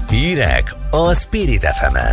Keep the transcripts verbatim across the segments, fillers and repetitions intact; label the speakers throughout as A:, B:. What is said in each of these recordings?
A: Hírek a Spirit ef emen.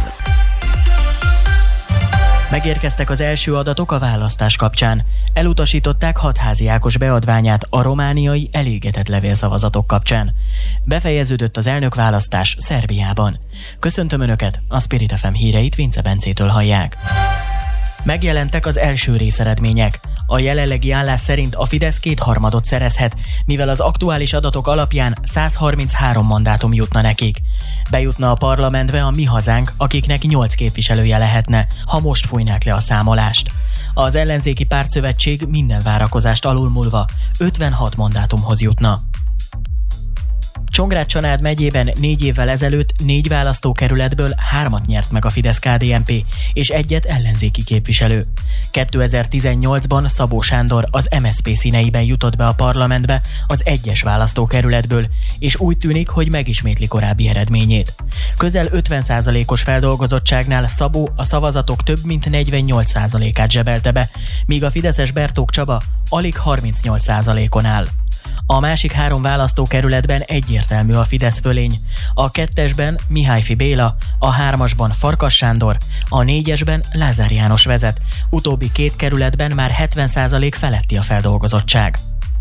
B: Megérkeztek az első adatok a választás kapcsán. Elutasították Hatházi Ákos beadványát a romániai elégetett levélszavazatok kapcsán. Befejeződött az elnökválasztás Szerbiában. Köszöntöm Önöket, a Spirit ef em híreit Vince Bencétől hallják. Megjelentek az első részeredmények. A jelenlegi állás szerint a Fidesz kétharmadot szerezhet, mivel az aktuális adatok alapján száz harminchárom mandátum jutna nekik. Bejutna a parlamentbe a Mi Hazánk, akiknek nyolc képviselője lehetne, ha most fújnák le a számolást. Az ellenzéki pártszövetség minden várakozást alulmúlva ötvenhat mandátumhoz jutna. Csongrád-Csanád megyében négy évvel ezelőtt négy választókerületből hármat nyert meg a Fidesz-ká dé en pé, és egyet ellenzéki képviselő. kétezer-tizennyolcban Szabó Sándor az em es zé pé színeiben jutott be a parlamentbe az egyes választókerületből, és úgy tűnik, hogy megismétli korábbi eredményét. Közel ötven százalékos feldolgozottságnál Szabó a szavazatok több mint negyvennyolc százalékát zsebelte be, míg a fideszes Bertók Csaba alig harmincnyolc százalékon áll. A másik három választókerületben egyértelmű a Fidesz fölény. A kettesben Mihályfi Béla, a hármasban Farkas Sándor, a négyesben Lázár János vezet. Utóbbi két kerületben már hetven százalék feletti a feldolgozottság.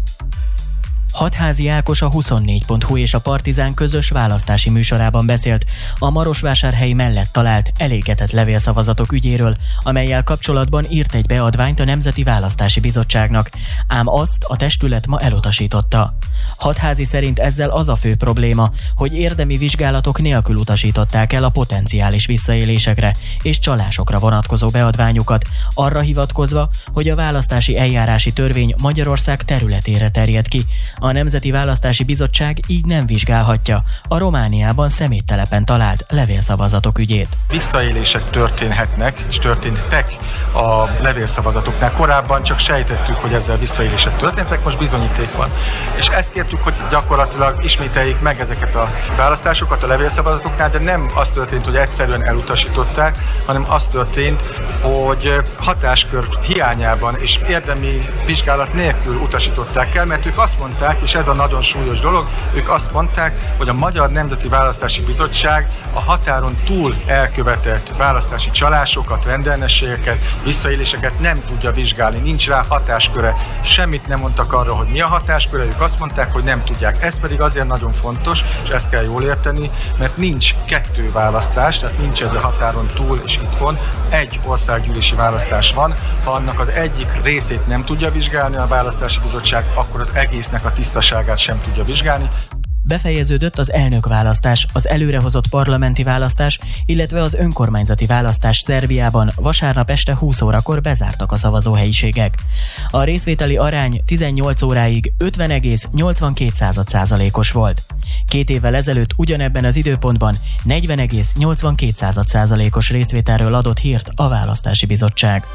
B: Hatházi Ákos a huszonnégy pont hu és a Partizán közös választási műsorában beszélt a Marosvásárhely mellett talált elégetett levélszavazatok ügyéről, amellyel kapcsolatban írt egy beadványt a Nemzeti Választási Bizottságnak, ám azt a testület ma elutasította. Hatházi szerint ezzel az a fő probléma, hogy érdemi vizsgálatok nélkül utasították el a potenciális visszaélésekre és csalásokra vonatkozó beadványukat, arra hivatkozva, hogy a választási eljárási törvény Magyarország területére terjed ki. A Nemzeti Választási Bizottság így nem vizsgálhatja a Romániában szeméttelepen talált levélszavazatok ügyét.
C: Visszaélések történhetnek, és történtek a levélszavazatoknál. Korábban csak sejtettük, hogy ezzel visszaélések történtek, most bizonyíték van. És ezt kértük, hogy gyakorlatilag ismételjék meg ezeket a választásokat a levélszavazatoknál, de nem az történt, hogy egyszerűen elutasították, hanem az történt, hogy hatáskör hiányában és érdemi vizsgálat nélkül utasították el, mert ők azt mondták, és ez a nagyon súlyos dolog, ők azt mondták, hogy a Magyar Nemzeti Választási Bizottság a határon túl elkövetett választási csalásokat, rendellenességeket, visszaéléseket nem tudja vizsgálni, nincs rá hatásköre. Semmit nem mondtak arra, hogy mi a hatásköre, ők azt mondták, hogy nem tudják. Ez pedig azért nagyon fontos, és ezt kell jól érteni, mert nincs kettő választás, tehát nincs egy a határon túl és itthon, egy országgyűlési választás van. Ha annak az egyik részét nem tudja vizsgálni a Választási Bizottság, akkor az egésznek a tisztaságát sem tudja vizsgálni.
B: Befejeződött az elnökválasztás, az előrehozott parlamenti választás, illetve az önkormányzati választás Szerbiában vasárnap este húsz órakor bezártak a szavazóhelyiségek. A részvételi arány tizennyolc óráig ötven egész nyolcvankét százalékos volt. Két évvel ezelőtt ugyanebben az időpontban negyven egész nyolcvankét százalékos részvételről adott hírt a Választási Bizottság.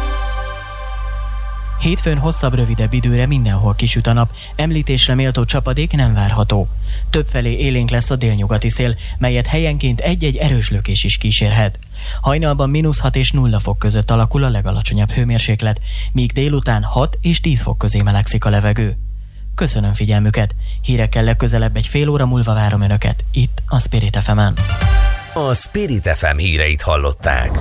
B: Hétfőn hosszabb, rövidebb időre mindenhol kisüt a nap, említésre méltó csapadék nem várható. Többfelé élénk lesz a délnyugati szél, melyet helyenként egy-egy erős lökés is kísérhet. Hajnalban mínusz hat és nulla fok között alakul a legalacsonyabb hőmérséklet, míg délután hat és tíz fok közé melegszik a levegő. Köszönöm figyelmüket, hírekkel legközelebb egy fél óra múlva várom Önöket, itt a Spirit ef emen.
A: A Spirit ef em híreit hallották.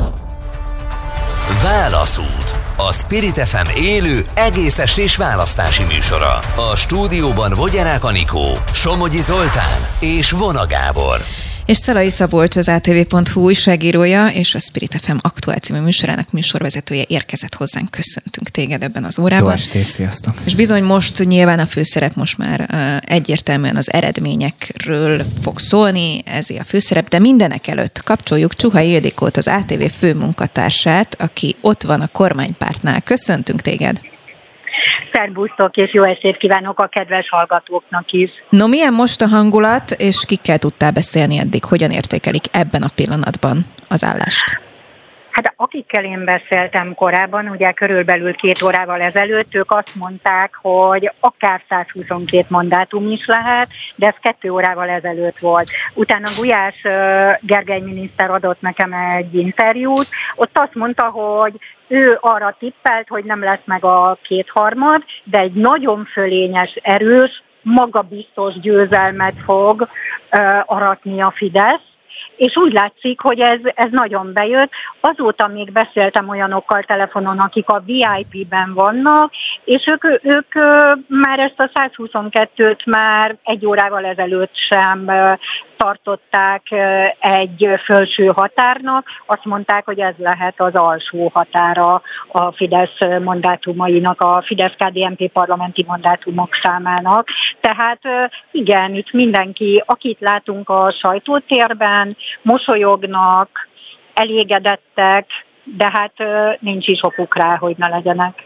A: Válaszút. A Spirit ef em élő, egész estés választási műsora. A stúdióban Vogyarák Anikó, Somogyi Zoltán és Vona Gábor.
D: És Szalai Szabolcs, az á té vé pont hú újságírója és a Spirit ef em Aktuál című műsorának műsorvezetője érkezett hozzánk. Köszöntünk téged ebben az órában.
E: Jó estét, sziasztok!
D: És bizony most nyilván a főszerep most már uh, egyértelműen az eredményekről fog szólni, ezé a főszerep, de mindenek előtt kapcsoljuk Csuhai Ildikót, az á té vé főmunkatársát, aki ott van a kormánypártnál. Köszöntünk téged!
F: Szerbusztok, és jó estét kívánok a kedves hallgatóknak is.
D: No, milyen most a hangulat, és kikkel tudtál beszélni eddig? Hogyan értékelik ebben a pillanatban az állást?
F: Hát akikkel én beszéltem korábban, ugye körülbelül két órával ezelőtt, ők azt mondták, hogy akár százhuszonkét mandátum is lehet, de ez kettő órával ezelőtt volt. Utána Gulyás Gergely miniszter adott nekem egy interjút, ott azt mondta, hogy ő arra tippelt, hogy nem lesz meg a kétharmad, de egy nagyon fölényes, erős, magabiztos győzelmet fog aratni a Fidesz. És úgy látszik, hogy ez, ez nagyon bejött. Azóta még beszéltem olyanokkal telefonon, akik a vé i pé-ben vannak, és ők, ők már ezt a száz huszonkettőt már egy órával ezelőtt sem tartották egy felső határnak. Azt mondták, hogy ez lehet az alsó határa a Fidesz mandátumainak, a Fidesz-ká dé en pé parlamenti mandátumok számának. Tehát igen, itt mindenki, akit látunk a sajtótérben, mosolyognak, elégedettek, de hát nincs is okuk rá, hogy ne legyenek.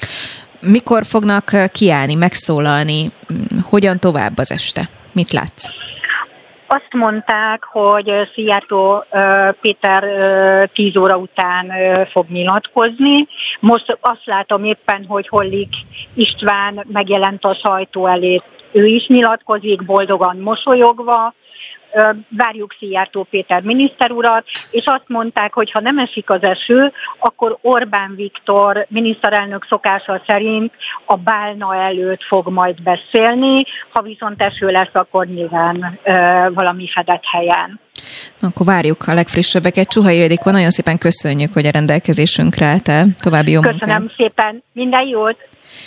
D: Mikor fognak kiállni, megszólalni? Hogyan tovább az este? Mit látsz?
F: Azt mondták, hogy Szijjártó Péter tíz óra után fog nyilatkozni. Most azt látom éppen, hogy Hollik István megjelent a sajtó elé. Ő is nyilatkozik, boldogan mosolyogva. Várjuk Szijjártó Péter miniszter urat, és azt mondták, hogy ha nem esik az eső, akkor Orbán Viktor miniszterelnök szokása szerint a Bálna előtt fog majd beszélni, ha viszont eső lesz, akkor nyilván ö, valami fedett helyen.
D: Akkor várjuk a legfrissebbeket. Csuhai Ildikó, nagyon szépen köszönjük, hogy a rendelkezésünkre álltál. További jó munkát.
F: Köszönöm szépen, minden jót!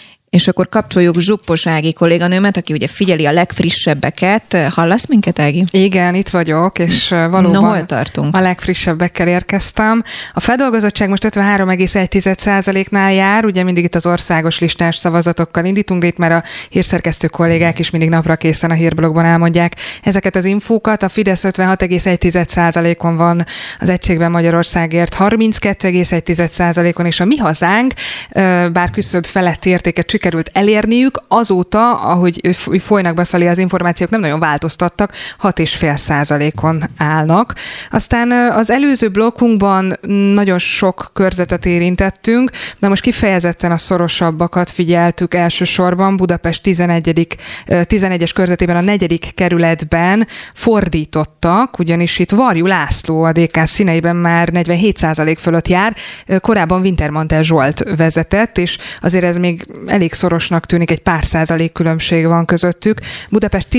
D: És akkor kapcsoljuk Zsuppos Ági kolléganőmet, aki ugye figyeli a legfrissebbeket. Hallasz minket, Ági?
E: Igen, itt vagyok, és valóban
D: no, hol tartunk?
E: A legfrissebbekkel érkeztem. A feldolgozottság most ötvenhárom egész egy százaléknál jár, ugye mindig itt az országos listás szavazatokkal indítunk, de itt már a hírszerkesztő kollégák is mindig napra készen a hírblogban elmondják ezeket az infókat. A Fidesz ötvenhat egész egy százalékon van, az Egységben Magyarországért harminckettő egész egy százalékon, és a Mi Hazánk, bár küszöbb feletti értéket sikerült elérniük, azóta, ahogy folynak befelé az információk, nem nagyon változtattak, hat egész öt százalékon állnak. Aztán az előző blokkunkban nagyon sok körzetet érintettünk, de most kifejezetten a szorosabbakat figyeltük elsősorban. Budapest tizenegyes körzetében a negyedik kerületben fordítottak, ugyanis itt Varjú László a dé ká színeiben már negyvenhét százalék fölött jár. Korábban Wintermantel Zsolt vezetett, és azért ez még elég szorosnak tűnik, egy pár százalék különbség van közöttük. Budapest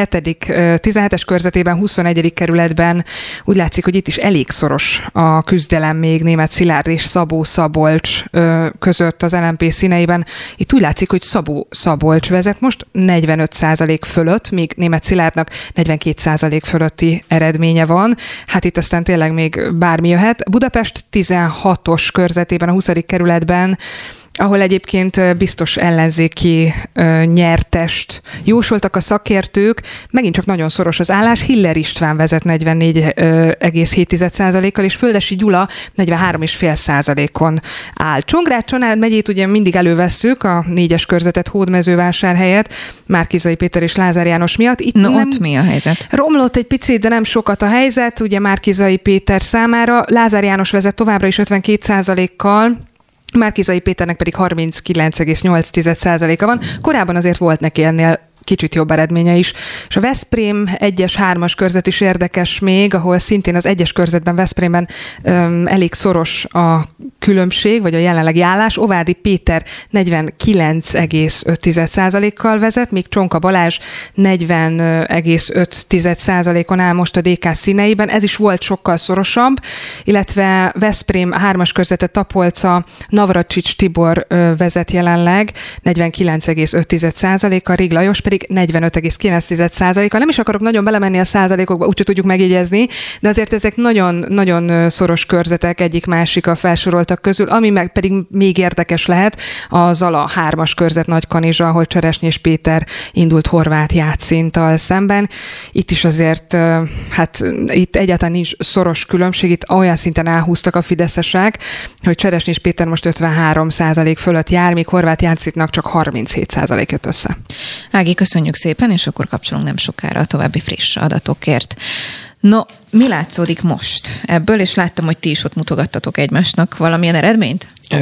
E: tizenhetes körzetében, huszonegyedik kerületben úgy látszik, hogy itt is elég szoros a küzdelem még Németh Szilárd és Szabó Szabolcs között az el em pé színeiben. Itt úgy látszik, hogy Szabó Szabolcs vezet most negyvenöt százalék fölött, míg Németh Szilárdnak negyvenkét százalék fölötti eredménye van. Hát itt aztán tényleg még bármi jöhet. Budapest tizenhatos körzetében, a huszadik kerületben, ahol egyébként biztos ellenzéki ö, nyertest jósoltak a szakértők, megint csak nagyon szoros az állás. Hiller István vezet negyvennégy egész hét százalékkal, és Földessy Gyula negyvenhárom egész öt százalékon áll. Csongrád-Csanád megyét ugye mindig elővesszük, a négyes körzetet Hódmezővásárhelyet, Márki-Zay Péter és Lázár János miatt. Itt
D: no,
E: nem
D: ott mi a helyzet?
E: Romlott egy picit, de nem sokat a helyzet, ugye Márki-Zay Péter számára. Lázár János vezet továbbra is ötvenkét százalékkal, Márki-Zay Péternek pedig harminckilenc egész nyolc százaléka van. Korábban azért volt neki ennél kicsit jobb eredménye is. És a Veszprém egyes, hármas körzet is érdekes még, ahol szintén az egyes körzetben, Veszprémben öm, elég szoros a különbség, vagy a jelenlegi állás. Ovádi Péter negyvenkilenc egész öt százalékkal vezet, míg Csonka Balázs negyven egész öt százalékon áll most a dé ká színeiben. Ez is volt sokkal szorosabb, illetve Veszprém hármas körzetet Tapolca, Navracsics Tibor vezet jelenleg negyvenkilenc egész öt százalékkal, Rég Lajos pedig negyvenöt egész kilenc százalékkal. Nem is akarok nagyon belemenni a százalékokba, úgyse tudjuk megjegyezni, de azért ezek nagyon-nagyon szoros körzetek egyik-másik a felsoroltak közül, ami meg pedig még érdekes lehet, a Zala hármas körzet Nagykanizsa, ahol Cseresnyés Péter indult Horváth Játszinttal szemben. Itt is azért, hát itt egyáltalán nincs szoros különbség, itt olyan szinten elhúztak a fideszesek, hogy Cseresnyés Péter most ötvenhárom százalék fölött jár, míg Horváth Játszintnak csak harminchét százalék jött össze.
D: Ági, köszönjük szépen, és akkor kapcsolunk nem sokára a további friss adatokért. No, mi látszódik most ebből, és láttam, hogy ti is ott mutogattatok egymásnak valamilyen eredményt?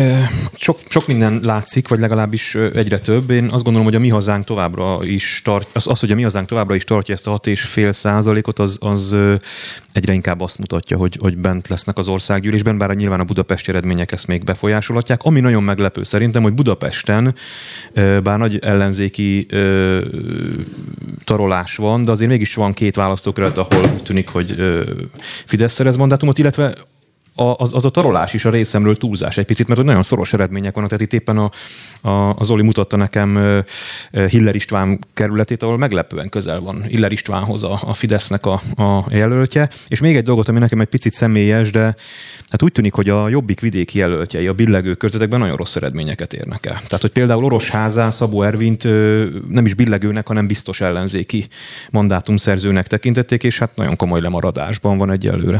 G: Sok, sok minden látszik, vagy legalábbis egyre több. Én azt gondolom, hogy a Mi Hazánk továbbra is tart, az, az hogy a Mi Hazánk továbbra is tartja ezt a hat egész öt százalékot, az, az egyre inkább azt mutatja, hogy, hogy bent lesznek az országgyűlésben, bár nyilván a budapesti eredmények ezt még befolyásolhatják. Ami nagyon meglepő szerintem, hogy Budapesten, bár nagy ellenzéki tarolás van, de azért mégis van két választókerület, ahol tűnik, hogy ö, Fidesz szerez mandátumot, illetve Az, az a tarolás is a részemről túlzás egy picit, mert nagyon szoros eredmények vannak. Tehát itt éppen a, a, a Zoli mutatta nekem Hiller István kerületét, ahol meglepően közel van Hiller Istvánhoz a, a Fidesznek a, a jelöltje. És még egy dolgot, ami nekem egy picit személyes, de hát úgy tűnik, hogy a Jobbik vidéki jelöltjei a billegő körzetekben nagyon rossz eredményeket érnek el. Tehát, hogy például Orosházán Szabó Ervint nem is billegőnek, hanem biztos ellenzéki mandátumszerzőnek tekintették, és hát nagyon komoly lemaradásban van egyelőre.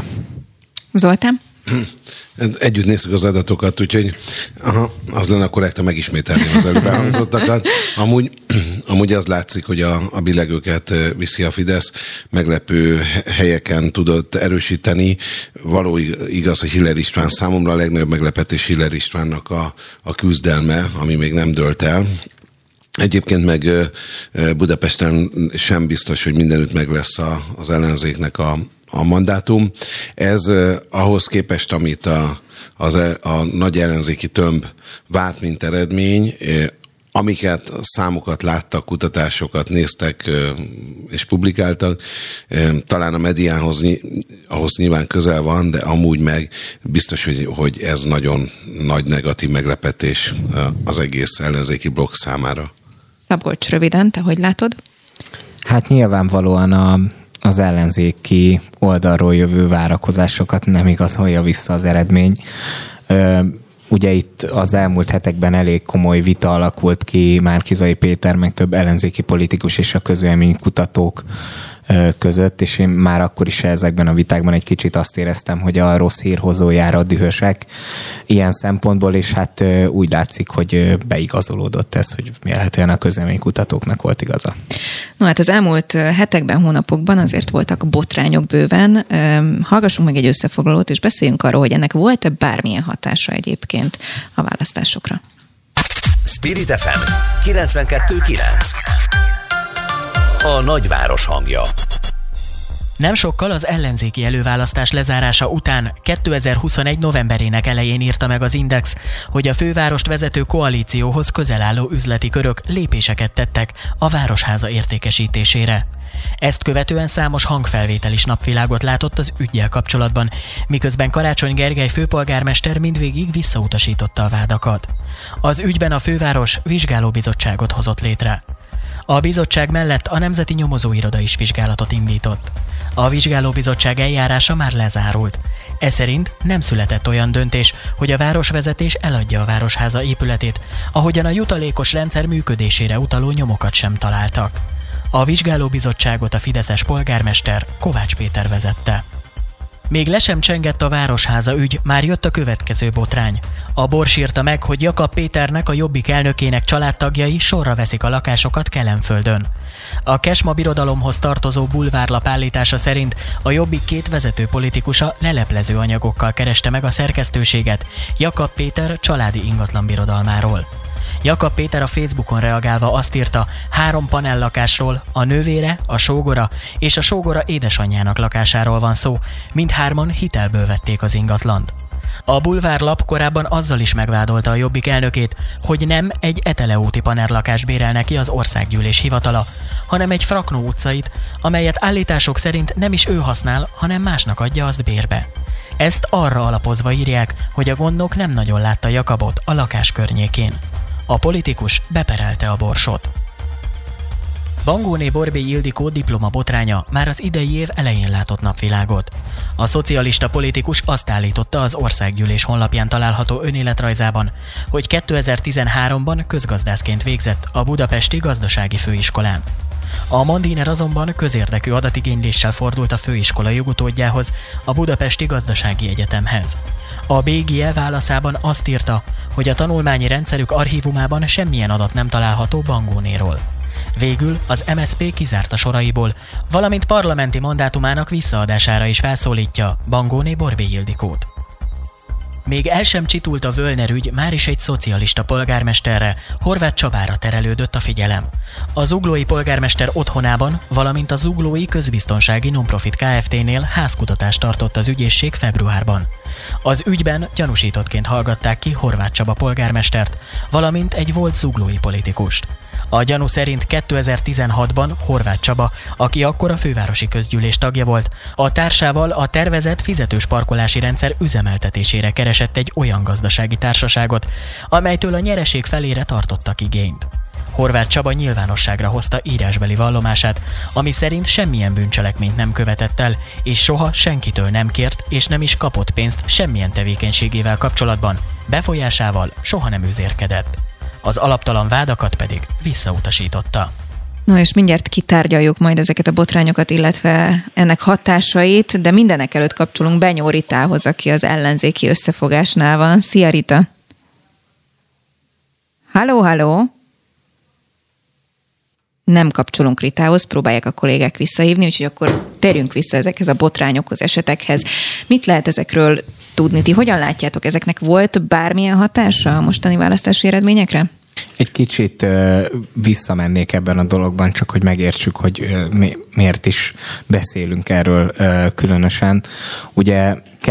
D: Zoltán?
H: Együtt néztük az adatokat, úgyhogy aha, az lenne korrekt, megismételni az előbb elhangzottakat. Amúgy, amúgy az látszik, hogy a, a billegőket viszi a Fidesz, meglepő helyeken tudott erősíteni. Való igaz, hogy Hiller István számomra a legnagyobb meglepetés Hiller Istvánnak a, a küzdelme, ami még nem dőlt el. Egyébként meg Budapesten sem biztos, hogy mindenütt meg lesz a, az ellenzéknek a, a mandátum. Ez ahhoz képest, amit a, az, a nagy ellenzéki tömb várt, mint eredmény, amiket számokat láttak, kutatásokat néztek és publikáltak, talán a mediánhoz ahhoz nyilván közel van, de amúgy meg biztos, hogy, hogy ez nagyon nagy negatív meglepetés az egész ellenzéki blokk számára.
D: Szabolcs, röviden, te hogy látod?
I: Hát nyilvánvalóan a, az ellenzéki oldalról jövő várakozásokat nem igazolja vissza az eredmény. Ö, ugye itt az elmúlt hetekben elég komoly vita alakult ki Márki-Zay Péter, meg több ellenzéki politikus és a közvéleménykutatók között, és én már akkor is ezekben a vitákban egy kicsit azt éreztem, hogy a rossz hírhozójára dühösek ilyen szempontból, és hát úgy látszik, hogy beigazolódott ez, hogy mérhetően a közvéleménykutatóknak volt igaza.
D: No hát az elmúlt hetekben, hónapokban azért voltak botrányok bőven. Hallgassunk meg egy összefoglalót, és beszéljünk arról, hogy ennek volt-e bármilyen hatása egyébként a választásokra.
A: Spirit ef em kilencvenkettő kilenc. A nagyváros hangja.
B: Nem sokkal az ellenzéki előválasztás lezárása után kétezer-huszonegy novemberének elején írta meg az Index, hogy a fővárost vezető koalícióhoz közel álló üzleti körök lépéseket tettek a Városháza értékesítésére. Ezt követően számos hangfelvétel is napvilágot látott az üggyel kapcsolatban, miközben Karácsony Gergely főpolgármester mindvégig visszautasította a vádakat. Az ügyben a főváros vizsgálóbizottságot hozott létre. A bizottság mellett a Nemzeti Nyomozóiroda is vizsgálatot indított. A vizsgálóbizottság eljárása már lezárult. E szerint nem született olyan döntés, hogy a városvezetés eladja a Városháza épületét, ahogyan a jutalékos rendszer működésére utaló nyomokat sem találtak. A vizsgálóbizottságot a fideszes polgármester Kovács Péter vezette. Még le sem csengett a Városháza ügy, már jött a következő botrány. A Bors írta meg, hogy Jakab Péternek, a Jobbik elnökének családtagjai sorra veszik a lakásokat Kelenföldön. A Kesma Birodalomhoz tartozó bulvárlap állítása szerint a Jobbik két vezető politikusa leleplező anyagokkal kereste meg a szerkesztőséget Jakab Péter családi ingatlan birodalmáról. Jakab Péter a Facebookon reagálva azt írta, három panellakásról, a nővére, a sógora és a sógora édesanyjának lakásáról van szó, mindhárman hitelből vették az ingatlant. A bulvárlap korábban azzal is megvádolta a Jobbik elnökét, hogy nem egy Etele úti panellakást bérel neki az Országgyűlés hivatala, hanem egy Fraknó utcait, amelyet állítások szerint nem is ő használ, hanem másnak adja azt bérbe. Ezt arra alapozva írják, hogy a gondnok nem nagyon látta Jakabot a lakás környékén. A politikus beperelte a Borsot. Bangóné Borbély Ildikó diploma botránya már az idei év elején látott napvilágot. A szocialista politikus azt állította az Országgyűlés honlapján található önéletrajzában, hogy kétezer-tizenháromban közgazdászként végzett a Budapesti Gazdasági Főiskolán. A Mandiner azonban közérdekű adatigényléssel fordult a főiskola jogutódjához, a Budapesti Gazdasági Egyetemhez. A bé gé e válaszában azt írta, hogy a tanulmányi rendszerük archívumában semmilyen adat nem található Bangónéról. Végül az em es zé pé kizárta soraiból, valamint parlamenti mandátumának visszaadására is felszólítja Bangóné Borbély Ildikót. Még el sem csitult a Völner ügy, már is egy szocialista polgármesterre, Horváth Csabára terelődött a figyelem. A zuglói polgármester otthonában, valamint a zuglói közbiztonsági nonprofit Kft-nél házkutatást tartott az ügyészség februárban. Az ügyben gyanúsítottként hallgatták ki Horváth Csaba polgármestert, valamint egy volt zuglói politikust. A gyanú szerint kétezer-tizenhatban Horváth Csaba, aki akkor a fővárosi közgyűlés tagja volt, a társával a tervezett fizetős parkolási rendszer üzemeltetésére keresett egy olyan gazdasági társaságot, amelytől a nyereség felére tartottak igényt. Horváth Csaba nyilvánosságra hozta írásbeli vallomását, ami szerint semmilyen bűncselekményt nem követett el, és soha senkitől nem kért és nem is kapott pénzt semmilyen tevékenységével kapcsolatban, befolyásával soha nem üzérkedett. Az alaptalan vádakat pedig visszautasította.
D: No, és mindjárt kitárgyaljuk majd ezeket a botrányokat, illetve ennek hatásait, de mindenek előtt kapcsolunk Benyó Ritához, aki az ellenzéki összefogásnál van. Szia, Rita! Halló, halló! Nem kapcsolunk Ritához, próbálják a kollégák visszahívni, úgyhogy akkor térjünk vissza ezekhez a botrányokhoz, esetekhez. Mit lehet ezekről tudni? Ti hogyan látjátok, ezeknek volt bármilyen hatása a mostani választási eredményekre?
I: Egy kicsit uh, visszamennék ebben a dologban, csak hogy megértsük, hogy uh, mi, miért is beszélünk erről uh, különösen. Ugye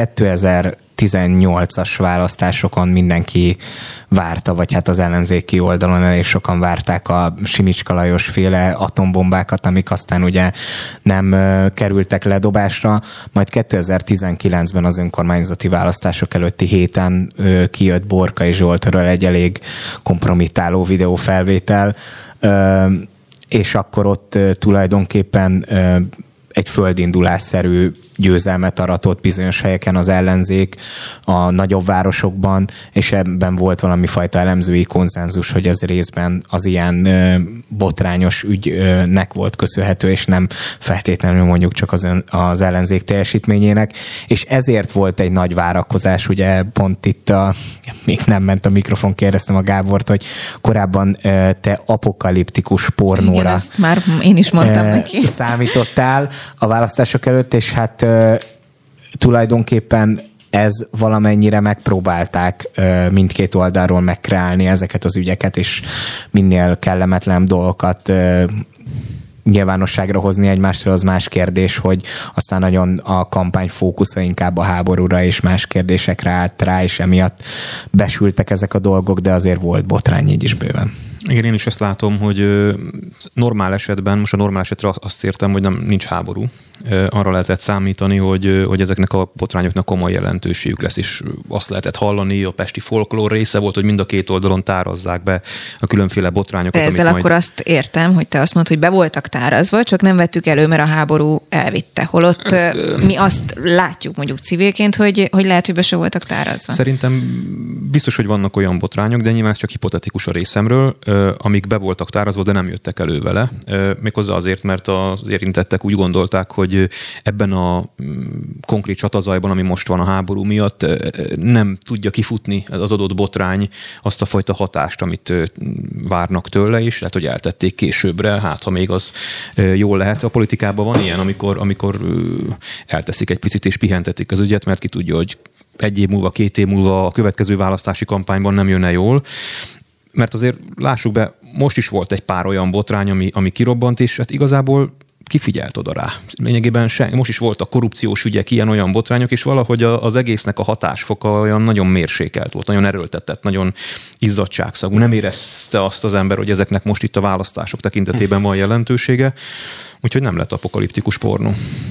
I: kétezer-tizennyolcas választásokon mindenki várta, vagy hát az ellenzéki oldalon elég sokan várták a Simicska Lajos féle atombombákat, amik aztán ugye nem uh, kerültek ledobásra, majd kétezer-tizenkilencben az önkormányzati választások előtti héten uh, kijött Borkai Zsoltról egy elég kompromittáló videófelvétel, uh, és akkor ott uh, tulajdonképpen uh, egy földindulásszerű győzelmet aratott bizonyos helyeken az ellenzék a nagyobb városokban, és ebben volt valami fajta elemzői konszenzus, hogy ez részben az ilyen ö, botrányos ügynek volt köszönhető, és nem feltétlenül mondjuk csak az, ön, az ellenzék teljesítményének, és ezért volt egy nagy várakozás, ugye pont itt a, még nem ment a mikrofon, kérdeztem a Gábort, hogy korábban ö, te apokaliptikus pornóra
D: igen, ezt már én is mondtam
I: ö,
D: neki.
I: számítottál a választások előtt, és hát ö, tulajdonképpen ez valamennyire megpróbálták ö, mindkét oldalról megkreálni ezeket az ügyeket, és minél kellemetlen dolgokat ö, nyilvánosságra hozni egymásról, az más kérdés, hogy aztán nagyon a kampány fókusza inkább a háborúra és más kérdésekre állt rá, és emiatt besültek ezek a dolgok, de azért volt botrány így is bőven.
G: Igen, én is ezt látom, hogy normál esetben, most a normál esetre azt értem, hogy nem nincs háború. Arra lehetett számítani, hogy, hogy ezeknek a botrányoknak komoly jelentőségük lesz, és azt lehetett hallani, a pesti folklór része volt, hogy mind a két oldalon tárazzák be a különféle botrányokat.
D: De ezzel akkor majd... azt értem, hogy te azt mondod, hogy be voltak tárazva, csak nem vettük elő, mert a háború elvitte. Holott ez, mi azt látjuk mondjuk civilként, hogy, hogy lehet, hogy be se voltak tárazva.
G: Szerintem biztos, hogy vannak olyan botrányok, de nyilván ez csak hipotetikus a részemről, amik be voltak tárazva, de nem jöttek elő vele. Méghozzá azért, mert az érintettek úgy gondolták, hogy ebben a konkrét csatazajban, ami most van a háború miatt, nem tudja kifutni az adott botrány azt a fajta hatást, amit várnak tőle, és lehet, hogy eltették későbbre, hát ha még az jól lehet. A politikában van ilyen, amikor, amikor elteszik egy picit és pihentetik az ügyet, mert ki tudja, hogy egy év múlva, két év múlva a következő választási kampányban nem jönne jól. Mert azért lássuk be, most is volt egy pár olyan botrány, ami, ami kirobbant, és hát igazából kifigyelt oda rá. Lényegében sen, most is voltak korrupciós ügyek, ilyen-olyan botrányok, és valahogy az egésznek a hatásfoka olyan nagyon mérsékelt volt, nagyon erőltetett, nagyon izzadságszagú. Nem érezte azt az ember, hogy ezeknek most itt a választások tekintetében van jelentősége, úgyhogy nem lett apokaliptikus pornó.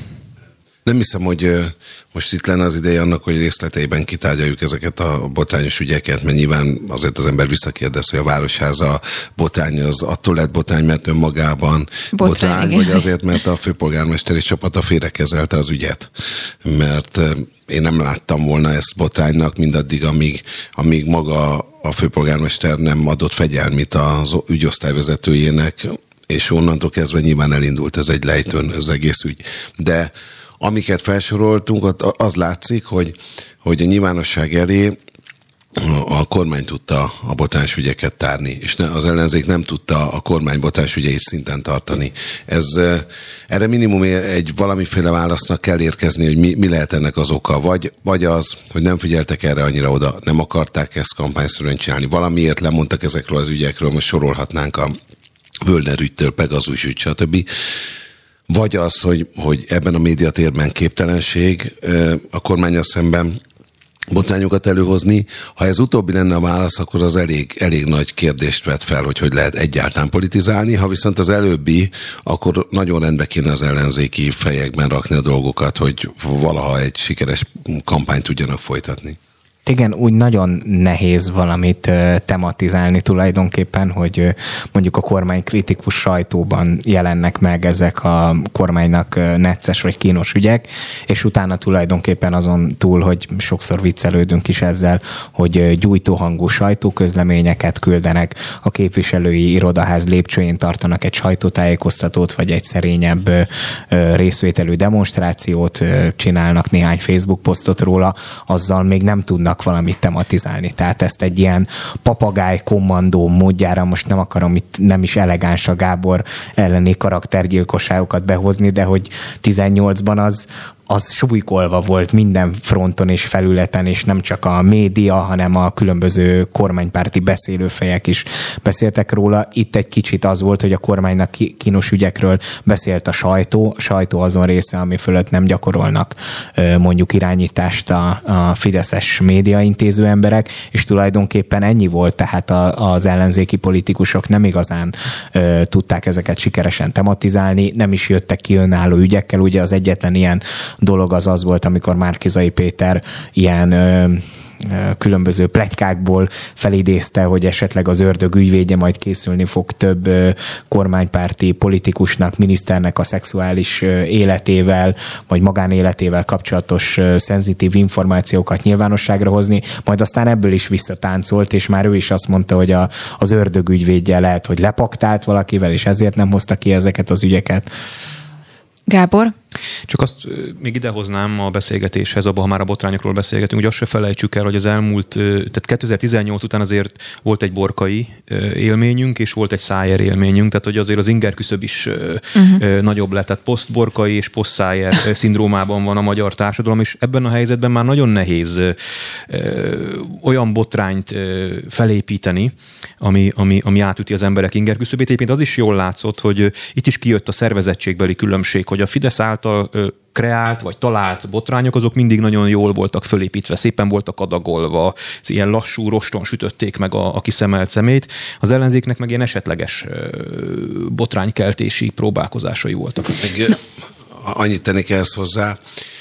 H: Nem hiszem, hogy most itt lenne az ideje annak, hogy részleteiben kitárgyaljuk ezeket a botrányos ügyeket, mert nyilván azért az ember visszakérdez, hogy a Városháza botrány az attól lett botrány, mert önmagában botrány, botrány vagy azért, mert a főpolgármester és csapata félrekezelte az ügyet. Mert én nem láttam volna ezt botránynak mindaddig, amíg, amíg maga a főpolgármester nem adott fegyelmit az ügyosztályvezetőjének, és onnantól kezdve nyilván elindult ez egy lejtőn, az egész ügy. De amiket felsoroltunk, az látszik, hogy, hogy a nyilvánosság elé a kormány tudta a botrányos ügyeket tárni, és az ellenzék nem tudta a kormány botrányos ügyeit szinten tartani. Ez, erre minimum egy valamiféle válasznak kell érkezni, hogy mi, mi lehet ennek az oka. Vagy, vagy az, hogy nem figyeltek erre annyira oda, nem akarták ezt kampányszerűen csinálni. Valamiért lemondtak ezekről az ügyekről, most sorolhatnánk a Völner ügytől, Pegazus ügy, stb. Vagy az, hogy, hogy ebben a médiatérben képtelenség a kormánnyal szemben, botrányokat előhozni. Ha ez utóbbi lenne a válasz, akkor az elég, elég nagy kérdést vet fel, hogy hogy lehet egyáltalán politizálni. Ha viszont az előbbi, akkor nagyon rendbe kéne az ellenzéki fejekben rakni a dolgokat, hogy valaha egy sikeres kampányt tudjanak folytatni.
I: Igen, úgy nagyon nehéz valamit tematizálni tulajdonképpen, hogy mondjuk a kormánykritikus sajtóban jelennek meg ezek a kormánynak necces vagy kínos ügyek, és utána tulajdonképpen azon túl, hogy sokszor viccelődünk is ezzel, hogy gyújtóhangú sajtóközleményeket küldenek, a képviselői irodaház lépcsőjén tartanak egy sajtótájékoztatót, vagy egy szerényebb részvételű demonstrációt, csinálnak néhány Facebook posztot róla, azzal még nem tudnak valamit tematizálni. Tehát ezt egy ilyen papagáj kommandó módjára, most nem akarom itt nem is elegáns a Gábor elleni karaktergyilkosságokat behozni, de hogy tizennyolcban az az súlykolva volt minden fronton és felületen, és nem csak a média, hanem a különböző kormánypárti beszélőfejek is beszéltek róla. Itt egy kicsit az volt, hogy a kormánynak kínos ügyekről beszélt a sajtó, a sajtó azon része, ami fölött nem gyakorolnak mondjuk irányítást a, a fideszes médiaintéző emberek, és tulajdonképpen ennyi volt, tehát a, az ellenzéki politikusok nem igazán ö, tudták ezeket sikeresen tematizálni, nem is jöttek ki önálló ügyekkel, ugye az egyetlen ilyen dolog az az volt, amikor Márki-Zay Péter ilyen ö, különböző pletykákból felidézte, hogy esetleg az ördög ügyvédje majd készülni fog több kormánykpárti politikusnak, miniszternek a szexuális életével, vagy magánéletével kapcsolatos szenzitív információkat nyilvánosságra hozni, majd aztán ebből is visszatáncolt, és már ő is azt mondta, hogy a, az ördög ügyvédje lehet, hogy lepaktált valakivel, és ezért nem hozta ki ezeket az ügyeket.
D: Gábor?
G: Csak azt még idehoznám a beszélgetéshez, abban, ha már a botrányokról beszélgetünk, hogy azt se felejtsük el, hogy az elmúlt, tehát kétezer-tizennyolc után azért volt egy borkai élményünk, és volt egy Szájer élményünk, tehát hogy azért az ingerküszöb is uh-huh. nagyobb lett, tehát posztborkai és posztszájer szindrómában van a magyar társadalom, és ebben a helyzetben már nagyon nehéz olyan botrányt felépíteni, ami, ami, ami átüti az emberek ingerküszöbét. Egyébként az is jól látszott, hogy itt is kijött a szervezettségbeli különbség, hogy a Fidesz által kreált vagy talált botrányok, azok mindig nagyon jól voltak fölépítve, szépen voltak adagolva, ilyen lassú roston sütötték meg a, a kiszemelt szemét. Az ellenzéknek meg ilyen esetleges botránykeltési próbálkozásai voltak.
H: Még annyit tennék ehhez hozzá,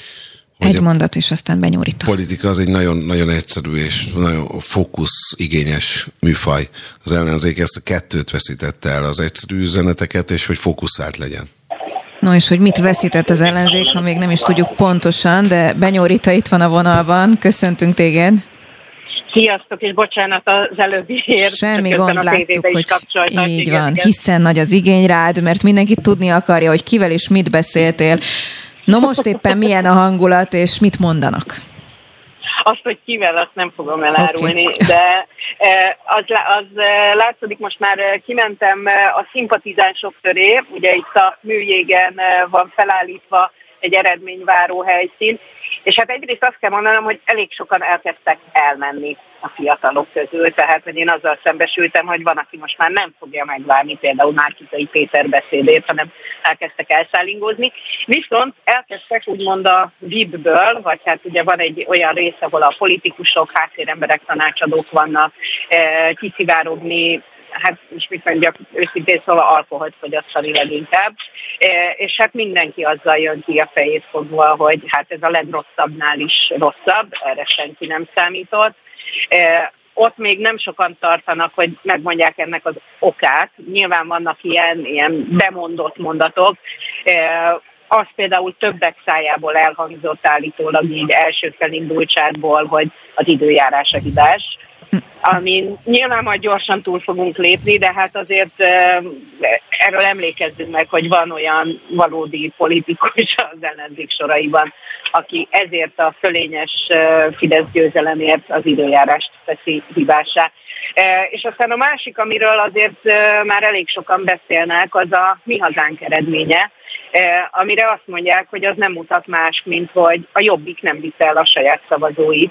D: egy mondat, és aztán benyúrítom.
H: A politika az egy nagyon, nagyon egyszerű és nagyon fókuszigényes műfaj. Az ellenzék ezt a kettőt veszítette el, az egyszerű üzeneteket, és hogy fókuszált legyen.
D: No, és hogy mit veszített az ellenzék, ha még nem is tudjuk pontosan, de Benyó Rita itt van a vonalban. Köszöntünk téged.
J: Sziasztok, és bocsánat az előbbiért.
D: Semmi gond, láttuk, hogy így
J: igen,
D: van,
J: igen.
D: Hiszen nagy az igény rád, mert mindenki tudni akarja, hogy kivel és mit beszéltél. No, most éppen milyen a hangulat, és mit mondanak?
J: Azt, hogy kivel, azt nem fogom elárulni, okay. De az, az látszódik, most már kimentem a szimpatizánsok köré, ugye itt a Műjégen van felállítva egy eredményváró helyszín, és hát egyrészt azt kell mondanom, hogy elég sokan elkezdtek elmenni a fiatalok közül, tehát hogy én azzal szembesültem, hogy van, aki most már nem fogja megvárni például Márki-Zay Péter beszédét, hanem elkezdtek elszállingózni. Viszont elkezdtek úgymond a vé i bé-ből, vagy hát ugye van egy olyan rész, ahol a politikusok, háttéremberek, tanácsadók vannak, kiszivárogni, hát is mit mondjak, őszintén szóval alkoholt fogyasztani leginkább, e, és hát mindenki azzal jön ki a fejét fogva, hogy hát ez a legrosszabbnál is rosszabb, erre senki nem számított. E, ott még nem sokan tartanak, hogy megmondják ennek az okát. Nyilván vannak ilyen, ilyen bemondott mondatok, e, az például többek szájából elhangzott állítólag így első felindultságból, hogy az időjárás a hibás, amin nyilván majd gyorsan túl fogunk lépni, de hát azért erről emlékezzünk meg, hogy van olyan valódi politikus az ellenzék soraiban, aki ezért a fölényes Fidesz győzelemért az időjárást teszi hibássá. És aztán a másik, amiről azért már elég sokan beszélnek, az a Mi Hazánk eredménye, amire azt mondják, hogy az nem mutat más, mint hogy a Jobbik nem vitte el a saját szavazóit,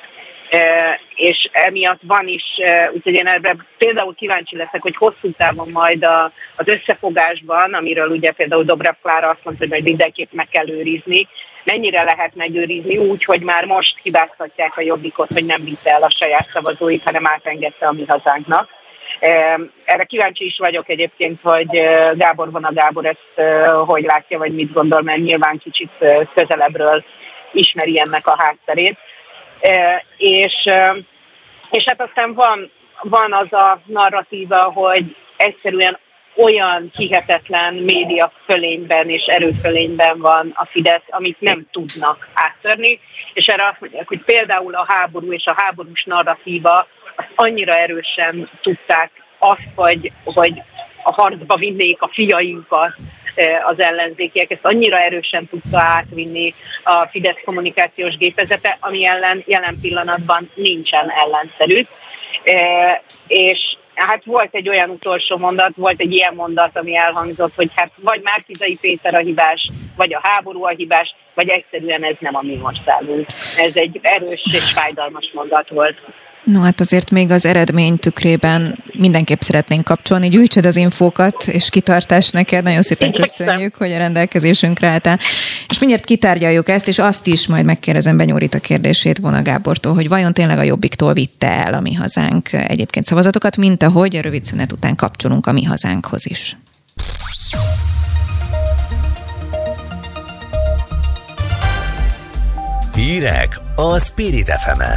J: és emiatt van is, úgyhogy én ebben például kíváncsi leszek, hogy hosszú távon majd a, az összefogásban, amiről ugye például Dobrev Klára azt mondta, hogy majd mindenképp meg kell őrizni, mennyire lehet megőrizni úgy, hogy már most hibáztatják a Jobbikot, hogy nem vitte el a saját szavazóit, hanem átengedte a Mi Hazánknak. Erre kíváncsi is vagyok egyébként, hogy Gábor Vona Gábor ezt hogy látja, vagy mit gondol, mert nyilván kicsit közelebbről ismeri ennek a hátterét. És, és hát aztán van, van az a narratíva, hogy egyszerűen olyan hihetetlen média fölényben és erőfölényben van a Fidesz, amit nem tudnak áttörni, és erre azt mondják, hogy például a háború és a háborús narratíva azt annyira erősen tudták azt, hogy, hogy a harcba vinnék a fiainkat az ellenzékiek, ezt annyira erősen tudta átvinni a Fidesz kommunikációs gépezete, ami ellen jelen pillanatban nincsen ellenszerű. És hát volt egy olyan utolsó mondat, volt egy ilyen mondat, ami elhangzott, hogy hát vagy Márki-Zay Péter a hibás, vagy a háború a hibás, vagy egyszerűen ez nem a mi országunk. Ez egy erős és fájdalmas mondat volt.
D: No, hát azért még az eredmény tükrében mindenképp szeretnénk kapcsolni. Gyűjtsed az infókat, és kitartás neked. Nagyon szépen köszönjük, hogy a rendelkezésünkre álltál. És mindjárt kitárgyaljuk ezt, és azt is majd megkérdezem Benyó Rita kérdését Vona Gábortól, hogy vajon tényleg a Jobbiktól vitte el a Mi Hazánk egyébként szavazatokat, mint ahogy a rövid szünet után kapcsolunk a Mi Hazánkhoz is.
A: Hírek a Spirit ef emen.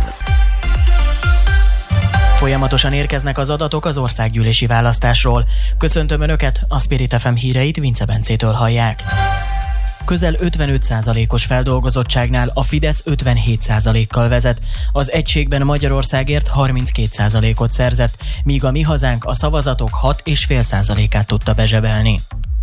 B: Folyamatosan érkeznek az adatok az országgyűlési választásról. Köszöntöm Önöket, a Spirit ef em híreit Vince Bencétől hallják. Közel ötvenöt százalékos feldolgozottságnál a Fidesz ötvenhét százalékkal vezet. Az egységben Magyarországért harminckét százalékot szerzett, míg a Mi Hazánk a szavazatok hat egész öt százalékát tudta bezsebelni.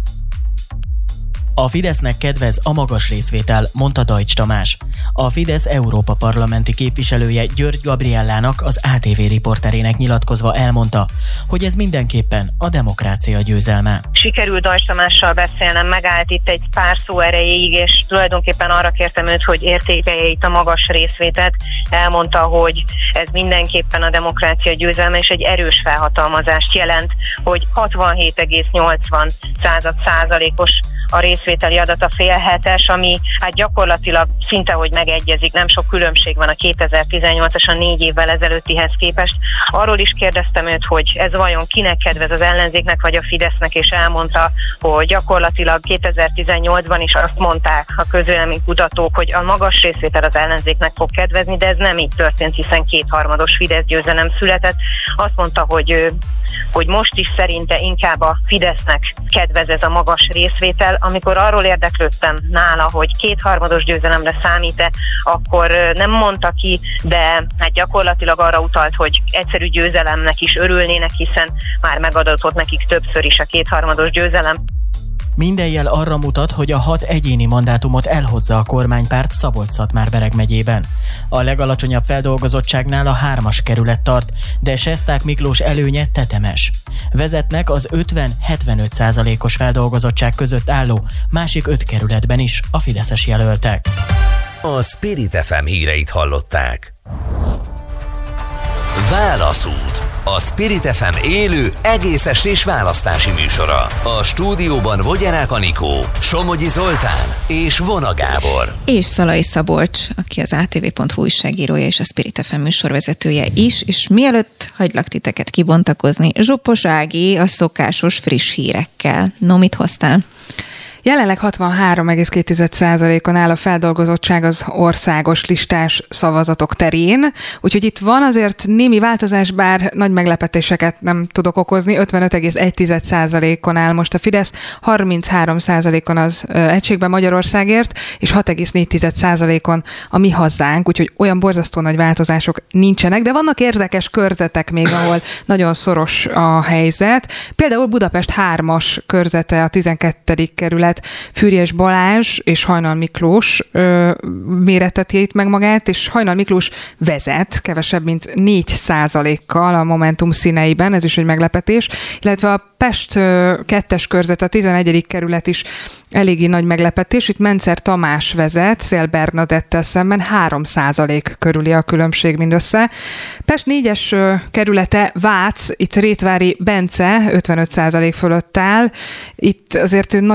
B: A Fidesznek kedvez a magas részvétel, mondta Dajcs Tamás. A Fidesz Európa parlamenti képviselője György Gabriellának, az á té vé riporterének nyilatkozva elmondta, hogy ez mindenképpen a demokrácia győzelme.
K: Sikerült Dajcs Tamással beszélnem, megállt itt egy pár szó erejéig, és tulajdonképpen arra kértem őt, hogy értékelje itt a magas részvételt. Elmondta, hogy ez mindenképpen a demokrácia győzelme, és egy erős felhatalmazást jelent, hogy hatvanhét egész nyolcvan százalékos a részvételi adat a félhetes, ami hát gyakorlatilag szinte, hogy megegyezik, nem sok különbség van a kétezer-tizennyolcas, a négy évvel ezelőttihez képest. Arról is kérdeztem őt, hogy ez vajon kinek kedvez, az ellenzéknek vagy a Fidesznek, és elmondta, hogy gyakorlatilag kétezer-tizennyolcban is azt mondták a közvéleménykutatók, hogy a magas részvétel az ellenzéknek fog kedvezni, de ez nem így történt, hiszen kétharmados Fidesz győzelem született. Azt mondta, hogy, hogy most is szerinte inkább a Fidesznek kedvez ez a magas részvétel. Amikor arról érdeklődtem nála, hogy kétharmados győzelemre számít-e, akkor nem mondta ki, de hát gyakorlatilag arra utalt, hogy egyszerű győzelemnek is örülnének, hiszen már megadatott nekik többször is a kétharmados győzelem.
B: Minden jel arra mutat, hogy a hat egyéni mandátumot elhozza a kormánypárt Szabolcs-Szatmár-Bereg megyében. A legalacsonyabb feldolgozottságnál a hármas kerület tart, de Sesták Miklós előnye tetemes. Vezetnek az ötven-hetvenöt százalékos feldolgozottság között álló másik öt kerületben is a fideszes jelöltek.
A: A Spirit ef em híreit hallották. Válaszút. A Spirit ef em élő, egész estés választási műsora. A stúdióban Vogyarák Anikó, Somogyi Zoltán és Vona Gábor.
D: És Szalai Szabolcs, aki az á té vé pont hú újságírója és a Spirit ef em műsorvezetője is, és mielőtt hagylak titeket kibontakozni, Zsupos Ági a szokásos friss hírekkel. No, mit hoztál?
E: Jelenleg hatvanhárom egész két százalékon áll a feldolgozottság az országos listás szavazatok terén, úgyhogy itt van azért némi változás, bár nagy meglepetéseket nem tudok okozni. ötvenöt egész egy százalékon áll most a Fidesz, harminchárom százalékon az egységben Magyarországért, és hat egész négy százalékon a Mi Hazánk, úgyhogy olyan borzasztó nagy változások nincsenek, de vannak érdekes körzetek még, ahol nagyon szoros a helyzet. Például Budapest hármas körzete, a tizenkettedik kerület, Füriyes Balázs és Hajnal Miklós ö, méreteti itt meg magát, és Hajnal Miklós vezet kevesebb, mint négy százalékkal a Momentum színeiben, ez is egy meglepetés, illetve a Pest kettes körzet, a tizenegyedik kerület is eléggé nagy meglepetés. Itt Mencer Tamás vezet, Szél Bernadettel szemben három százalék körüli a különbség mindössze. Pest négyes kerülete Vác, itt Rétvári Bence ötvenöt százalék fölött áll. Itt azért nagyon-nagyon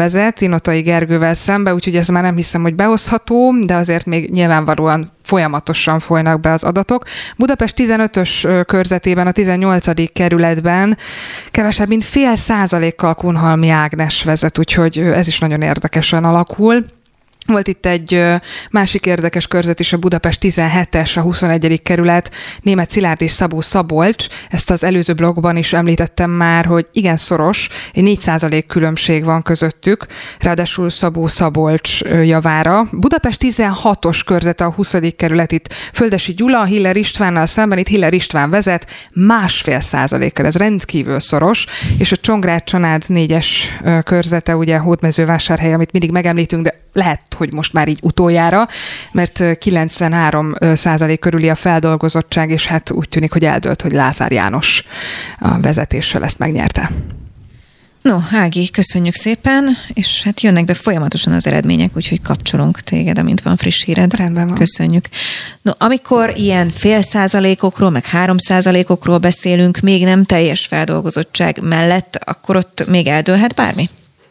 E: vezet Zinotai Gergővel szembe, úgyhogy ez már nem hiszem, hogy behozható, de azért még nyilvánvalóan folyamatosan folynak be az adatok. Budapest tizenötös körzetében, a tizennyolcadik kerületben kevesebb, mint fél százalékkal Kunhalmi Ágnes vezet, úgyhogy ez is nagyon érdekesen alakul. Volt itt egy másik érdekes körzet is, a Budapest tizenhetes, a huszonegyedik kerület, Németh Szilárd és Szabó Szabolcs. Ezt az előző blogban is említettem már, hogy igen szoros, egy négy százalék különbség van közöttük, ráadásul Szabó Szabolcs javára. Budapest tizenhatos körzete, a huszadik kerület, itt Földesi Gyula, Hiller Istvánnal szemben, itt Hiller István vezet másfél százalékkal, ez rendkívül szoros, és a Csongrád-Csanád négyes körzete, ugye Hódmezővásárhely, amit mindig megemlítünk, de lehet, hogy most már így utoljára, mert kilencvenhárom százalék körüli a feldolgozottság, és hát úgy tűnik, hogy eldőlt, hogy Lázár János a vezetéssel ezt megnyerte.
D: No, Ági, köszönjük szépen, és hát jönnek be folyamatosan az eredmények, úgyhogy kapcsolunk téged, amint van friss híred.
E: Rendben van.
D: Köszönjük. No, amikor ilyen fél százalékokról, meg három százalékokról beszélünk, még nem teljes feldolgozottság mellett, akkor ott még eldőlhet bármi?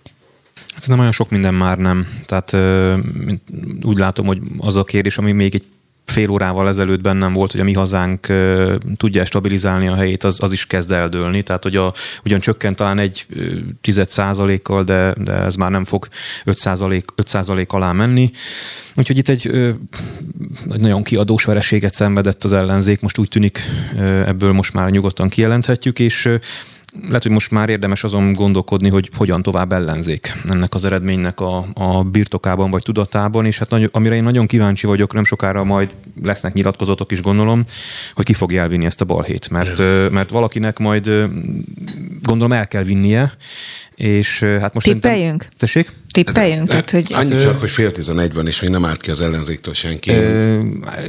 G: Hát nem olyan sok minden már nem. Tehát úgy látom, hogy az a kérdés, ami még egy fél órával ezelőtt bennem volt, hogy a mi hazánk tudja stabilizálni a helyét, az, az is kezd eldőlni. Tehát, hogy a, ugyan csökkent talán egy tized százalékkal, de, de ez már nem fog öt százalék, öt százalék alá menni. Úgyhogy itt egy ö, nagyon kiadós vereséget szenvedett az ellenzék. Most úgy tűnik, ebből most már nyugodtan kijelenthetjük, és lehet, hogy most már érdemes azon gondolkodni, hogy hogyan tovább ellenzék ennek az eredménynek a, a birtokában vagy tudatában, és hát nagy, amire én nagyon kíváncsi vagyok, nem sokára majd lesznek nyilatkozatok is, gondolom, hogy ki fogja elvinni ezt a balhét, mert, mert valakinek majd gondolom el kell vinnie, és hát most
D: tippeljünk?
G: Tessék?
D: Tippeljünk? Tehát, hogy...
H: Annyi csak, hogy fél tizenegy van, és még nem állt ki az ellenzéktől senki. Ö...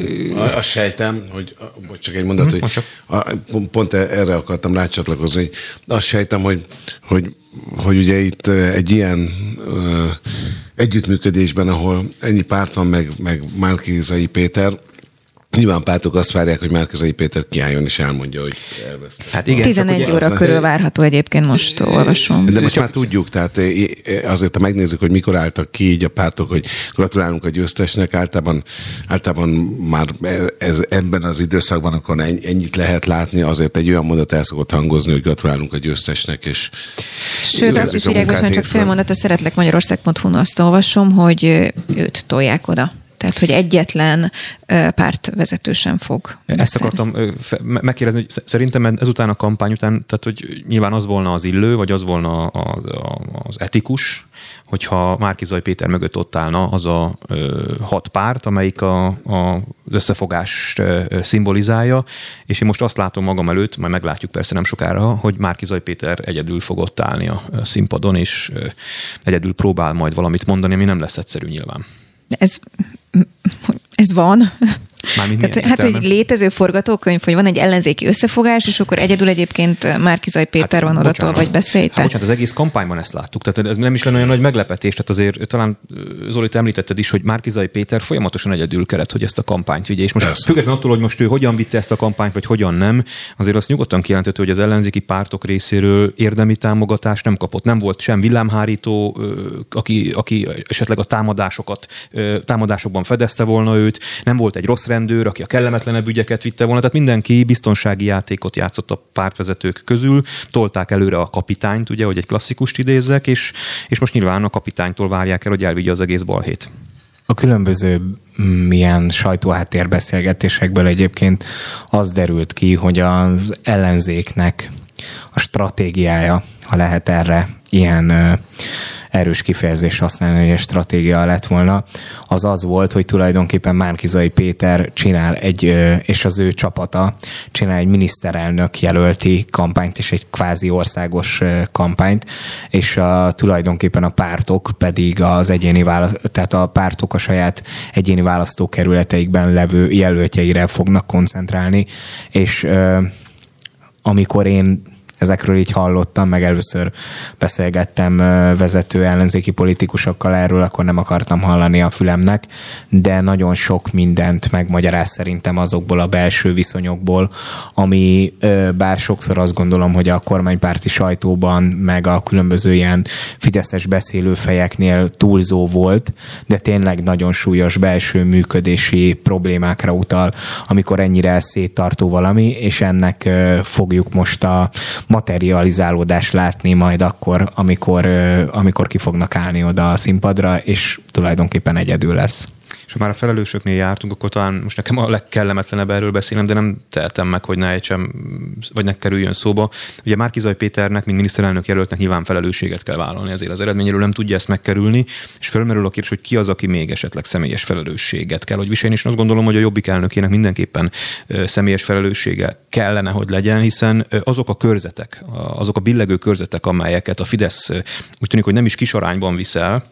H: Azt sejtem, hogy csak egy mondat, hogy a, pont erre akartam rácsatlakozni, hogy azt sejtem, hogy, hogy, hogy ugye itt egy ilyen uh, együttműködésben, ahol ennyi párt van, meg, meg Márki-Zay Péter, nyilván pártok azt várják, hogy Márki-Zay Péter kiálljon és elmondja, hogy elveszte.
D: Hát igen, tizenegy óra körül várható egyébként, most olvasom.
H: De most már tudjuk, tehát azért, ha megnézzük, hogy mikor álltak ki így a pártok, hogy gratulálunk a győztesnek, általában, általában már ez, ebben az időszakban akkor ennyit lehet látni, azért egy olyan mondat el szokott hangozni, hogy gratulálunk a győztesnek, és
D: sőt, azt is írják, hogy csak fél mondat, a szeretlek magyarország pont hu-n azt olvasom, hogy őt tolják oda. Tehát, hogy egyetlen pártvezető sem fog beszélni. Ezt
G: akartam megkérdezni, hogy szerintem ezután a kampány után, tehát, hogy nyilván az volna az illő, vagy az volna az etikus, hogyha Márki-Zay Péter mögött ott állna az a hat párt, amelyik a, a összefogást szimbolizálja, és én most azt látom magam előtt, majd meglátjuk persze nem sokára, hogy Márki-Zay Péter egyedül fog ott állni a színpadon, és egyedül próbál majd valamit mondani, ami nem lesz egyszerű nyilván.
D: Ez, ez van.
G: Tehát,
D: hát, hogy létező forgatókönyv, hogy van egy ellenzéki összefogás, és akkor egyedül egyébként Márki-Zay Péter hát, van odatól, vagy beszélte?
G: Hát, bocsánat, az egész kampányban ezt láttuk, tehát ez nem is lenne olyan nagy meglepetés, tehát azért talán Zoli, te említetted is, hogy Márki-Zay Péter folyamatosan egyedül kellett, hogy ezt a kampányt vigye, és most függetlenül attól, hogy most ő hogyan vitte ezt a kampányt, vagy hogyan nem, azért azt nyugodtan kijelenthető, hogy az ellenzéki pártok részéről érdemi támogatást nem kapott. Nem volt sem villámhárító, aki, aki esetleg a támadásokat, támadásokban fedezte volna őt, nem volt egy rossz rendőr, aki a kellemetlenebb ügyeket vitte volna, tehát mindenki biztonsági játékot játszott a pártvezetők közül, tolták előre a kapitányt, ugye, hogy egy klasszikust idézzek, és, és most nyilván a kapitánytól várják el, hogy elvigye az egész balhét.
I: A különböző milyen sajtóháttérbeszélgetésekből egyébként az derült ki, hogy az ellenzéknek a stratégiája, ha lehet erre ilyen erős kifejezés használni, hogy egy stratégia lett volna, az az volt, hogy tulajdonképpen Márki-Zay Péter csinál egy, és az ő csapata csinál egy miniszterelnök jelölti kampányt, és egy kvázi országos kampányt, és a, tulajdonképpen a pártok pedig az egyéni választ, tehát a pártok a saját egyéni választókerületeikben levő jelöltjeire fognak koncentrálni, és amikor én ezekről így hallottam, meg először beszélgettem vezető ellenzéki politikusokkal erről, akkor nem akartam hallani a fülemnek, de nagyon sok mindent megmagyaráz szerintem azokból a belső viszonyokból, ami bár sokszor azt gondolom, hogy a kormánypárti sajtóban, meg a különböző ilyen fideszes beszélőfejeknél túlzó volt, de tényleg nagyon súlyos belső működési problémákra utal, amikor ennyire széttartó valami, és ennek fogjuk most a materializálódást látni majd akkor, amikor, amikor ki fognak állni oda a színpadra, és tulajdonképpen egyedül lesz.
G: És ha már a felelősöknél jártunk, akkor talán most nekem a legkellemetlenebb erről beszélnem, de nem tehetem meg, hogy ne ejtsem, vagy ne kerüljön szóba. Ugye Márki-Zay Péternek, mint miniszterelnök jelöltnek nyilván felelősséget kell vállalni ezért az eredményről, nem tudja ezt megkerülni, és fölmerül a kérdés, hogy ki az, aki még esetleg személyes felelősséget kell, hogy viselni, és azt gondolom, hogy a Jobbik elnökének mindenképpen személyes felelőssége kellene, hogy legyen, hiszen azok a körzetek, azok a billegő körzetek, amelyeket a Fidesz úgy tűnik, hogy nem is kis arányban visel,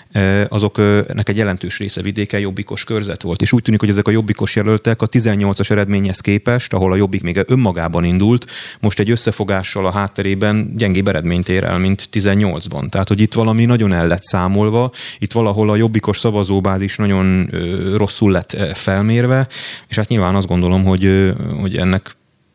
G: azoknak egy jelentős része vidéken jobbikos körzet volt. És úgy tűnik, hogy ezek a jobbikos jelöltek a tizennyolcas eredményhez képest, ahol a Jobbik még önmagában indult, most egy összefogással a hátterében gyengébb eredményt ér el, mint tizennyolcban. Tehát, hogy itt valami nagyon el lett számolva, itt valahol a jobbikos szavazóbázis nagyon rosszul lett felmérve, és hát nyilván azt gondolom, hogy, hogy ennek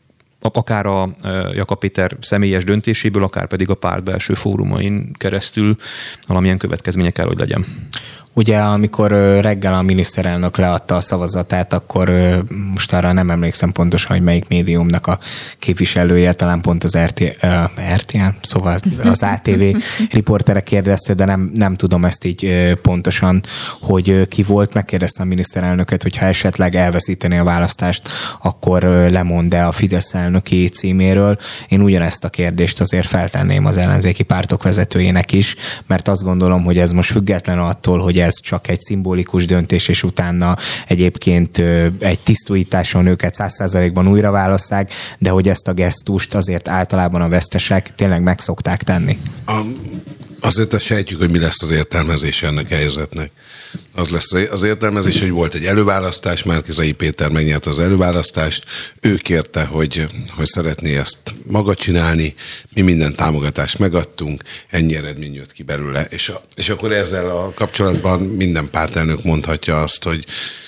G: akár a Jakab Péter személyes döntéséből, akár pedig a párt belső fórumain keresztül valamilyen következménye kell, hogy legyen.
I: Ugye, amikor reggel a miniszterelnök leadta a szavazatát, akkor most arra nem emlékszem pontosan, hogy melyik médiumnak a képviselője, talán pont az er té el, szóval az á té vé riportere kérdezte, de nem, nem tudom ezt így pontosan, hogy ki volt. Megkérdezte a miniszterelnöket, hogy ha esetleg elveszíteni a választást, akkor lemond-e a Fidesz elnöki címéről. Én ugyanezt a kérdést azért feltenném az ellenzéki pártok vezetőjének is, mert azt gondolom, hogy ez most független attól, hogy ez csak egy szimbolikus döntés, és utána egyébként egy tisztújításon őket száz százalékban újra válasszák, de hogy ezt a gesztust azért általában a vesztesek tényleg meg szokták tenni.
H: A, azért azt sejtjük, hogy mi lesz az értelmezése ennek a helyzetnek. Az lesz az értelmezés, hogy volt egy előválasztás, Márki-Zay Péter megnyerte az előválasztást, ő kérte, hogy, hogy szeretné ezt maga csinálni, mi minden támogatást megadtunk, ennyi eredmény jött ki belőle, és, a, és akkor ezzel a kapcsolatban minden pártelnök mondhatja azt, hogy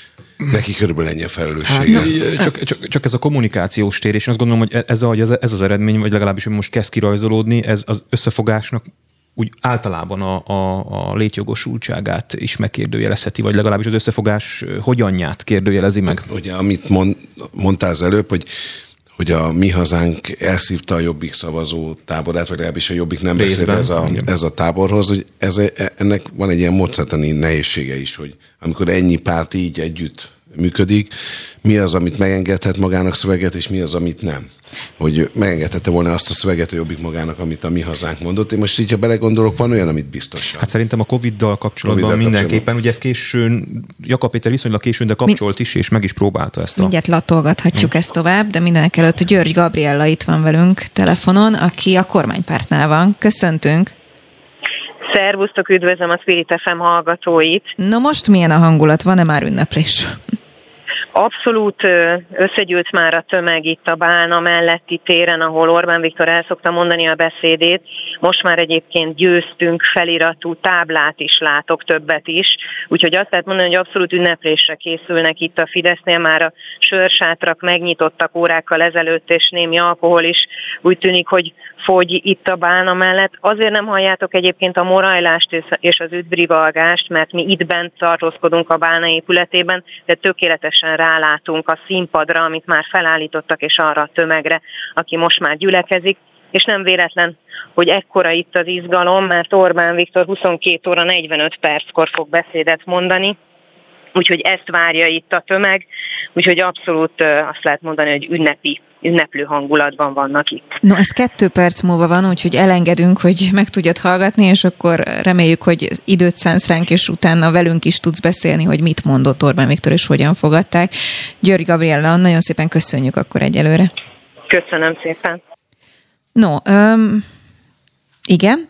H: neki körülbelül ennyi a felelőssége.
G: Hát, csak, csak, csak ez a kommunikációs tér, és azt gondolom, hogy ez, a, ez az eredmény, vagy legalábbis, hogy most kezd kirajzolódni, ez az összefogásnak úgy általában a, a, a létjogosultságát is megkérdőjelezheti, vagy legalábbis az összefogás hogyanját kérdőjelezi meg.
H: Ugye, amit mond, mondtál az előbb, hogy hogy a Mi Hazánk elszívta a Jobbik szavazó táborát, vagy legalábbis a Jobbik nem beszélt ez a, ez a táborhoz, hogy ez, ennek van egy ilyen módszertani nehézsége is, hogy amikor ennyi párt így együtt működik, mi az, amit megengedhet magának szöveget, és mi az, amit nem. Hogy megengedhette volna azt a szöveget a Jobbik magának, amit a Mi Hazánk mondott. Én most így, ha belegondolok, van olyan, amit biztosan.
G: Hát szerintem a Covid-dal kapcsolatban COVID-dal mindenképpen, ugye ezt későn, Jakab Péter viszonylag későn, de kapcsolt is, és meg is próbálta ezt a...
D: Mindjárt latolgathatjuk hmm. ezt tovább, de mindenek előtt György Gabriella itt van velünk telefonon, aki a kormánypártnál van. Köszöntünk!
K: Szervusztok, üdvözlöm a Spirit ef em hallgatóit!
D: No most milyen a hangulat? Van-e már ünneplés?
K: Abszolút összegyűlt már a tömeg itt a Bálna melletti téren, ahol Orbán Viktor el szokta mondani a beszédét. Most már egyébként győztünk feliratú táblát is látok, többet is. Úgyhogy azt lehet mondani, hogy abszolút ünneplésre készülnek itt a Fidesznél. Már a sőrsátrak megnyitottak órákkal ezelőtt, és némi alkohol is úgy tűnik, hogy fogy itt a Bálna mellett. Azért nem halljátok egyébként a morajlást és az üdvrivalgást, mert mi itt bent tartózkodunk a Bálna épületében, de tökéletesen rálátunk a színpadra, amit már felállítottak, és arra a tömegre, aki most már gyülekezik. És nem véletlen, hogy ekkora itt az izgalom, mert Orbán Viktor huszonkét óra negyvenöt perckor fog beszédet mondani, úgyhogy ezt várja itt a tömeg, úgyhogy abszolút azt lehet mondani, hogy ünnepi, ünneplő hangulatban vannak itt.
D: No, ez kettő perc múlva van, úgyhogy elengedünk, hogy meg tudjad hallgatni, és akkor reméljük, hogy időt szánsz ránk, és utána velünk is tudsz beszélni, hogy mit mondott Orbán Viktor, és hogyan fogadták. György Gabriella, nagyon szépen köszönjük akkor egyelőre.
K: Köszönöm szépen.
D: No, um, igen.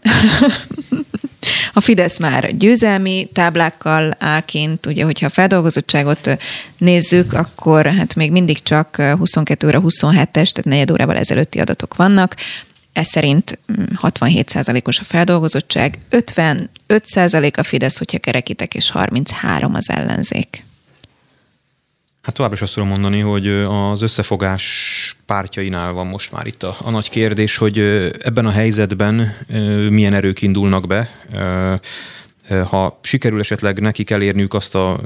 D: A Fidesz már győzelmi táblákkal áll kint, ugye, hogyha a feldolgozottságot nézzük, akkor hát még mindig csak huszonkettő óra huszonhetes, tehát negyed órával ezelőtti adatok vannak. Ez szerint hatvanhét százalékos a feldolgozottság, ötvenöt százalék a Fidesz, hogyha kerekítek, és harminchárom az ellenzék.
G: Hát tovább is azt tudom mondani, hogy az összefogás pártjainál van most már itt a, a nagy kérdés, hogy ebben a helyzetben milyen erők indulnak be. Ha sikerül esetleg nekik elérniük azt a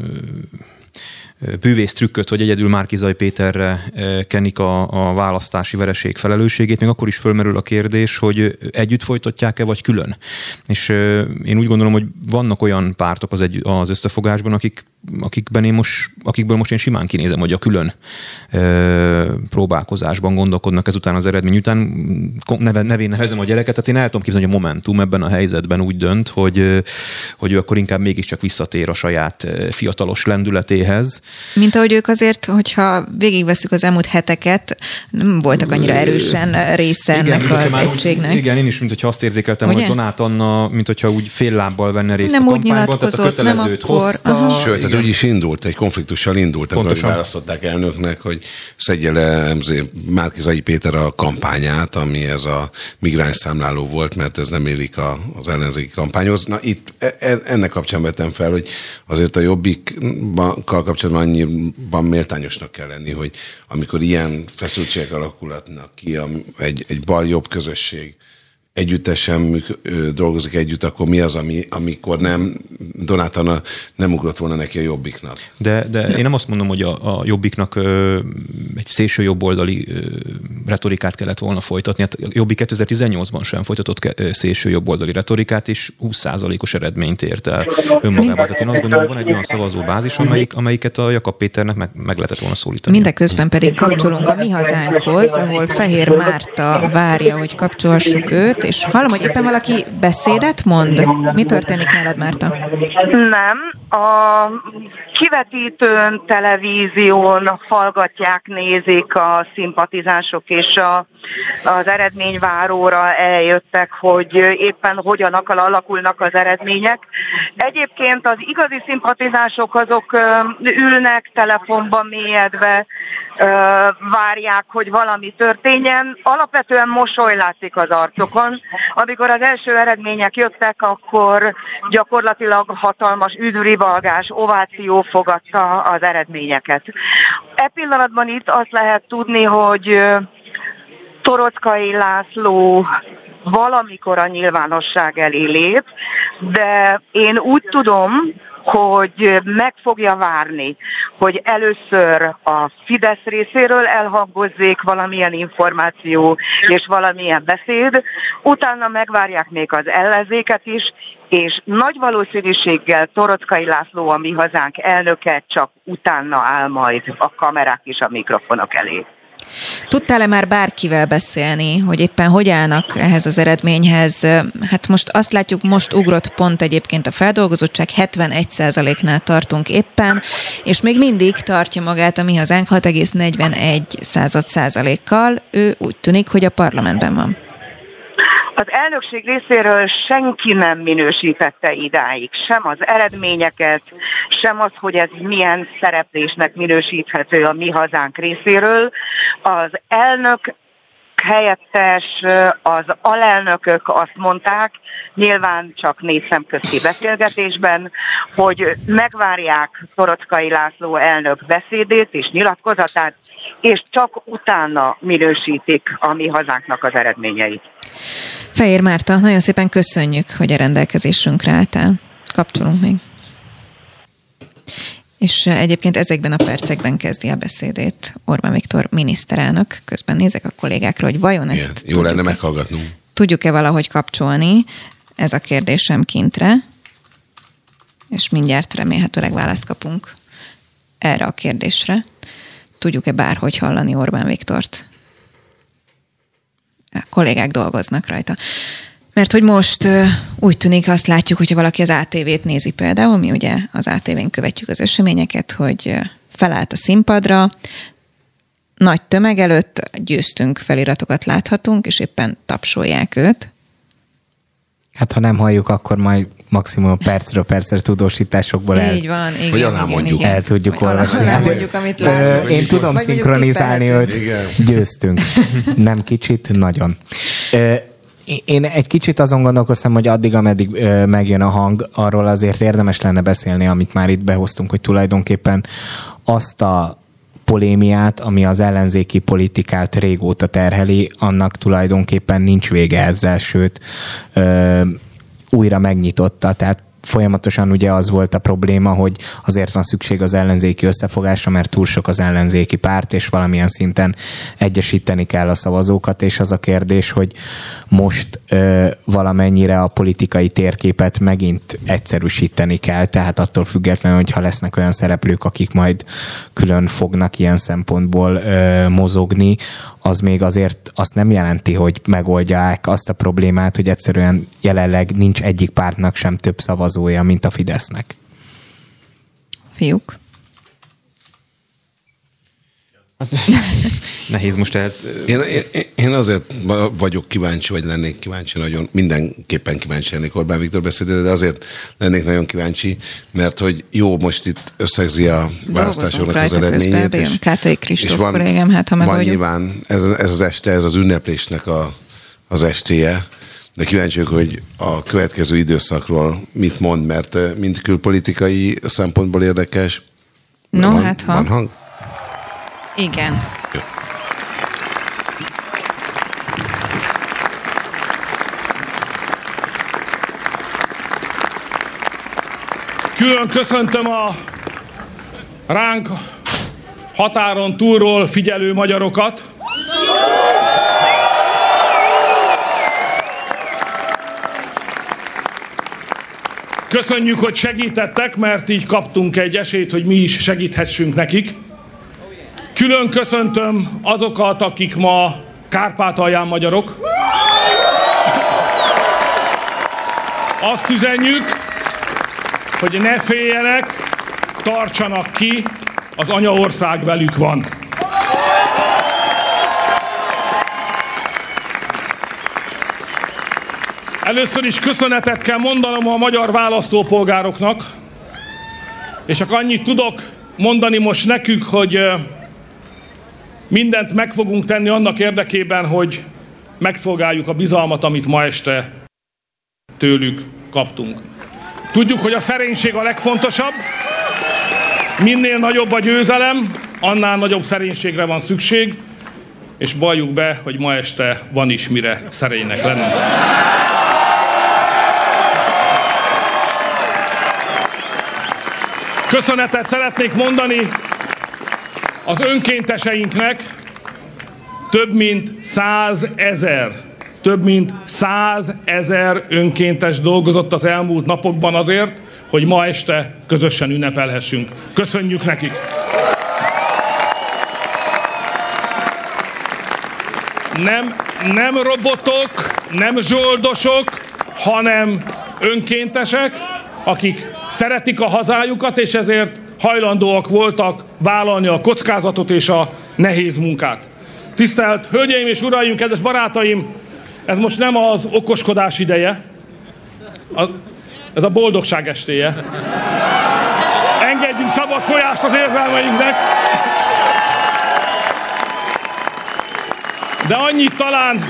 G: bűvész trükköt, hogy egyedül Márki-Zay Péterre kenik a, a választási vereség felelősségét, még akkor is fölmerül a kérdés, hogy együtt folytatják-e, vagy külön. És én úgy gondolom, hogy vannak olyan pártok az, egy, az összefogásban, akik, akikben én most, akikből most én simán kinézem, hogy a külön ö, próbálkozásban gondolkodnak ezután az eredmény után. Neve, nevén nevezem a gyereket, tehát én el tudom képzelni, hogy a Momentum ebben a helyzetben úgy dönt, hogy, hogy ő akkor inkább mégiscsak visszatér a saját fiatalos lendületéhez.
D: Mint ahogy ők azért, hogyha végigveszük az elmúlt heteket, nem voltak annyira erősen része ennek igen, az egységnek.
G: Igen, én is, mint hogyha azt érzékeltem, ugye? Hogy Donát Anna, mint hogyha úgy fél lábbal venne részt nem a kampányban, tehát a kötelezőt
D: akkor,
G: hozta.
D: Aha.
H: Sőt, tehát úgy is indult, egy konfliktussal indult, amikor választották elnöknek, hogy szedje le Márki-Zay Péter a kampányát, ami ez a migráns számláló volt, mert ez nem élik a, az ellenzéki kampányhoz. Na itt ennek kapcsán vettem fel, hogy azért a Jobbikkal kapcsolatban annyiban méltányosnak kell lenni, hogy amikor ilyen feszültségek alakulhatnak ki, egy, egy bal-jobb közösség együttesen dolgozik együtt, akkor mi az, ami, amikor nem, Donát Anna nem ugrott volna neki a Jobbiknak?
G: De, de én nem azt mondom, hogy a, a Jobbiknak ö, egy szélső jobboldali ö, retorikát kellett volna folytatni. Hát a Jobbik kétezer-tizennyolcban sem folytatott ke- szélső jobboldali retorikát, és húsz százalékos eredményt ért el önmagában. Tehát én azt gondolom, hogy van egy olyan szavazóbázis, amelyik, amelyiket a Jakab Péternek meg, meg lehetett volna szólítani.
D: Mindeközben pedig kapcsolunk a Mi Hazánkhoz, ahol Fehér Márta várja, hogy kapcsolhassuk őt, és hallom, hogy éppen valaki beszédet mond. Mi történik nálad, Márta?
J: Nem. A kivetítőn, televízión hallgatják, nézik a szimpatizánsok, és a, az eredményváróra eljöttek, hogy éppen hogyan alakulnak az eredmények. Egyébként az igazi szimpatizánsok azok ülnek telefonban mélyedve, várják, hogy valami történjen. Alapvetően mosoly látszik az arcokon. Amikor az első eredmények jöttek, akkor gyakorlatilag hatalmas üdvrivalgás, ováció fogadta az eredményeket. E pillanatban itt azt lehet tudni, hogy Toroczkai László valamikor a nyilvánosság elé lép, de én úgy tudom, hogy meg fogja várni, hogy először a Fidesz részéről elhangozzék valamilyen információ és valamilyen beszéd, utána megvárják még az ellenzéket is, és nagy valószínűséggel Toroczkai László, a Mi Hazánk elnöke, csak utána áll majd a kamerák és a mikrofonok elé.
D: Tudtál-e már bárkivel beszélni, hogy éppen hogy állnak ehhez az eredményhez? Hát most azt látjuk, most ugrott pont egyébként a feldolgozottság, hetvenegy százaléknál tartunk éppen, és még mindig tartja magát a Mi Hazánk hat egész negyvenegy százalékkal. Ő úgy tűnik, hogy a parlamentben van.
J: Az elnökség részéről senki nem minősítette idáig, sem az eredményeket, sem az, hogy ez milyen szereplésnek minősíthető a Mi Hazánk részéről. Az elnök helyettes, az alelnökök azt mondták, nyilván csak négy szemközti beszélgetésben, hogy megvárják Toroczkai László elnök beszédét és nyilatkozatát, és csak utána minősítik a Mi Hazánknak az eredményeit.
D: Fehér Márta, nagyon szépen köszönjük, hogy a rendelkezésünkre álltál. Kapcsolunk még. És egyébként ezekben a percekben kezdi a beszédét Orbán Viktor miniszterelnök. Közben nézek a kollégákra, hogy vajon ezt...
H: Igen, jó lenne meghallgatnunk.
D: Tudjuk-e valahogy kapcsolni? Ez a kérdésem kintre. És mindjárt remélhetőleg választ kapunk erre a kérdésre. Tudjuk-e bárhogy hallani Orbán Viktort? A kollégák dolgoznak rajta. Mert hogy most uh, úgy tűnik, azt látjuk, hogyha valaki az á té vét nézi például, mi ugye az á té vén követjük az eseményeket, hogy uh, felállt a színpadra, nagy tömeg előtt győztünk feliratokat láthatunk, és éppen tapsolják őt.
I: Hát ha nem halljuk, akkor majd maximum percről percre tudósításokból el,
D: így van, igen,
H: hogyan
D: igen,
H: mondjuk?
I: el tudjuk
D: vagy
I: olvasni.
D: Hát, mondjuk, amit látunk.
I: Én tudom
D: vagy
I: szinkronizálni, hogy győztünk. Nem kicsit, nagyon. Én egy kicsit azon gondolkoztam, hogy addig, ameddig megjön a hang, arról azért érdemes lenne beszélni, amit már itt behoztunk, hogy tulajdonképpen azt a polémiát, ami az ellenzéki politikát régóta terheli, annak tulajdonképpen nincs vége ezzel, sőt ö, újra megnyitotta. Tehát folyamatosan ugye az volt a probléma, hogy azért van szükség az ellenzéki összefogásra, mert túl sok az ellenzéki párt, és valamilyen szinten egyesíteni kell a szavazókat, és az a kérdés, hogy most ö, valamennyire a politikai térképet megint egyszerűsíteni kell, tehát attól függetlenül, hogyha lesznek olyan szereplők, akik majd külön fognak ilyen szempontból ö, mozogni, az még azért azt nem jelenti, hogy megoldják azt a problémát, hogy egyszerűen jelenleg nincs egyik pártnak sem több szavazója, mint a Fidesznek.
D: Fiúk?
G: Nehéz most ehhez.
H: Én, én, én azért vagyok kíváncsi, vagy lennék kíváncsi nagyon, mindenképpen kíváncsi lennék Orbán Viktor beszédére, de azért lennék nagyon kíváncsi, mert hogy jó, most itt összegzi a választásoknak az eredményét. És,
D: Kátai Kristóf kollégám, hát ha meg
H: van
D: vagyok.
H: nyilván ez, ez az este, ez az ünneplésnek a, az estéje, de kíváncsi vagyok, hogy a következő időszakról mit mond, mert mind külpolitikai szempontból érdekes.
D: No,
H: van,
D: hát ha.
H: Van hang?
D: Igen.
H: Jó.
L: Külön köszöntöm a ránk határon túlról figyelő magyarokat. Köszönjük, hogy segítettek, mert így kaptunk egy esélyt, hogy mi is segíthessünk nekik. Külön köszöntöm azokat, akik ma Kárpátalján magyarok. Azt üzenjük, hogy ne féljenek, tartsanak ki, az anyaország velük van. Először is köszönetet kell mondanom a magyar választópolgároknak, és csak annyit tudok mondani most nekük, hogy mindent meg fogunk tenni annak érdekében, hogy megszolgáljuk a bizalmat, amit ma este tőlük kaptunk. Tudjuk, hogy a szerénység a legfontosabb. Minél nagyobb a győzelem, annál nagyobb szerénységre van szükség, és valljuk be, hogy ma este van is mire szerénynek lenni. Köszönetet szeretnék mondani az önkénteseinknek, több mint százezer, több mint százezer önkéntes dolgozott az elmúlt napokban azért, hogy ma este közösen ünnepelhessünk. Köszönjük nekik! Nem, nem robotok, nem zsoldosok, hanem önkéntesek, akik szeretik a hazájukat, és ezért hajlandóak voltak vállalni a kockázatot és a nehéz munkát. Tisztelt Hölgyeim és Uraim, kedves barátaim, ez most nem az okoskodás ideje, a, ez a boldogság estéje. Engedjünk szabad folyást az érzelmeinknek. De annyit talán...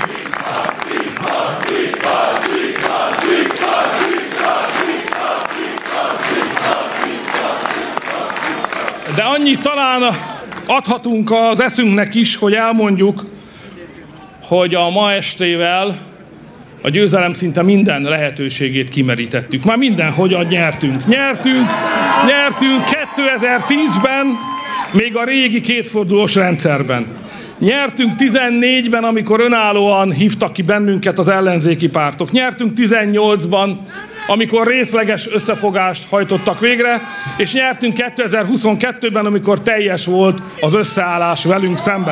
L: De annyit talán adhatunk az eszünknek is, hogy elmondjuk, hogy a ma estével a győzelem szinte minden lehetőségét kimerítettük. Már mindenhogyan nyertünk. Nyertünk, nyertünk kétezer-tízben, még a régi kétfordulós rendszerben. Nyertünk tizennégyben, amikor önállóan hívtak ki bennünket az ellenzéki pártok. Nyertünk tizennyolcban, amikor részleges összefogást hajtottak végre, és nyertünk kétezer-huszonkettőben, amikor teljes volt az összeállás velünk szemben.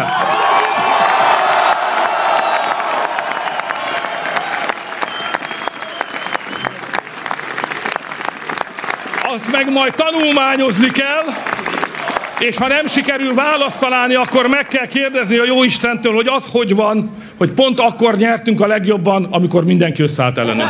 L: Azt meg majd tanulmányozni kell, és ha nem sikerül választ találni, akkor meg kell kérdezni a Jóistentől, hogy az hogy van, hogy pont akkor nyertünk a legjobban, amikor mindenki összeállt ellenünk.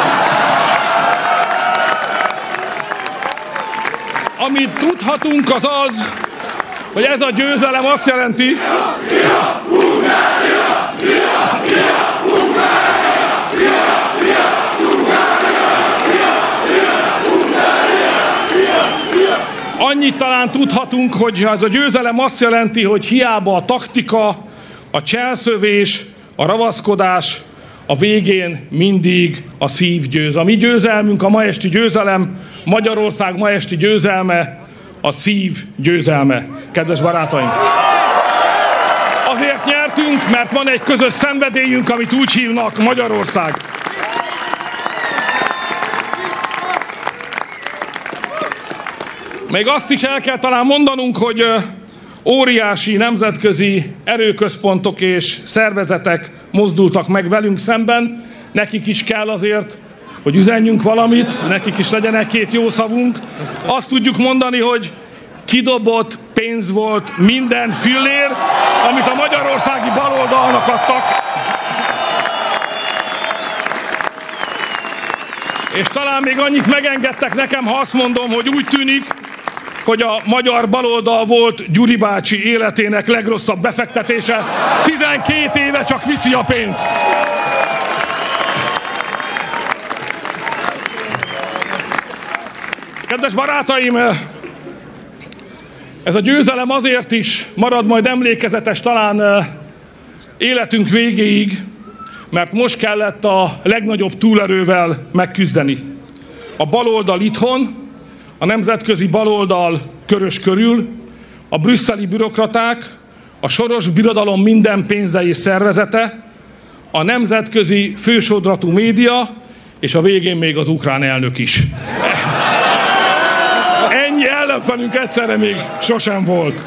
L: Amit tudhatunk az az, hogy ez a győzelem azt jelenti, annyit talán tudhatunk, hogy ez a győzelem azt jelenti, hogy hiába a taktika, a cselszövés, a ravaszkodás, a végén mindig a szív győz. A mi győzelmünk, a ma esti győzelem, Magyarország ma esti győzelme, a szív győzelme. Kedves barátaim! Azért nyertünk, mert van egy közös szenvedélyünk, amit úgy hívnak Magyarország. Még azt is el kell talán mondanunk, hogy óriási nemzetközi erőközpontok és szervezetek mozdultak meg velünk szemben. Nekik is kell azért, hogy üzenjünk valamit, nekik is legyen egy-két jó szavunk. Azt tudjuk mondani, hogy kidobott pénz volt minden fillér, amit a magyarországi baloldalnak adtak. És talán még annyit megengedtek nekem, ha azt mondom, hogy úgy tűnik, hogy a magyar baloldal volt Gyuri bácsi életének legrosszabb befektetése. tizenkét éve csak viszi a pénzt. Kedves barátaim, ez a győzelem azért is marad majd emlékezetes talán életünk végéig, mert most kellett a legnagyobb túlerővel megküzdeni. A baloldal itthon, a nemzetközi baloldal körös körül, a brüsszeli bürokraták, a soros birodalom minden pénze és szervezete, a nemzetközi fősodratú média, és a végén még az ukrán elnök is. Ennyi ellenfelünk egyszerre még sosem volt.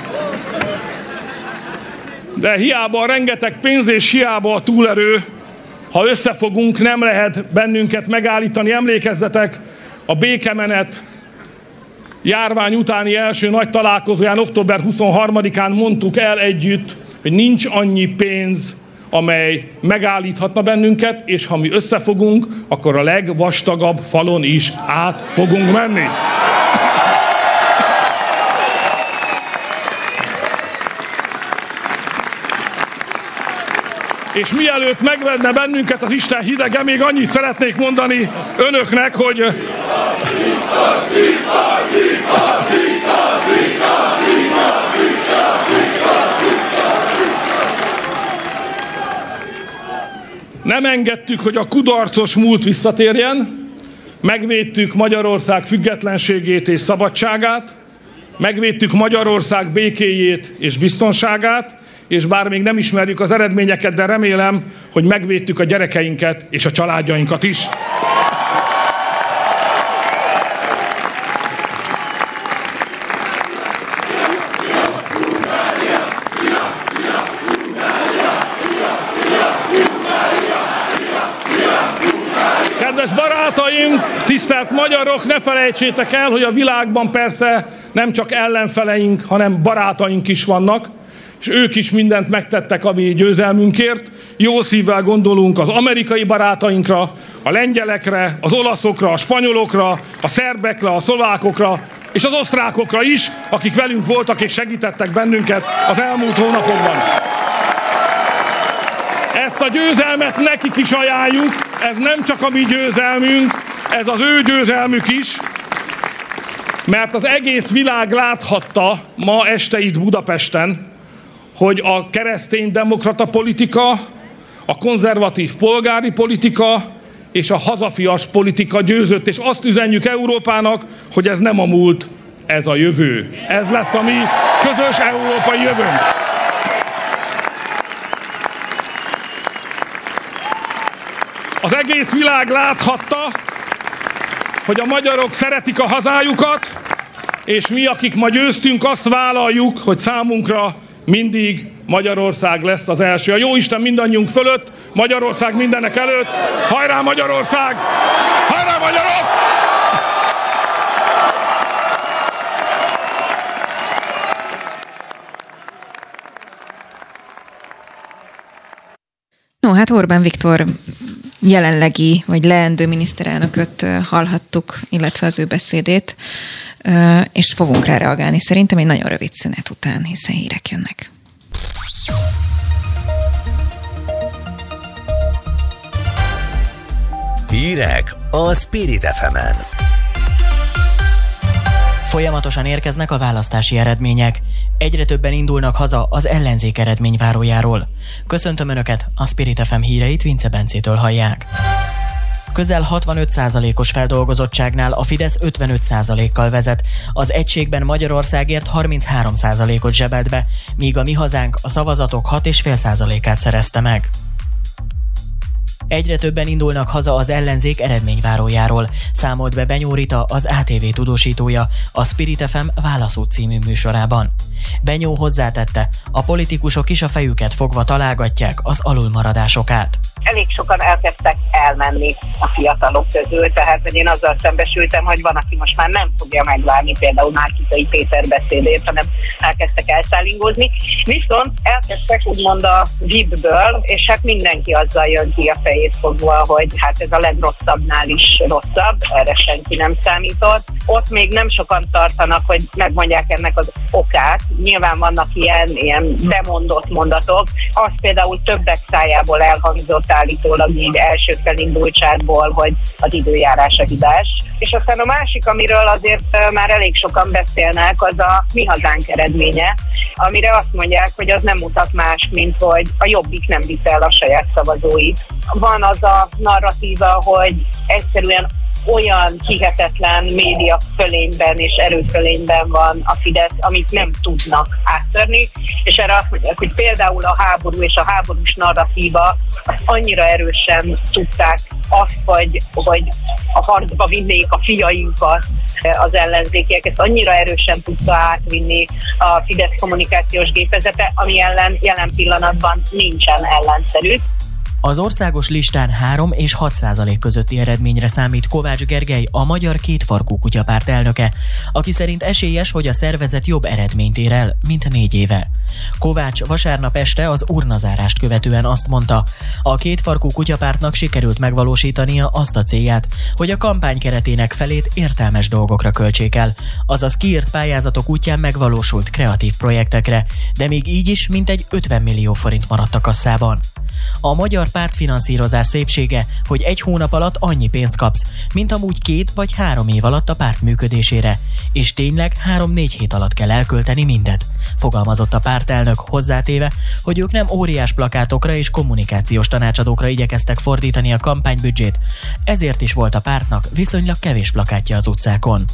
L: De hiába a rengeteg pénz és hiába a túlerő, ha összefogunk, nem lehet bennünket megállítani. Emlékezzetek, a békemenet járvány utáni első nagy találkozóján, október huszonharmadikán mondtuk el együtt, hogy nincs annyi pénz, amely megállíthatna bennünket, és ha mi összefogunk, akkor a legvastagabb falon is át fogunk menni. És mielőtt megvedne bennünket az Isten hidege, még annyit szeretnék mondani önöknek, hogy nem engedtük, hogy a kudarcos múlt visszatérjen, megvédtük Magyarország függetlenségét és szabadságát, megvédtük Magyarország békéjét és biztonságát, és bár még nem ismerjük az eredményeket, de remélem, hogy megvédtük a gyerekeinket és a családjainkat is. Kedves barátaim, tisztelt magyarok, ne felejtsétek el, hogy a világban persze nem csak ellenfeleink, hanem barátaink is vannak, és ők is mindent megtettek a mi győzelmünkért. Jó szívvel gondolunk az amerikai barátainkra, a lengyelekre, az olaszokra, a spanyolokra, a szerbekre, a szlovákokra, és az osztrákokra is, akik velünk voltak és segítettek bennünket az elmúlt hónapokban. Ezt a győzelmet nekik is ajánljuk, ez nem csak a mi győzelmünk, ez az ő győzelmük is, mert az egész világ láthatta ma este itt Budapesten, hogy a kereszténydemokrata politika, a konzervatív polgári politika és a hazafias politika győzött, és azt üzenjük Európának, hogy ez nem a múlt, ez a jövő. Ez lesz a mi közös európai jövőnk. Az egész világ láthatta, hogy a magyarok szeretik a hazájukat, és mi, akik ma győztünk, azt vállaljuk, hogy számunkra mindig Magyarország lesz az első. A Jóisten mindannyiunk fölött, Magyarország mindenek előtt. Hajrá Magyarország! Hajrá magyarok!
D: No, hát Orbán Viktor jelenlegi, vagy leendő miniszterelnököt hallhattuk, illetve az ő beszédét, és fogunk rá reagálni szerintem egy nagyon rövid szünet után, hiszen hírek jönnek.
A: Hírek a Spirit ef emen.
B: Folyamatosan érkeznek a választási eredmények. Egyre többen indulnak haza az ellenzék eredményvárójáról. Köszöntöm Önöket, a Spirit ef em híreit Vince Bencétől hallják. Közel hatvanöt százalékos feldolgozottságnál a Fidesz ötvenöt százalékkal vezet. Az egységben Magyarországért harminchárom százalékot zsebelt be, míg a Mi Hazánk a szavazatok hat egész öt százalékát szerezte meg. Egyre többen indulnak haza az ellenzék eredményvárójáról, számolt be Benyó Rita, az á té vé tudósítója, a Spirit ef em Válaszút című műsorában. Benyó hozzátette, a politikusok is a fejüket fogva találgatják az alulmaradásokat.
J: Elég sokan elkezdtek elmenni a fiatalok közül, tehát hogy én azzal szembesültem, hogy van, aki most már nem fogja megvárni például Márki-Zay Péter beszédét, hanem elkezdtek elszállingózni. Viszont elkezdtek úgymond a vé i pé-ből, és hát mindenki azzal jön ki a fejét fogva, hogy hát ez a legrosszabbnál is rosszabb, erre senki nem számított. Ott még nem sokan tartanak, hogy megmondják ennek az okát. Nyilván vannak ilyen, ilyen bemondott mondatok. Az például többek szájából elhangzott állítólag így első felindultságból, hogy az időjárás a hibás. És aztán a másik, amiről azért már elég sokan beszélnek, az a Mi Hazánk eredménye, amire azt mondják, hogy az nem mutat más, mint hogy a Jobbik nem vitte el a saját szavazóit. Van az a narratíva, hogy egyszerűen olyan hihetetlen média fölényben és erőfölényben van a Fidesz, amit nem tudnak áttörni, és erre azt mondják, hogy például a háború és a háborús narratíva annyira erősen tudták azt, hogy, hogy a harcba vinnék a fiainkat az ellenzékiek, ezt annyira erősen tudta átvinni a Fidesz kommunikációs gépezete, ami ellen jelen pillanatban nincsen ellenszerű.
B: Az országos listán három és hat százalék közötti eredményre számít Kovács Gergely, a Magyar Kétfarkú Kutyapárt elnöke, aki szerint esélyes, hogy a szervezet jobb eredményt ér el, mint négy éve. Kovács vasárnap este az urnazárást követően azt mondta, a Kétfarkú Kutyapártnak sikerült megvalósítania azt a célját, hogy a kampány keretének felét értelmes dolgokra költsék el, azaz kiírt pályázatok útján megvalósult kreatív projektekre, de még így is mintegy ötven millió forint maradt a kasszában. A magyar pártfinanszírozás szépsége, hogy egy hónap alatt annyi pénzt kapsz, mint amúgy két vagy három év alatt a párt működésére, és tényleg három-négy hét alatt kell elkölteni mindet, fogalmazott a pártelnök, hozzátéve, hogy ők nem óriás plakátokra és kommunikációs tanácsadókra igyekeztek fordítani a kampánybüdzsét, ezért is volt a pártnak viszonylag kevés plakátja az utcákon.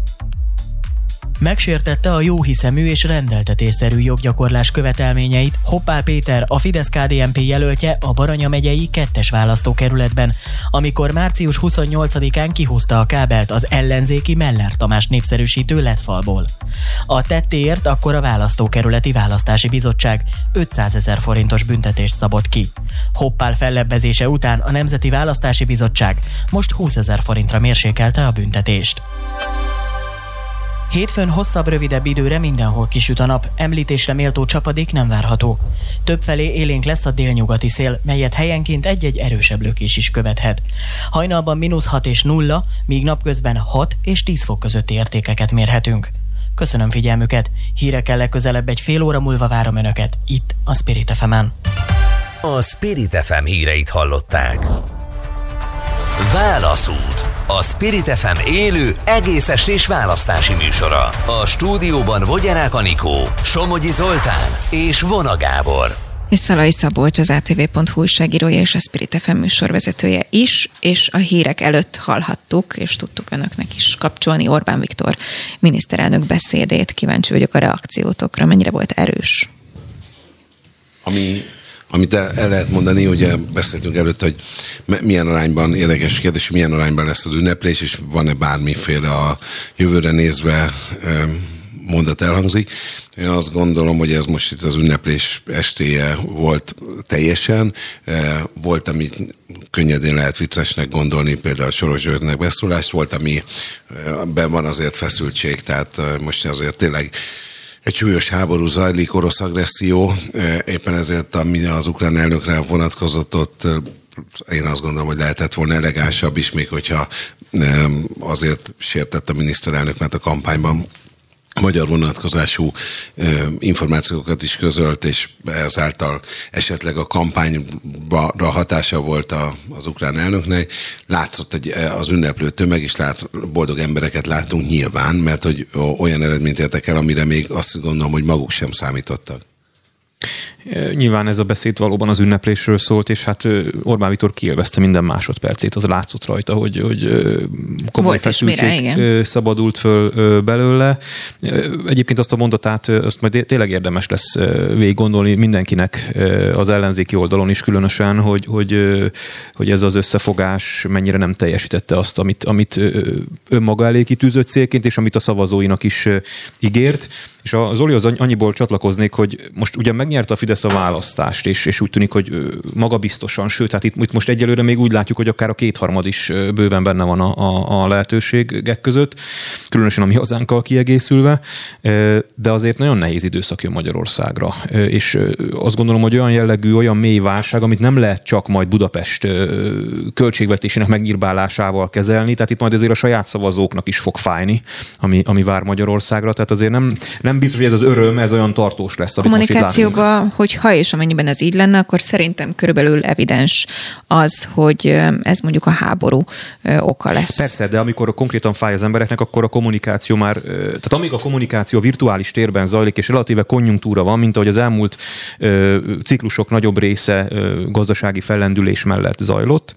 B: Megsértette a jóhiszemű és rendeltetésszerű joggyakorlás követelményeit Hoppál Péter, a Fidesz-ká dé en pé jelöltje a Baranya megyei kettes választókerületben, amikor március huszonnyolcadikán kihúzta a kábelt az ellenzéki Meller Tamás népszerűsítő letfalból. A tettéért akkor a választókerületi választási bizottság ötszázezer forintos büntetést szabott ki. Hoppál fellebbezése után a Nemzeti Választási Bizottság most húszezer forintra mérsékelte a büntetést. Hétfőn hosszabb, rövidebb időre mindenhol kisüt a nap, említésre méltó csapadék nem várható. Többfelé élénk lesz a délnyugati szél, melyet helyenként egy-egy erősebb lökés is követhet. Hajnalban mínusz hat és nulla, míg napközben hat és tíz fok közötti értékeket mérhetünk. Köszönöm figyelmüket, hírekkel legközelebb egy fél óra múlva várom Önöket, itt a Spirit ef emen.
A: A Spirit ef em híreit hallották. Válaszút. A Spirit ef em élő, egész estés választási műsora. A stúdióban Vogyarák Anikó, Somogyi Zoltán és Vona Gábor.
D: És Szalai Szabolcs, az á té vé pont hú újságírója és a Spirit ef em műsorvezetője is, és a hírek előtt hallhattuk, és tudtuk önöknek is kapcsolni Orbán Viktor miniszterelnök beszédét. Kíváncsi vagyok a reakciótokra, mennyire volt erős.
H: Ami... Amit el, el lehet mondani, ugye beszéltünk előtt, hogy milyen arányban, érdekes kérdés, milyen arányban lesz az ünneplés, és van-e bármiféle a jövőre nézve mondat elhangzik. Én azt gondolom, hogy ez most itt az ünneplés estéje volt teljesen. Volt, amit könnyedén lehet viccesnek gondolni, például Soros Györgynek beszólást, volt, amiben van azért feszültség, tehát most azért tényleg egy súlyos háború zajlik, orosz agresszió, éppen ezért, ami az ukrán elnökre vonatkozott, ott én azt gondolom, hogy lehetett volna elegánsabb is, még hogyha azért sértett a miniszterelnök, mert a kampányban magyar vonatkozású ö, információkat is közölt, és ezáltal esetleg a kampányra hatása volt a, az ukrán elnöknek. Látszott egy, az ünneplő tömeg, és lát, boldog embereket látunk nyilván, mert hogy olyan eredményt értek el, amire még azt gondolom, hogy maguk sem számítottak.
G: Nyilván ez a beszéd valóban az ünneplésről szólt, és hát Orbán Viktor kiélvezte minden másodpercét, az látszott rajta, hogy, hogy komoly feszültség szabadult föl belőle. Egyébként azt a mondatát, azt majd tényleg érdemes lesz végig gondolni mindenkinek az ellenzéki oldalon is különösen, hogy, hogy, hogy ez az összefogás mennyire nem teljesítette azt, amit, amit önmaga elé kitűzött célként, és amit a szavazóinak is ígért. És a Zolihoz annyiból csatlakoznék, hogy most ugye megnyerte a Fidesz a választást, és, és úgy tűnik, hogy magabiztosan, sőt, hát itt, itt most egyelőre még úgy látjuk, hogy akár a kétharmad is bőven benne van a, a, a lehetőségek között, különösen a mi hazánkkal kiegészülve, de azért nagyon nehéz időszak jön Magyarországra. És azt gondolom, hogy olyan jellegű, olyan mély válság, amit nem lehet csak majd Budapest költségvetésének megnyírbálásával kezelni, tehát itt majd azért a saját szavazóknak is fog fájni, ami, ami vár Magyarországra, tehát azért nem, nem biztos, hogy ez az öröm, ez olyan tartós lesz.
D: Kommunikációban, hogy ha és amennyiben ez így lenne, akkor szerintem körülbelül evidens az, hogy ez mondjuk a háború oka lesz.
G: Persze, de amikor konkrétan fáj az embereknek, akkor a kommunikáció már, tehát amíg a kommunikáció virtuális térben zajlik, és relatíve konjunktúra van, mint ahogy az elmúlt ciklusok nagyobb része gazdasági fellendülés mellett zajlott,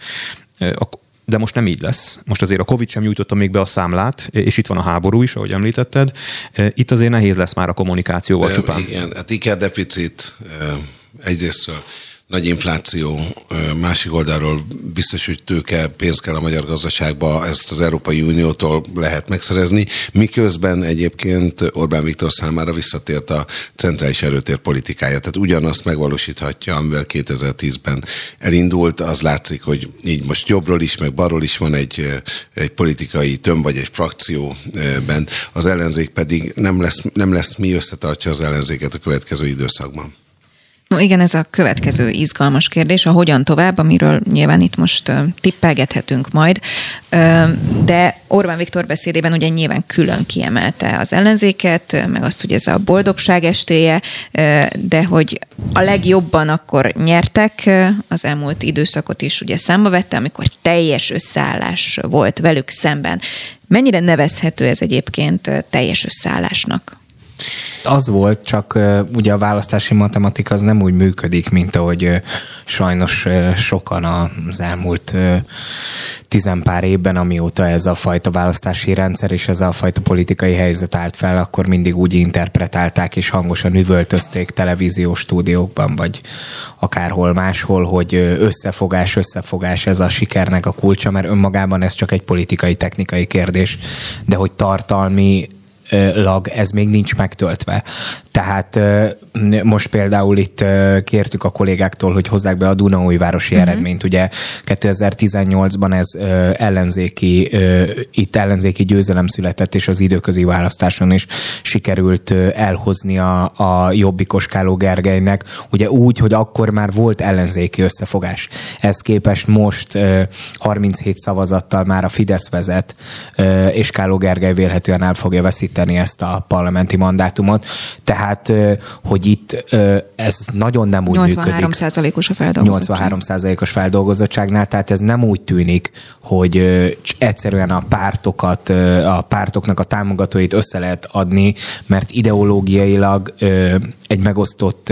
G: de most nem így lesz. Most azért a Covid sem nyújtotta még be a számlát, és itt van a háború is, ahogy említetted. Itt azért nehéz lesz már a kommunikációval
H: de,
G: csupán.
H: Igen, hát ikerdeficit egyrésztről, nagy infláció, másik oldalról biztos, hogy tőke, pénz kell a magyar gazdaságba, ezt az Európai Uniótól lehet megszerezni, miközben egyébként Orbán Viktor számára visszatért a centrális erőtér politikája. Tehát ugyanazt megvalósíthatja, amivel kétezer-tízben elindult. Az látszik, hogy így most jobbról is, meg balról is van egy, egy politikai tömb vagy egy frakció bent. Az ellenzék pedig nem lesz, nem lesz mi összetartja az ellenzéket a következő időszakban.
D: No igen, ez a következő izgalmas kérdés, a hogyan tovább, amiről nyilván itt most tippelgethetünk majd, de Orbán Viktor beszédében ugye nyilván külön kiemelte az ellenzéket, meg azt, hogy ez a boldogság estéje, de hogy a legjobban akkor nyertek, az elmúlt időszakot is ugye számba vette, amikor teljes összeállás volt velük szemben. Mennyire nevezhető ez egyébként teljes összeállásnak?
I: Az volt, csak ugye a választási matematika az nem úgy működik, mint ahogy sajnos sokan az elmúlt tizenpár évben, amióta ez a fajta választási rendszer és ez a fajta politikai helyzet állt fel, akkor mindig úgy interpretálták és hangosan üvöltözték televíziós stúdiókban, vagy akárhol máshol, hogy összefogás, összefogás, ez a sikernek a kulcsa, mert önmagában ez csak egy politikai, technikai kérdés, de hogy tartalmi lag, ez még nincs megtöltve. Tehát most például itt kértük a kollégáktól, hogy hozzák be a Dunaújvárosi uh-huh. eredményt. Ugye kétezer-tizennyolcban ez ellenzéki, itt ellenzéki győzelem született, és az időközi választáson is sikerült elhozni a, a jobbikos Káló Gergelynek. Ugye úgy, hogy akkor már volt ellenzéki összefogás. Ez képest most harminchét szavazattal már a Fidesz vezet, és Káló Gergely vélhetően el fogja veszíteni ezt a parlamenti mandátumot. Tehát, hogy itt ez nagyon nem úgy működik.
D: nyolcvanhárom százalékos a feldolgozottság.
I: nyolcvanhárom százalékos feldolgozottságnál, tehát ez nem úgy tűnik, hogy egyszerűen a pártokat, a pártoknak a támogatóit össze lehet adni, mert ideológiailag egy megosztott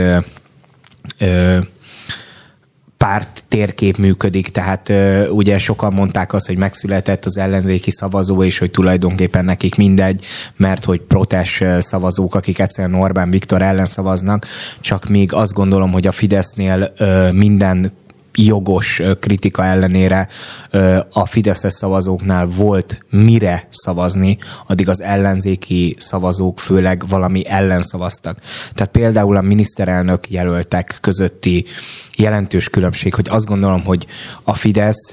I: párt térkép működik, tehát uh, ugye sokan mondták azt, hogy megszületett az ellenzéki szavazó, és hogy tulajdonképpen nekik mindegy, mert hogy protest szavazók, akik egyszerűen Orbán Viktor ellen szavaznak, csak még azt gondolom, hogy a Fidesznél uh, minden jogos kritika ellenére a fideszes szavazóknál volt mire szavazni, addig az ellenzéki szavazók főleg valami ellen szavaztak. Tehát például a miniszterelnök jelöltek közötti jelentős különbség, hogy azt gondolom, hogy a Fidesz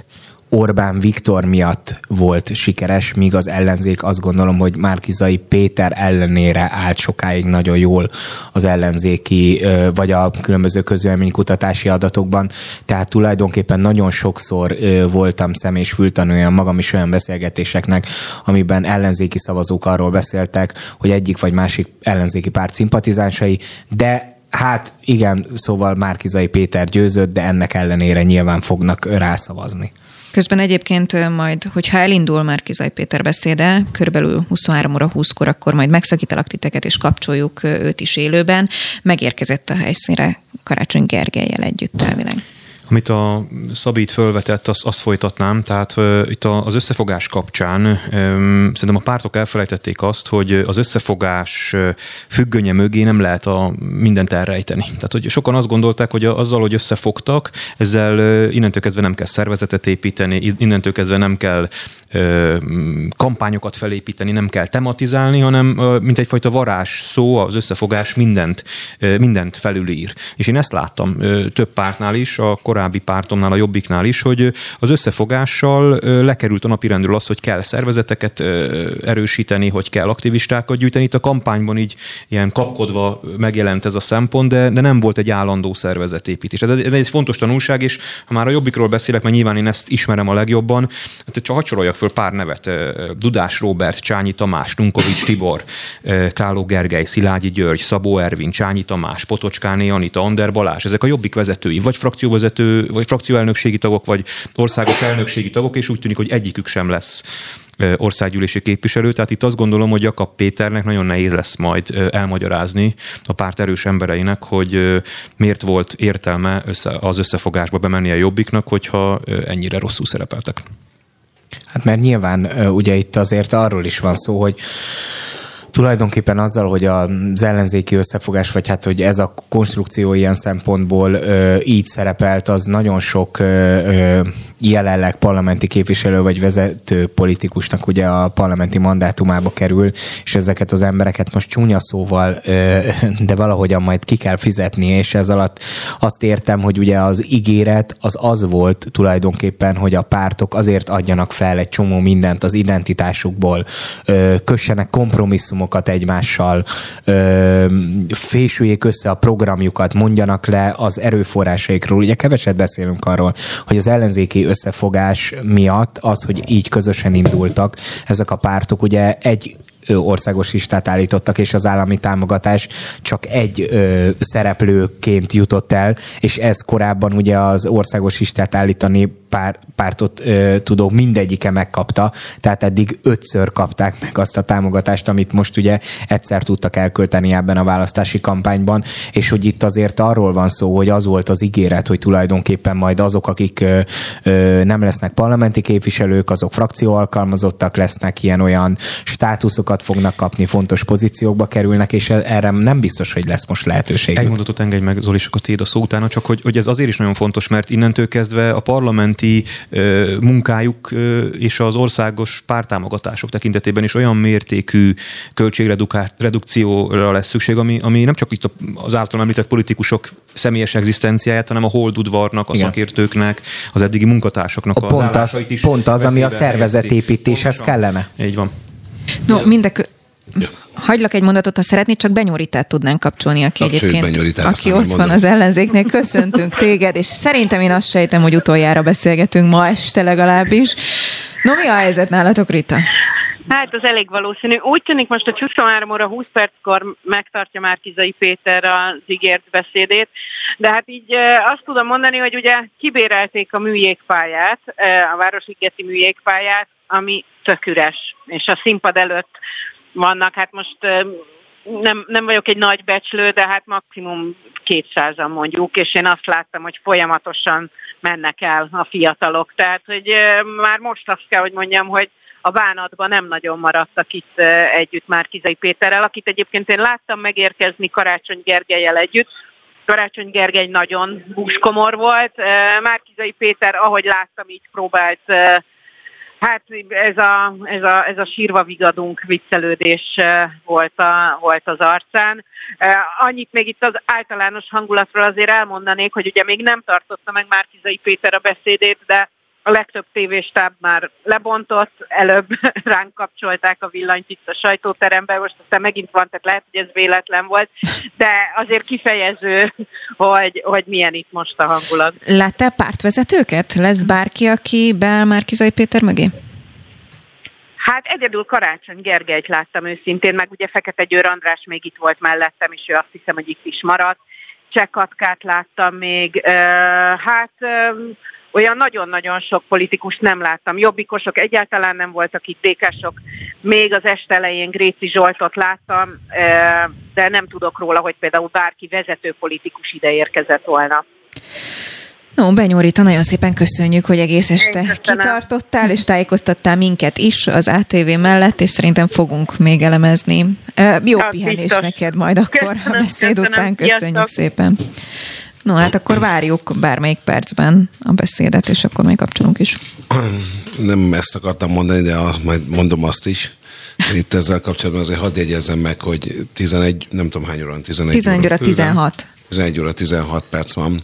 I: Orbán Viktor miatt volt sikeres, míg az ellenzék azt gondolom, hogy Márki-Zay Péter ellenére állt sokáig nagyon jól az ellenzéki, vagy a különböző közvéleménykutatási adatokban. Tehát tulajdonképpen nagyon sokszor voltam szem- és fültanúja magam is olyan beszélgetéseknek, amiben ellenzéki szavazók arról beszéltek, hogy egyik vagy másik ellenzéki párt szimpatizánsai, de hát igen, szóval Márki-Zay Péter győzött, de ennek ellenére nyilván fognak rászavazni.
D: Közben egyébként majd, hogyha elindul Márki-Zay Péter beszéde, körülbelül huszonhárom óra húszkor, akkor majd megszakítalak titeket, és kapcsoljuk őt is élőben. Megérkezett a helyszínre Karácsony Gergellyel együtt elvileg.
G: Amit a Szabi itt fölvetett, azt, azt folytatnám, tehát uh, itt a, az összefogás kapcsán um, szerintem a pártok elfelejtették azt, hogy az összefogás függönye mögé nem lehet a mindent elrejteni. Tehát, hogy sokan azt gondolták, hogy azzal, hogy összefogtak, ezzel uh, innentől kezdve nem kell szervezetet építeni, innentől kezdve nem kell uh, kampányokat felépíteni, nem kell tematizálni, hanem uh, mint egyfajta varázs szó, az összefogás mindent, uh, mindent felülír. És én ezt láttam uh, több pártnál is, a korábbi pártomnál, a Jobbiknál is, hogy az összefogással lekerült a napirendről az, hogy kell szervezeteket erősíteni, hogy kell aktivistákat gyűjteni. Itt a kampányban így ilyen kapkodva megjelent ez a szempont, de, de nem volt egy állandó szervezetépítés. Ez, ez egy fontos tanulság, és ha már a Jobbikról beszélek, mert nyilván én ezt ismerem a legjobban, hát csak hadd soroljak föl pár nevet. Dudás Róbert, Csányi Tamás, Dunkovics Tibor, Káló Gergely, Szilágyi György, Szabó Ervin, Csányi Tamás, Potocskáné Anita, Ander Balázs, ezek a Jobbik vezetői, vagy frakcióvezető, vagy frakcióelnökségi tagok, vagy országos elnökségi tagok, és úgy tűnik, hogy egyikük sem lesz országgyűlési képviselő. Tehát itt azt gondolom, hogy Jakab Péternek nagyon nehéz lesz majd elmagyarázni a párt erős embereinek, hogy miért volt értelme össze, az összefogásba bemenni a Jobbiknak, hogyha ennyire rosszul szerepeltek.
I: Hát mert nyilván ugye itt azért arról is van szó, hogy tulajdonképpen azzal, hogy az ellenzéki összefogás, vagy hát, hogy ez a konstrukció ilyen szempontból ö, így szerepelt, az nagyon sok ö, ö, jelenleg parlamenti képviselő vagy vezető politikusnak ugye a parlamenti mandátumába kerül, és ezeket az embereket most csúnya szóval, ö, de valahogyan majd ki kell fizetni, és ez alatt azt értem, hogy ugye az ígéret az az volt tulajdonképpen, hogy a pártok azért adjanak fel egy csomó mindent az identitásukból, ö, kössenek kompromisszumokat egymással, ö, fésüljék össze a programjukat, mondjanak le az erőforrásaikról. Ugye keveset beszélünk arról, hogy az ellenzéki összefogás miatt az, hogy így közösen indultak, ezek a pártok ugye egy országos listát állítottak, és az állami támogatás csak egy ö, szereplőként jutott el, és ez korábban ugye az országos listát állítani pár, pártot ö, tudó mindegyike megkapta, tehát eddig ötször kapták meg azt a támogatást, amit most ugye egyszer tudtak elkölteni ebben a választási kampányban, és hogy itt azért arról van szó, hogy az volt az ígéret, hogy tulajdonképpen majd azok, akik ö, ö, nem lesznek parlamenti képviselők, azok frakcióalkalmazottak lesznek, ilyen-olyan státuszokat fognak kapni, fontos pozíciókba kerülnek, és erre nem biztos, hogy lesz most lehetőség.
G: Egy mondatot engedj meg, Zoli, sokat tiéd a szó utána, csak hogy, hogy ez azért is nagyon fontos, mert innentől kezdve a parlamenti ö, munkájuk ö, és az országos pártámogatások tekintetében is olyan mértékű költségredukcióra lesz szükség, ami, ami nem csak itt az általam említett politikusok személyes egzisztenciáját, hanem a holdudvarnak, a igen. szakértőknek, az eddigi munkatársaknak
I: a pont az,
G: is
I: pont az, ami a szervezetépítéshez kellene.
G: Így van.
D: No, mindek... Hagylak egy mondatot, ha szeretnéd, csak Benyoritát tudnánk kapcsolni, aki
H: Kapcsoljuk
D: egyébként, aki ott van az ellenzéknél. Köszöntünk téged, és szerintem én azt sejtem, hogy utoljára beszélgetünk ma este legalábbis. No, mi a helyzet nálatok, Rita?
J: Hát az elég valószínű. Úgy tűnik most, hogy huszonhárom óra húsz perckor megtartja Márki-Zay Péter az ígért beszédét, de hát így azt tudom mondani, hogy ugye kibérelték a műjégpályát, a Városligeti műjégpályát, ami tök üres, és a színpad előtt vannak, hát most nem, nem vagyok egy nagy becslő, de hát maximum kétszázan mondjuk, és én azt láttam, hogy folyamatosan mennek el a fiatalok. Tehát, hogy már most azt kell, hogy mondjam, hogy a bánatban nem nagyon maradtak itt együtt Márki-Zay Péterrel, akit egyébként én láttam megérkezni Karácsony Gergellyel együtt. Karácsony Gergely nagyon búskomor volt. Márki-Zay Péter, ahogy láttam, így próbált. Hát ez a, ez a, ez a sírva vigadunk viccelődés volt, a, volt az arcán. Annyit még itt az általános hangulatról azért elmondanék, hogy ugye még nem tartotta meg Márki-Zay Péter a beszédét, de a legtöbb tévéstáb már lebontott, előbb ránk kapcsolták a villanyt itt a sajtóteremben, most aztán megint van, tehát lehet, hogy ez véletlen volt, de azért kifejező, hogy, hogy milyen itt most a hangulat.
D: Láttál pártvezetőket? Lesz bárki, aki beáll Márki-Zay Péter mögé?
J: Hát egyedül Karácsony Gergelyt láttam őszintén, meg ugye Fekete Győr András még itt volt mellettem, és ő azt hiszem, hogy itt is maradt. Cseh Katkát láttam még, hát olyan nagyon-nagyon sok politikus nem láttam. Jobbikosok egyáltalán nem voltak itt, dé ká-sok. Még az este elején Gréci Zsoltot láttam, de nem tudok róla, hogy például bárki vezető politikus ide érkezett volna.
D: No, Benyó Rita, nagyon szépen köszönjük, hogy egész este kitartottál, és tájékoztattál minket is az á té vé mellett, és szerintem fogunk még elemezni. Jó ja, pihenés biztos. Neked majd akkor köszönöm, a beszéd köszönöm, után. Köszönjük sziasztok. Szépen. No, hát akkor várjuk bármelyik percben a beszédet, és akkor még kapcsolunk is.
H: Nem ezt akartam mondani, de majd mondom azt is. Itt ezzel kapcsolatban azért hadd jegyezzem meg, hogy tizenegy, nem tudom hány óra, tizenegy,
D: tizenegy óra tizenhat.
H: tizenegy óra tizenhat perc van.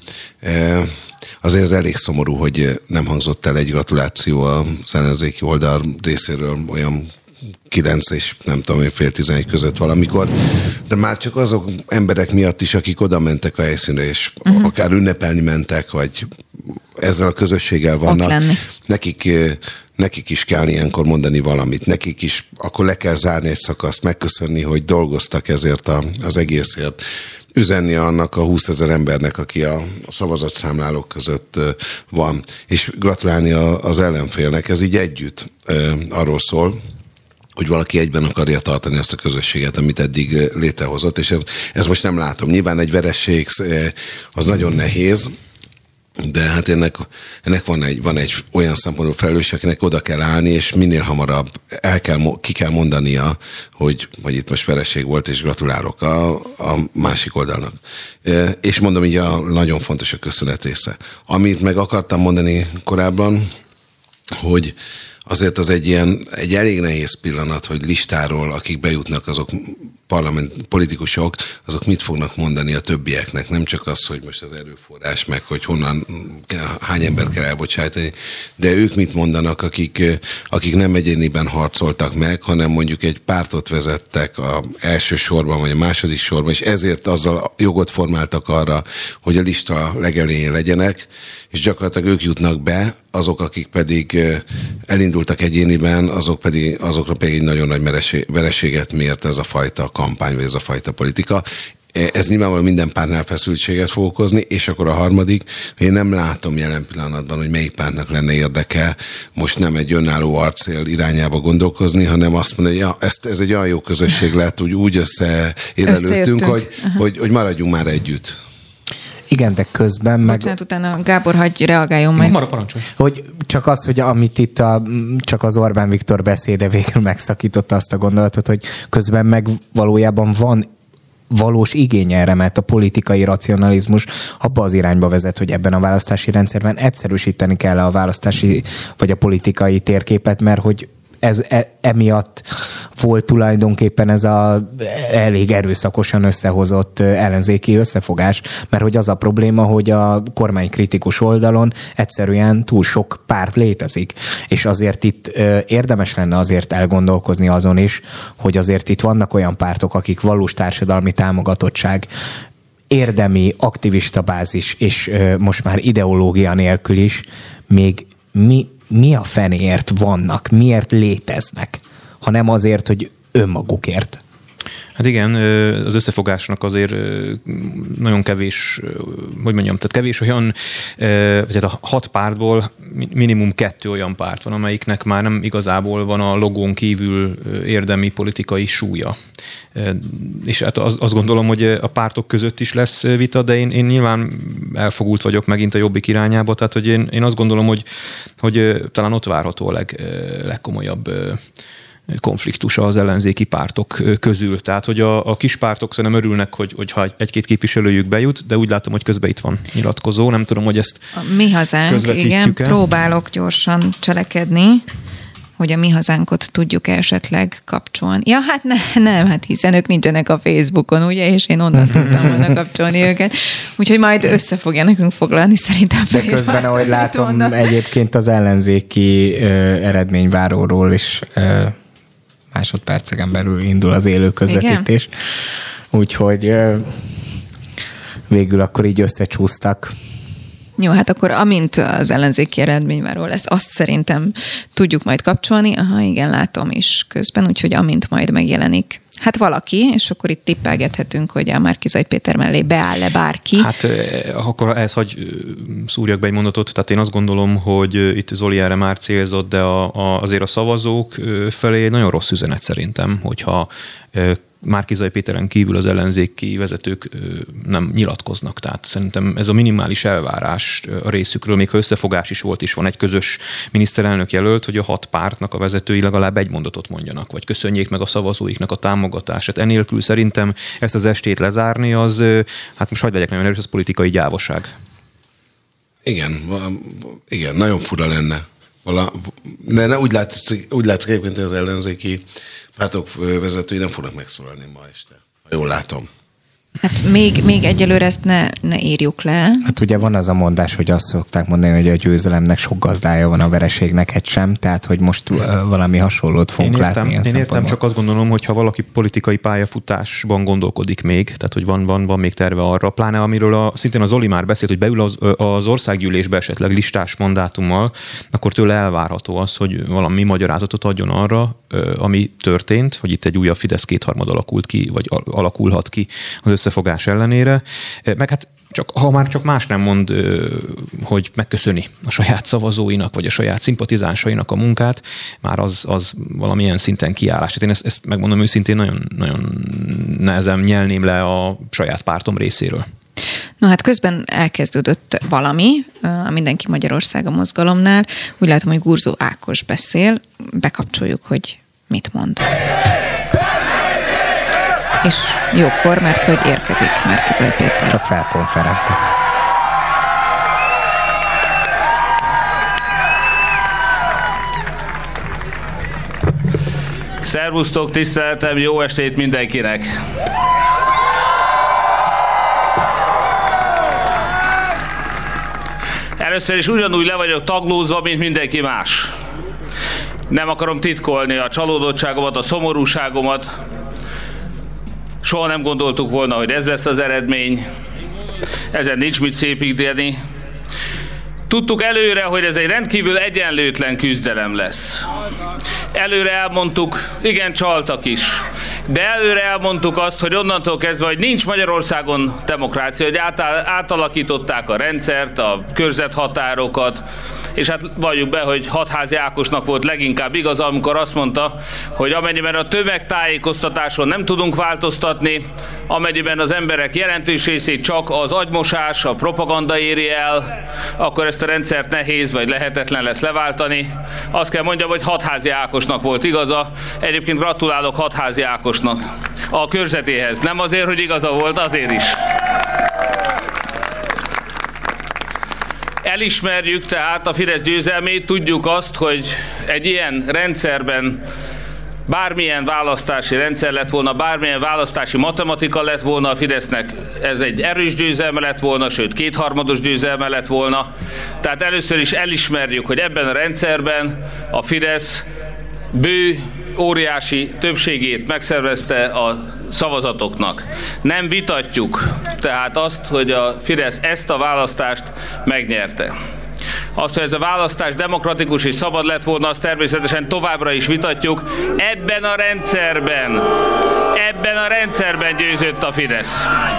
H: Azért ez elég szomorú, hogy nem hangzott el egy gratuláció az ellenzéki oldal részéről olyan kilenc és nem tudom, fél tizenegy között valamikor, de már csak azok emberek miatt is, akik oda mentek a helyszínre, és uh-huh. akár ünnepelni mentek, vagy ezzel a közösséggel vannak, nekik, nekik is kell ilyenkor mondani valamit, nekik is akkor le kell zárni egy szakaszt, megköszönni, hogy dolgoztak ezért a, az egészért, üzenni annak a húszezer embernek, aki a szavazatszámlálók között van, és gratulálni az ellenfélnek. Ez így együtt arról szól, hogy valaki egyben akarja tartani azt a közösséget, amit eddig létrehozott, és ez, ez most nem látom. Nyilván egy veresség az nagyon nehéz, de hát ennek, ennek van, egy, van egy olyan szempontból felelős, akinek oda kell állni, és minél hamarabb el kell, ki kell mondania, hogy, hogy itt most vereség volt, és gratulálok a, a másik oldalnak. És mondom így, a, nagyon fontos a köszönet része. Amit meg akartam mondani korábban, hogy azért az egy ilyen, egy elég nehéz pillanat, hogy listáról, akik bejutnak, azok parlament politikusok, azok mit fognak mondani a többieknek. Nem csak az, hogy most az erőforrás, meg hogy honnan, hány ember kell elbocsájtani, de ők mit mondanak, akik, akik nem egyéniben harcoltak meg, hanem mondjuk egy pártot vezettek a első sorban, vagy a második sorban, és ezért azzal jogot formáltak arra, hogy a lista legelején legyenek, és gyakorlatilag ők jutnak be, azok, akik pedig elindultak egyéniben, azok pedig, azokra pedig nagyon nagy vereséget mért ez a fajta kampány, vagy ez a fajta politika. Ez nyilvánvalóan minden pártnál feszültséget fog okozni, és akkor a harmadik, én nem látom jelen pillanatban, hogy melyik pártnak lenne érdeke most nem egy önálló arcél irányába gondolkozni, hanem azt mondani, hogy ja, ez, ez egy olyan jó közösség lett, úgy, úgy összeérelődtünk, hogy, hogy, hogy maradjunk már együtt.
I: Igen, de közben meg...
D: Bocsánat, utána Gábor, hagyj reagáljon meg.
G: Mara parancsolj.
I: Hogy csak az, hogy amit itt a, csak az Orbán Viktor beszéde végül megszakította azt a gondolatot, hogy közben meg valójában van valós igény erre, mert a politikai racionalizmus abba az irányba vezet, hogy ebben a választási rendszerben egyszerűsíteni kell a választási vagy a politikai térképet, mert hogy ez e, emiatt volt tulajdonképpen ez a elég erőszakosan összehozott ellenzéki összefogás, mert hogy az a probléma, hogy a kormánykritikus oldalon egyszerűen túl sok párt létezik, és azért itt érdemes lenne azért elgondolkozni azon is, hogy azért itt vannak olyan pártok, akik valós társadalmi támogatottság, érdemi aktivista bázis, és most már ideológia nélkül is még mi mi a fenéért vannak, miért léteznek, hanem azért, hogy önmagukért.
G: Hát igen, az összefogásnak azért nagyon kevés, hogy mondjam, tehát kevés olyan, vagy a hat pártból minimum kettő olyan párt van, amelyiknek már nem igazából van a logón kívül érdemi politikai súlya. És hát azt gondolom, hogy a pártok között is lesz vita, de én, én nyilván elfogult vagyok megint a Jobbik irányába, tehát hogy én, én azt gondolom, hogy, hogy talán ott várható a leg, legkomolyabb konfliktusa az ellenzéki pártok közül. Tehát, hogy a, a kis pártok szerintem örülnek, hogy, hogyha egy-két képviselőjük bejut, de úgy látom, hogy közben itt van nyilatkozó. Nem tudom, hogy ezt
D: a Mi Hazánk, igen, próbálok gyorsan cselekedni. hogy a Mi Hazánkot tudjuk esetleg kapcsolni. Ja, hát ne, nem, hát hiszen ők nincsenek a Facebookon, ugye, és én onnan tudtam volna kapcsolni őket. Úgyhogy majd össze fogja nekünk foglalni szerintem.
I: De közben, ahogy látom, onnan. Egyébként az ellenzéki ö, eredményváróról is ö, másodperceken belül indul az élő közvetítés. Igen? Úgyhogy ö, végül akkor így összecsúsztak.
D: Jó, hát akkor amint az ellenzéki eredményváról lesz, azt szerintem tudjuk majd kapcsolni. Aha, igen, látom is közben, úgyhogy amint majd megjelenik hát valaki, és akkor itt tippelgethetünk, hogy a Márki-Zay Péter mellé beáll-e bárki.
G: Hát akkor ehhez hagy szúrjak be egy mondatot, tehát én azt gondolom, hogy itt Zoli erre már célzott, de a, a, azért a szavazók felé egy nagyon rossz üzenet szerintem, hogyha Márki-Zay Péteren kívül az ellenzéki vezetők nem nyilatkoznak. Tehát szerintem ez a minimális elvárás a részükről, még ha összefogás is volt, is van egy közös miniszterelnök jelölt, hogy a hat pártnak a vezetői legalább egy mondatot mondjanak, vagy köszönjék meg a szavazóiknak a támogatását. Enélkül szerintem ezt az estét lezárni, az, hát most hagyd legyek nagyon erős, az politikai gyávaság.
H: Igen, igen, nagyon fura lenne. Vala, de ne, úgy látszik, úgy látszik egyébként, hogy az ellenzéki pártok vezetői nem fognak megszólalni ma este. Ha jól látom.
D: Hát még, még egyelőre ezt ne, ne írjuk le.
I: Hát ugye van az a mondás, hogy azt szokták mondani, hogy a győzelemnek sok gazdája van, a vereségnek egy sem, tehát hogy most uh, valami hasonlót fogunk
G: én értem,
I: látni.
G: Én értem, csak azt gondolom, hogy ha valaki politikai pályafutásban gondolkodik még, tehát hogy van, van, van még terve arra, pláne amiről a, szintén az Zoli már beszélt, hogy beül az, az országgyűlésbe esetleg listás mandátummal, akkor tőle elvárható az, hogy valami magyarázatot adjon arra, ami történt, hogy itt egy újabb Fidesz kétharmad alakult ki, vagy alakulhat ki az összefogás ellenére. Meg hát csak, ha már csak más nem mond, hogy megköszöni a saját szavazóinak, vagy a saját szimpatizánsainak a munkát, már az, az valamilyen szinten kiállás. Én ezt, ezt megmondom őszintén, nagyon, nagyon nehezen nyelném le a saját pártom részéről.
D: No hát közben elkezdődött valami, a Mindenki Magyarországa mozgalomnál. Úgy látom, hogy Gurzó Ákos beszél. Bekapcsoljuk, hogy mit mond. És jókor, mert hogy érkezik Márki-Zay Péter.
I: Csak felkonferálta.
M: Szervusztok, tiszteletem, jó estét mindenkinek! Először is ugyanúgy le vagyok taglózva, mint mindenki más. Nem akarom titkolni a csalódottságomat, a szomorúságomat. Soha nem gondoltuk volna, hogy ez lesz az eredmény. Ezen nincs mit szépíteni. Tudtuk előre, hogy ez egy rendkívül egyenlőtlen küzdelem lesz. Előre elmondtuk, igen, csaltak is. De előre elmondtuk azt, hogy onnantól kezdve, hogy nincs Magyarországon demokrácia, hogy átalakították a rendszert, a körzethatárokat, és hát valljuk be, hogy Hatházi Ákosnak volt leginkább igaza, amikor azt mondta, hogy amennyiben a tömegtájékoztatáson nem tudunk változtatni, amennyiben az emberek jelentős részét csak az agymosás, a propaganda éri el, akkor ezt a rendszert nehéz vagy lehetetlen lesz leváltani. Azt kell mondjam, hogy Hatházi Ákosnak volt igaza. Egyébként gratulálok Hatházi Ákosnak a körzetéhez. Nem azért, hogy igaza volt, azért is. Elismerjük tehát a Fidesz győzelmét, tudjuk azt, hogy egy ilyen rendszerben bármilyen választási rendszer lett volna, bármilyen választási matematika lett volna a Fidesznek, ez egy erős győzelme lett volna, sőt kétharmados győzelme lett volna. Tehát először is elismerjük, hogy ebben a rendszerben a Fidesz bő, óriási többségét megszervezte a szavazatoknak. Nem vitatjuk tehát azt, hogy a Fidesz ezt a választást megnyerte. Azt, hogy ez a választás demokratikus és szabad lett volna, azt természetesen továbbra is vitatjuk. Ebben a rendszerben, ebben a rendszerben győzött a Fidesz.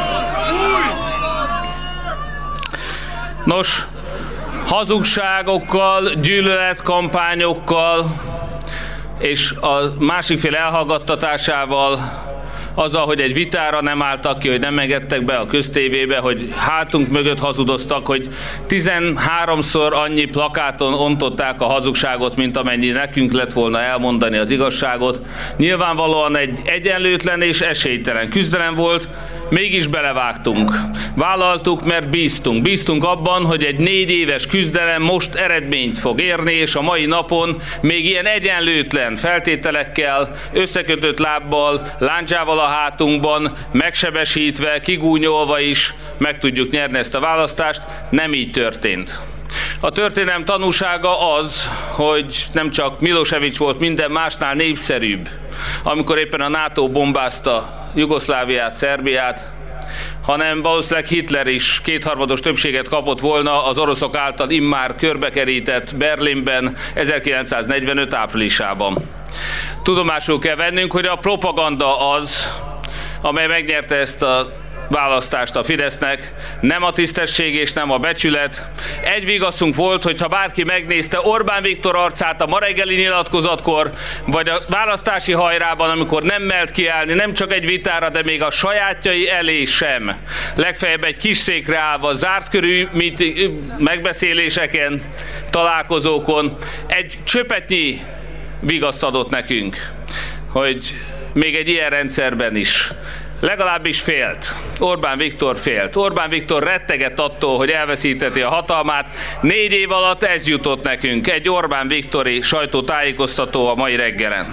M: Nos, hazugságokkal, gyűlöletkampányokkal és a másik fél elhallgattatásával, azzal, hogy egy vitára nem álltak ki, hogy nem engedtek be a köztévébe, hogy hátunk mögött hazudoztak, hogy tizenháromszor annyi plakáton ontották a hazugságot, mint amennyi nekünk lett volna elmondani az igazságot. Nyilvánvalóan egy egyenlőtlen és esélytelen küzdelem volt, Mégis belevágtunk. Vállaltuk, mert bíztunk. Bíztunk abban, hogy egy négy éves küzdelem most eredményt fog érni, és a mai napon még ilyen egyenlőtlen feltételekkel, összekötött lábbal, lándzsával a hátunkban, megsebesítve, kigúnyolva is meg tudjuk nyerni ezt a választást. Nem így történt. A történelem tanúsága az, hogy nem csak Milosevic volt minden másnál népszerűbb, amikor éppen a NATO bombázta Jugoszláviát, Szerbiát, hanem valószínűleg Hitler is kétharmados többséget kapott volna az oroszok által immár körbekerített Berlinben ezerkilencszáznegyvenöt áprilisában. Tudomásul kell vennünk, hogy a propaganda az, amely megnyerte ezt a választást a Fidesznek, nem a tisztesség és nem a becsület. Egy vigaszunk volt, hogy ha bárki megnézte Orbán Viktor arcát a ma reggeli nyilatkozatkor, vagy a választási hajrában, amikor nem mert kiállni, nem csak egy vitára, de még a sajátjai elé sem. Legfeljebb egy kis székre állva, zárt körű megbeszéléseken, találkozókon egy csöpetnyi vigaszt adott nekünk, hogy még egy ilyen rendszerben is legalábbis félt. Orbán Viktor félt. Orbán Viktor rettegett attól, hogy elveszíteti a hatalmát. Négy év alatt ez jutott nekünk. Egy Orbán Viktori sajtótájékoztató a mai reggelen.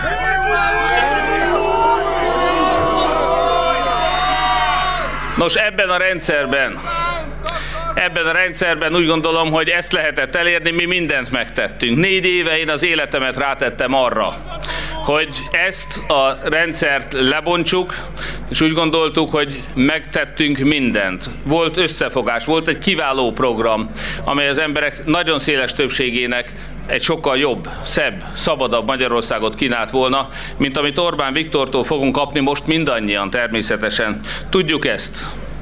M: Nos, ebben a rendszerben, ebben a rendszerben úgy gondolom, hogy ezt lehetett elérni, mi mindent megtettünk. Négy éve én az életemet rátettem arra, hogy ezt a rendszert lebontsuk, és úgy gondoltuk, hogy megtettünk mindent. Volt összefogás, volt egy kiváló program, amely az emberek nagyon széles többségének egy sokkal jobb, szebb, szabadabb Magyarországot kínált volna, mint amit Orbán Viktortól fogunk kapni most mindannyian természetesen. Tudjuk ezt.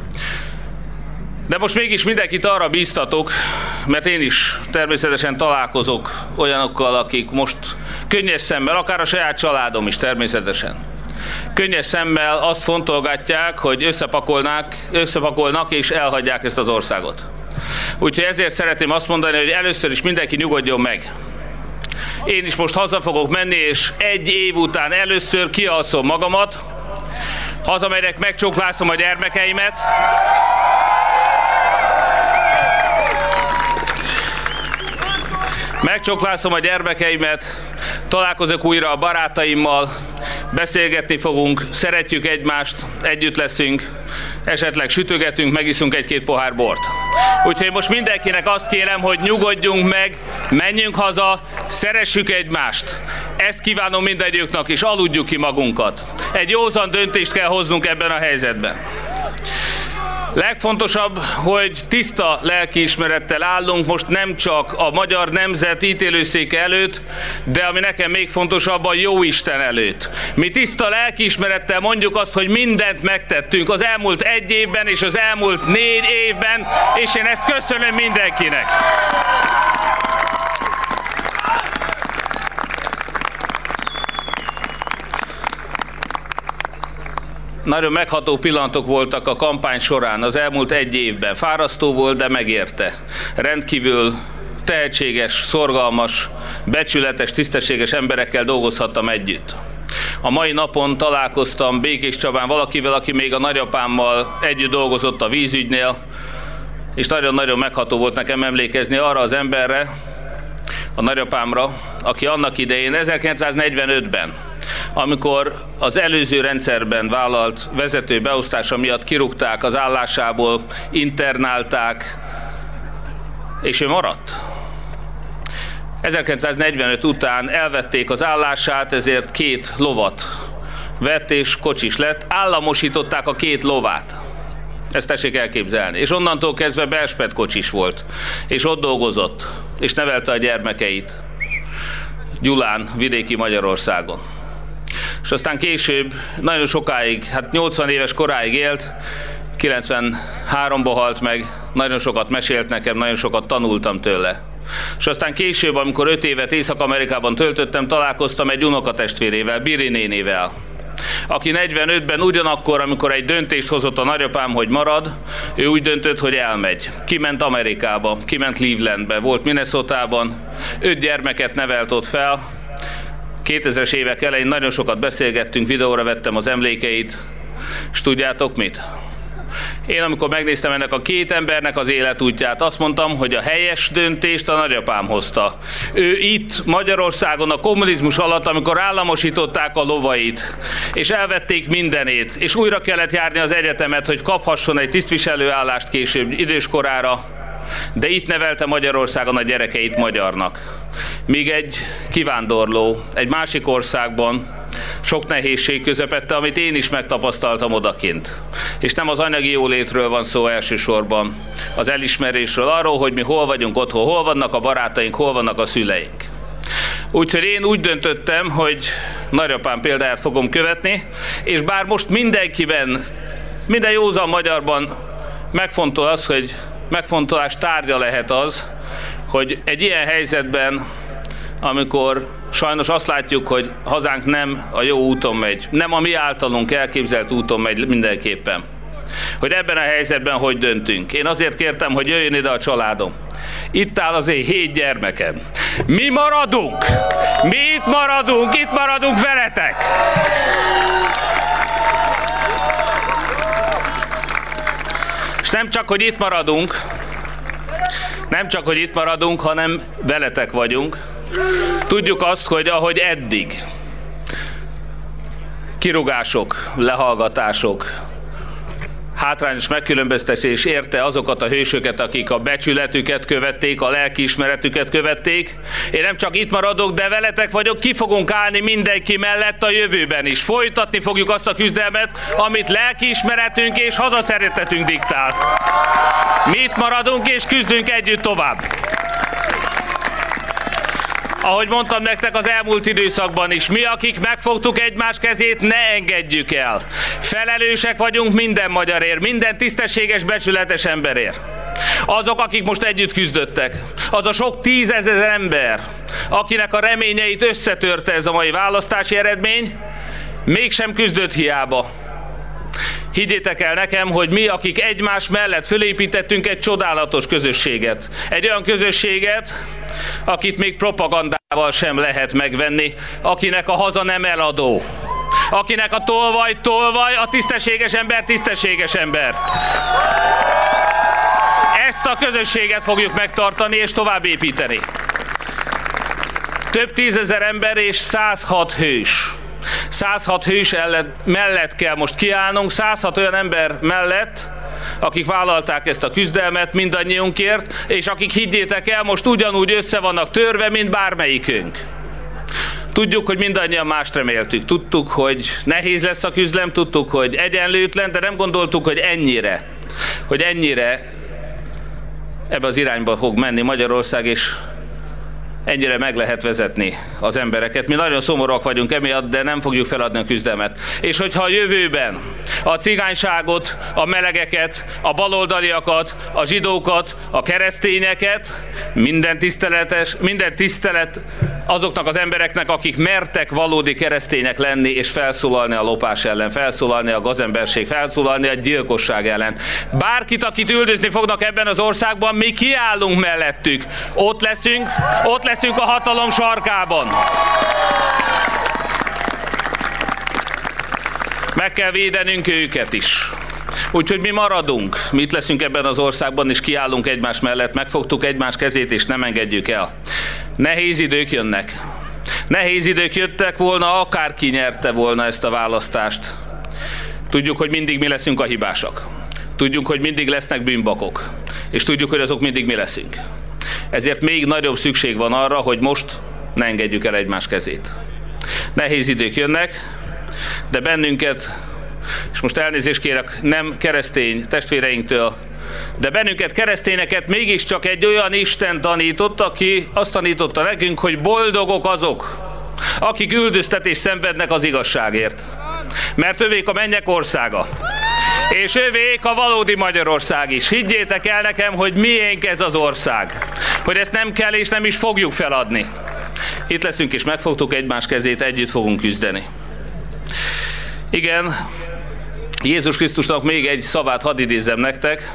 M: De most mégis mindenkit arra bíztatok, mert én is természetesen találkozok olyanokkal, akik most könnyes szemmel, akár a saját családom is természetesen, könnyes szemmel azt fontolgatják, hogy összepakolnák, összepakolnak és elhagyják ezt az országot. Úgyhogy ezért szeretném azt mondani, hogy először is mindenki nyugodjon meg. Én is most haza fogok menni, és egy év után először kialszom magamat, hazamegyek, megcsóklászom a gyermekeimet, megcsóklászom a gyermekeimet, találkozok újra a barátaimmal, beszélgetni fogunk, szeretjük egymást, együtt leszünk, esetleg sütögetünk, megiszunk egy-két pohár bort. Úgyhogy most mindenkinek azt kérem, hogy nyugodjunk meg, menjünk haza, szeressük egymást. Ezt kívánom mindegyiknek, és aludjuk ki magunkat. Egy józan döntést kell hoznunk ebben a helyzetben. Legfontosabb, hogy tiszta lelkiismerettel állunk most nem csak a magyar nemzet ítélőszéke előtt, de ami nekem még fontosabb, a Jóisten előtt. Mi tiszta lelkiismerettel mondjuk azt, hogy mindent megtettünk az elmúlt egy évben és az elmúlt négy évben, és én ezt köszönöm mindenkinek. Nagyon megható pillanatok voltak a kampány során az elmúlt egy évben. Fárasztó volt, de megérte. Rendkívül tehetséges, szorgalmas, becsületes, tisztességes emberekkel dolgozhattam együtt. A mai napon találkoztam Békés Csabán valakivel, aki még a nagyapámmal együtt dolgozott a vízügynél, és nagyon-nagyon megható volt nekem emlékezni arra az emberre, a nagyapámra, aki annak idején ezerkilencszáznegyvenötben, amikor az előző rendszerben vállalt vezető beosztása miatt kirúgták az állásából, internálták, és ő maradt. ezerkilencszáznegyvenöt után elvették az állását, ezért két lovat vett és kocsis lett, államosították a két lovát. Ezt tessék elképzelni. És onnantól kezdve Belspet kocsis volt, és ott dolgozott, és nevelte a gyermekeit Gyulán, vidéki Magyarországon. És aztán később, nagyon sokáig, hát nyolcvan éves koráig élt, kilencvenháromban halt meg, nagyon sokat mesélt nekem, nagyon sokat tanultam tőle. És aztán később, amikor öt évet Észak-Amerikában töltöttem, találkoztam egy unokatestvérével, Biri nénivel, aki negyvenötben ugyanakkor, amikor egy döntést hozott a nagyapám, hogy marad, ő úgy döntött, hogy elmegy. Kiment Amerikába, kiment Clevelandbe, volt Minnesotában, öt gyermeket nevelt ott fel. kétezres évek elején nagyon sokat beszélgettünk, videóra vettem az emlékeit, És tudjátok mit? Én amikor megnéztem ennek a két embernek az életútját, azt mondtam, hogy a helyes döntést a nagyapám hozta. Ő itt Magyarországon a kommunizmus alatt, amikor államosították a lovait, és elvették mindenét, és újra kellett járni az egyetemet, hogy kaphasson egy tisztviselőállást később időskorára, de itt nevelte Magyarországon a gyerekeit magyarnak. Míg egy kivándorló egy másik országban sok nehézség közepette, amit én is megtapasztaltam odakint. És nem az anyagi jólétről van szó elsősorban, az elismerésről, arról, hogy mi hol vagyunk otthon, hol vannak a barátaink, hol vannak a szüleink. Úgyhogy én úgy döntöttem, hogy nagyapám példáját fogom követni, és bár most mindenkiben, minden józan magyarban megfontol az, hogy megfontolás tárgya lehet az, hogy egy ilyen helyzetben, amikor sajnos azt látjuk, hogy hazánk nem a jó úton megy, nem a mi általunk elképzelt úton megy mindenképpen. Hogy ebben a helyzetben hogy döntünk. Én azért kértem, hogy jöjjön ide a családom. Itt áll az én hét gyermekem. Mi maradunk! Mi itt maradunk, itt maradunk veletek! És nem csak, hogy itt maradunk, nem csak, hogy itt maradunk, hanem veletek vagyunk. Tudjuk azt, hogy ahogy eddig kirúgások, lehallgatások, hátrányos megkülönböztetés érte azokat a hősöket, akik a becsületüket követték, a lelkiismeretüket követték. Én nem csak itt maradok, de veletek vagyok, ki fogunk állni mindenki mellett a jövőben is. Folytatni fogjuk azt a küzdelmet, amit lelkiismeretünk és hazaszeretetünk diktál. Mi itt maradunk és küzdünk együtt tovább. Ahogy mondtam nektek az elmúlt időszakban is, mi, akik megfogtuk egymás kezét, ne engedjük el. Felelősek vagyunk minden magyarért, minden tisztességes, becsületes emberért. Azok, akik most együtt küzdöttek, az a sok tízezer ember, akinek a reményeit összetörte ez a mai választási eredmény, mégsem küzdött hiába. Higgyétek el nekem, hogy mi, akik egymás mellett fölépítettünk egy csodálatos közösséget. Egy olyan közösséget, akit még propagandával sem lehet megvenni, akinek a haza nem eladó. Akinek a tolvaj tolvaj, a tisztességes ember tisztességes ember. Ezt a közösséget fogjuk megtartani és tovább építeni. Több tízezer ember és százhat hős. százhat hős mellett kell most kiállnunk, százhat olyan ember mellett, akik vállalták ezt a küzdelmet mindannyiunkért, és akik, higgyétek el, most ugyanúgy össze vannak törve, mint bármelyikünk. Tudjuk, hogy mindannyian mást reméltük. Tudtuk, hogy nehéz lesz a küzdelem, tudtuk, hogy egyenlőtlen, de nem gondoltuk, hogy ennyire, hogy ennyire ebbe az irányba fog menni Magyarország, és ennyire meg lehet vezetni az embereket. Mi nagyon szomorúak vagyunk emiatt, de nem fogjuk feladni a küzdelmet. És hogyha a jövőben a cigányságot, a melegeket, a baloldaliakat, a zsidókat, a keresztényeket, minden tiszteletes, minden tisztelet azoknak az embereknek, akik mertek valódi keresztények lenni, és felszólalni a lopás ellen, felszólalni a gazemberség, felszólalni a gyilkosság ellen. Bárkit, akit üldözni fognak ebben az országban, mi kiállunk mellettük. Ott leszünk, ott leszünk a hatalom sarkában. Meg kell védenünk őket is. Úgyhogy mi maradunk, mi itt leszünk ebben az országban, és kiállunk egymás mellett, megfogtuk egymás kezét, és nem engedjük el. Nehéz idők jönnek. Nehéz idők jöttek volna, akárki nyerte volna ezt a választást. Tudjuk, hogy mindig mi leszünk a hibásak. Tudjuk, hogy mindig lesznek bűnbakok. És tudjuk, hogy azok mindig mi leszünk. Ezért még nagyobb szükség van arra, hogy most ne engedjük el egymás kezét. Nehéz idők jönnek, de bennünket, és most elnézést kérek, nem keresztény testvéreinktől, de bennünket, keresztényeket mégiscsak egy olyan Isten tanított, aki azt tanította nekünk, hogy boldogok azok, akik üldöztetést szenvednek az igazságért. Mert övék a mennyek országa. És övék a valódi Magyarország is. Higgyétek el nekem, hogy miénk ez az ország. Hogy ezt nem kell és nem is fogjuk feladni. Itt leszünk és megfogtuk egymás kezét, együtt fogunk küzdeni. Igen, Jézus Krisztusnak még egy szavát hadd idézzem nektek.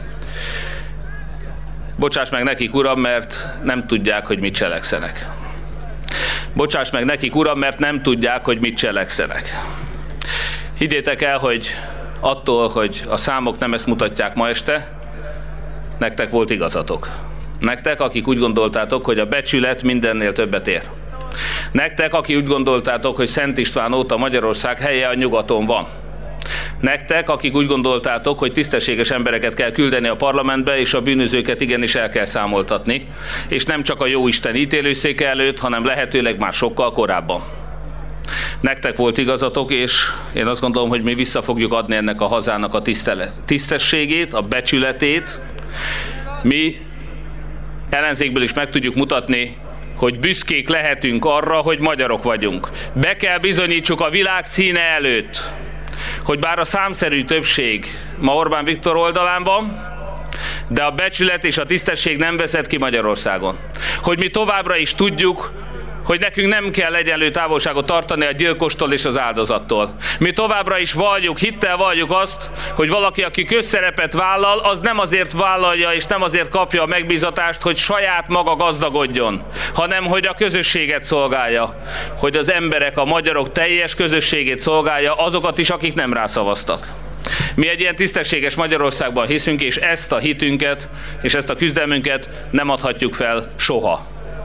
M: Bocsáss meg nekik, Uram, mert nem tudják, hogy mit cselekszenek. Bocsáss meg nekik, Uram, mert nem tudják, hogy mit cselekszenek. Higgyétek el, hogy attól, hogy a számok nem ezt mutatják ma este, nektek volt igazatok. Nektek, akik úgy gondoltátok, hogy a becsület mindennél többet ér. Nektek, akik úgy gondoltátok, hogy Szent István óta Magyarország helye a nyugaton van. Nektek, akik úgy gondoltátok, hogy tisztességes embereket kell küldeni a parlamentbe, és a bűnözőket igenis el kell számoltatni, és nem csak a jóisten ítélőszéke előtt, hanem lehetőleg már sokkal korábban. Nektek volt igazatok, és én azt gondolom, hogy mi vissza fogjuk adni ennek a hazának a tisztelet, tisztességét, a becsületét. Mi ellenzékből is meg tudjuk mutatni, hogy büszkék lehetünk arra, hogy magyarok vagyunk. Be kell bizonyítsuk a világ színe előtt, hogy bár a számszerű többség ma Orbán Viktor oldalán van, de a becsület és a tisztesség nem veszett ki Magyarországon. Hogy mi továbbra is tudjuk, hogy nekünk nem kell egyenlő távolságot tartani a gyilkostól és az áldozattól. Mi továbbra is valljuk, hittel valljuk azt, hogy valaki, aki közszerepet vállal, az nem azért vállalja és nem azért kapja a megbízatást, hogy saját maga gazdagodjon, hanem hogy a közösséget szolgálja, hogy az emberek, a magyarok teljes közösségét szolgálja, azokat is, akik nem rászavaztak. Mi egy ilyen tisztességes Magyarországban hiszünk, és ezt a hitünket és ezt a küzdelmünket nem adhatjuk fel soha.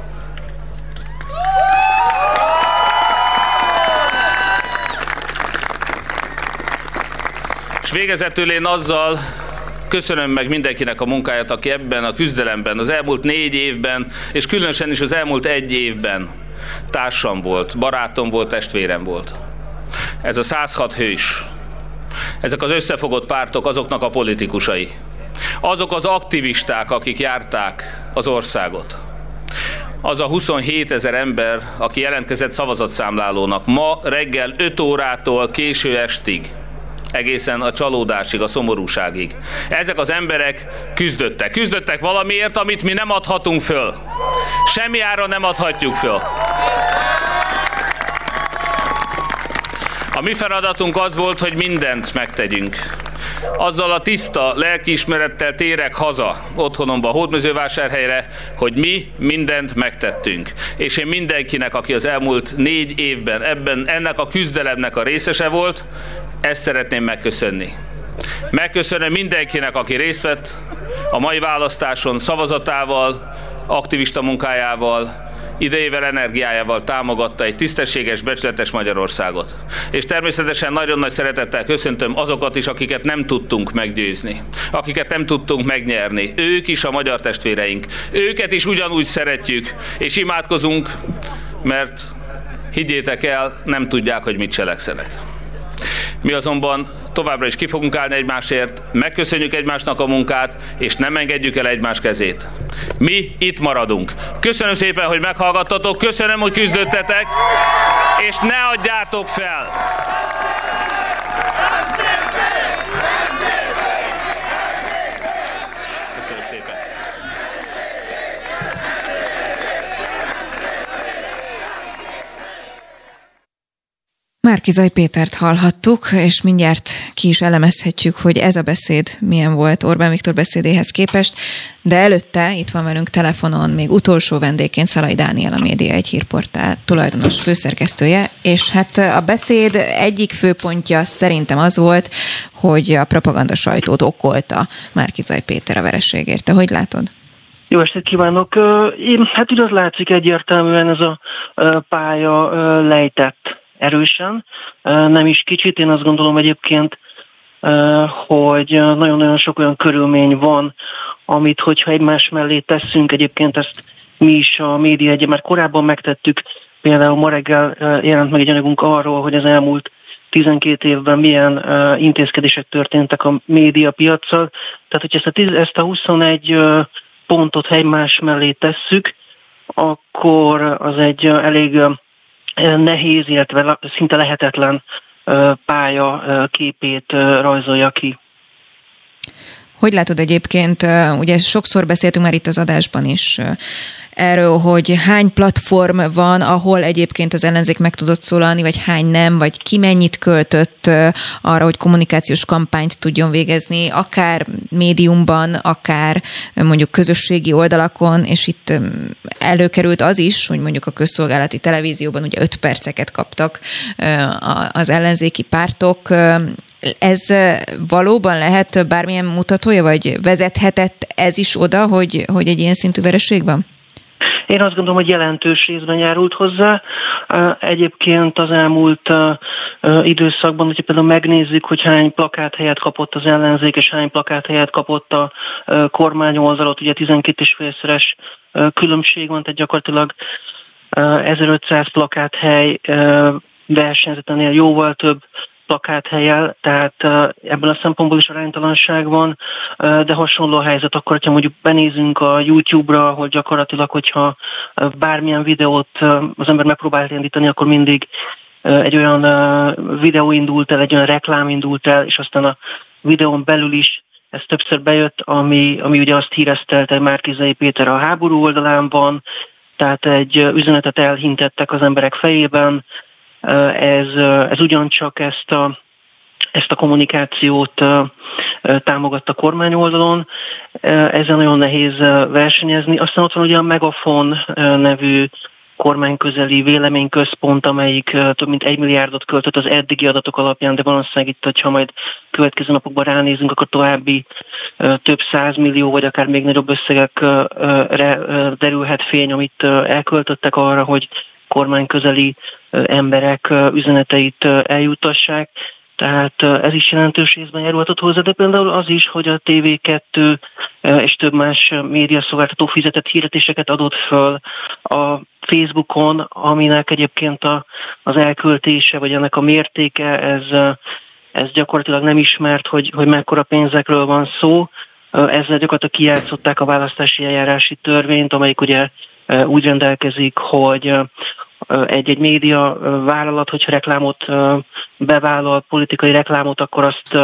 M: És végezetül én azzal köszönöm meg mindenkinek a munkáját, aki ebben a küzdelemben, az elmúlt négy évben, és különösen is az elmúlt egy évben társam volt, barátom volt, testvérem volt. Ez a száz hat hős. Ezek az összefogott pártok, azoknak a politikusai. Azok az aktivisták, akik járták az országot. Az a huszonhét ezer ember, aki jelentkezett szavazatszámlálónak ma reggel öt órától késő estig, egészen a csalódásig, a szomorúságig. Ezek az emberek küzdöttek. Küzdöttek valamiért, amit mi nem adhatunk föl. Semmi áron nem adhatjuk föl. A mi feladatunk az volt, hogy mindent megtegyünk. Azzal a tiszta lelkiismerettel térek haza, otthonomba, Hódmezővásárhelyre, hogy mi mindent megtettünk. És én mindenkinek, aki az elmúlt négy évben ebben, ennek a küzdelemnek a részese volt, ezt szeretném megköszönni. Megköszönöm mindenkinek, aki részt vett a mai választáson szavazatával, aktivista munkájával, idejével, energiájával támogatta egy tisztességes, becsületes Magyarországot. És természetesen nagyon nagy szeretettel köszöntöm azokat is, akiket nem tudtunk meggyőzni, akiket nem tudtunk megnyerni. Ők is a magyar testvéreink. Őket is ugyanúgy szeretjük, és imádkozunk, mert higgyétek el, nem tudják, hogy mit cselekszenek. Mi azonban továbbra is ki fogunk állni egymásért, megköszönjük egymásnak a munkát, és nem engedjük el egymás kezét. Mi itt maradunk. Köszönöm szépen, hogy meghallgattatok, köszönöm, hogy küzdöttetek, és ne adjátok fel! Köszönöm szépen!
D: Márki-Zay Pétert hallhattuk, és mindjárt ki is elemezhetjük, hogy ez a beszéd milyen volt Orbán Viktor beszédéhez képest, de előtte itt van velünk telefonon még utolsó vendégként Szalai Dániel, a Média egy hírportál tulajdonos főszerkesztője, és hát a beszéd egyik főpontja szerintem az volt, hogy a propaganda sajtót okolta Márki-Zay Péter a vereségért. Te hogy látod?
N: Jó estét kívánok! Én, hát igaz látszik egyértelműen ez a pálya lejtett erősen, nem is kicsit. Én azt gondolom egyébként, hogy nagyon-nagyon sok olyan körülmény van, amit hogyha egymás mellé tesszünk, egyébként ezt mi is a Média egy, már korábban megtettük, például ma reggel jelent meg egy anyagunk arról, hogy az elmúlt tizenkét évben milyen intézkedések történtek a médiapiaccal. Tehát, hogy ezt a, ezt a huszonegy pontot egymás mellé tesszük, akkor az egy elég nehéz, illetve szinte lehetetlen pálya képét rajzolja ki.
D: Hogy látod egyébként, ugye sokszor beszéltünk már itt az adásban is erről, hogy hány platform van, ahol egyébként az ellenzék meg tudott szólalni, vagy hány nem, vagy ki mennyit költött arra, hogy kommunikációs kampányt tudjon végezni, akár médiumban, akár mondjuk közösségi oldalakon, és itt előkerült az is, hogy mondjuk a közszolgálati televízióban ugye öt perceket kaptak az ellenzéki pártok. Ez valóban lehet bármilyen mutatója, vagy vezethetett ez is oda, hogy, hogy egy ilyen szintű vereség van?
N: Én azt gondolom, hogy jelentős részben járult hozzá. Egyébként az elmúlt időszakban, hogyha például megnézzük, hogy hány plakáthelyet kapott az ellenzék, és hány plakáthelyet kapott a kormány oldalot, ugye tizenkét és félszeres különbség van, tehát gyakorlatilag ezerötszáz plakáthely versenyzetenél jóval több plakáthelyel, tehát ebből a szempontból is aránytalanság van, de hasonló a helyzet akkor, hogyha mondjuk benézünk a YouTube-ra, ahol gyakorlatilag, hogyha bármilyen videót az ember megpróbált indítani, akkor mindig egy olyan videó indult el, egy olyan reklám indult el, és aztán a videón belül is ez többször bejött, ami, ami ugye azt híresztelte Márki-Zay Péter a háború oldalán van, tehát egy üzenetet elhintettek az emberek fejében. Ez, ez ugyancsak ezt a, ezt a kommunikációt támogatta kormány oldalon. Ezzel nagyon nehéz versenyezni. Aztán ott van ugye a Megafon nevű kormányközeli véleményközpont, amelyik több mint egy milliárdot költött az eddigi adatok alapján, de valószínűleg itt, hogyha majd következő napokban ránézünk, akkor további több százmillió, vagy akár még nagyobb összegekre derülhet fény, amit elköltöttek arra, hogy kormányközeli emberek üzeneteit eljutassák. Tehát ez is jelentős részben járulhatott hozzá, de például az is, hogy a té vé kettő és több más médiaszolgáltató fizetett hirdetéseket adott föl a Facebookon, aminek egyébként a, az elköltése, vagy ennek a mértéke, ez, ez gyakorlatilag nem ismert, hogy, hogy mekkora pénzekről van szó. Ezzel gyakorlatilag kijátszották a választási eljárási törvényt, amelyik ugye úgy rendelkezik, hogy egy-egy média vállalat, hogyha reklámot bevállal, politikai reklámot, akkor azt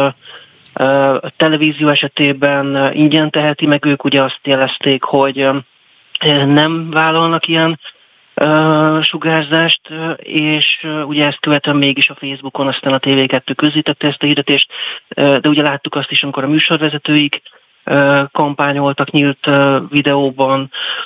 N: a televízió esetében ingyen teheti, meg ők ugye azt jelezték, hogy nem vállalnak ilyen sugárzást, és ugye ezt követően mégis a Facebookon aztán a té vé kettő közzétette ezt a hirdetést, de ugye láttuk azt is, amikor a műsorvezetőik kampányoltak nyílt videóban,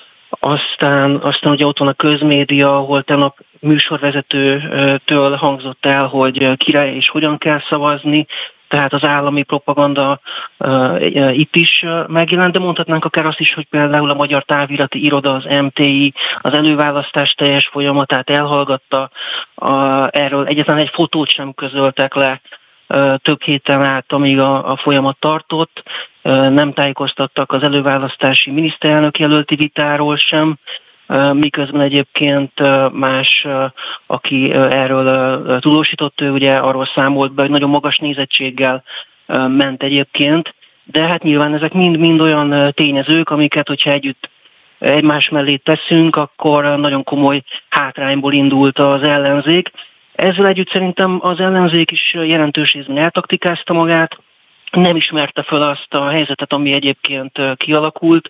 N: Aztán, aztán ugye ott van a közmédia, ahol tegnap műsorvezetőtől hangzott el, hogy kire és hogyan kell szavazni, tehát az állami propaganda uh, itt is uh, megjelent, de mondhatnánk akár azt is, hogy például a Magyar Távirati Iroda, az em té i az előválasztás teljes folyamatát elhallgatta, uh, erről egyetlen egy fotót sem közöltek le uh, több héten át, amíg a, a folyamat tartott. Nem tájékoztattak az előválasztási miniszterelnök jelölti vitáról sem, miközben egyébként más, aki erről tudósított, ő ugye arról számolt be, hogy nagyon magas nézettséggel ment egyébként, de hát nyilván ezek mind-mind olyan tényezők, amiket, hogyha együtt egymás mellé teszünk, akkor nagyon komoly hátrányból indult az ellenzék. Ezzel együtt szerintem az ellenzék is jelentős részben eltaktikázta magát, nem ismerte föl azt a helyzetet, ami egyébként kialakult.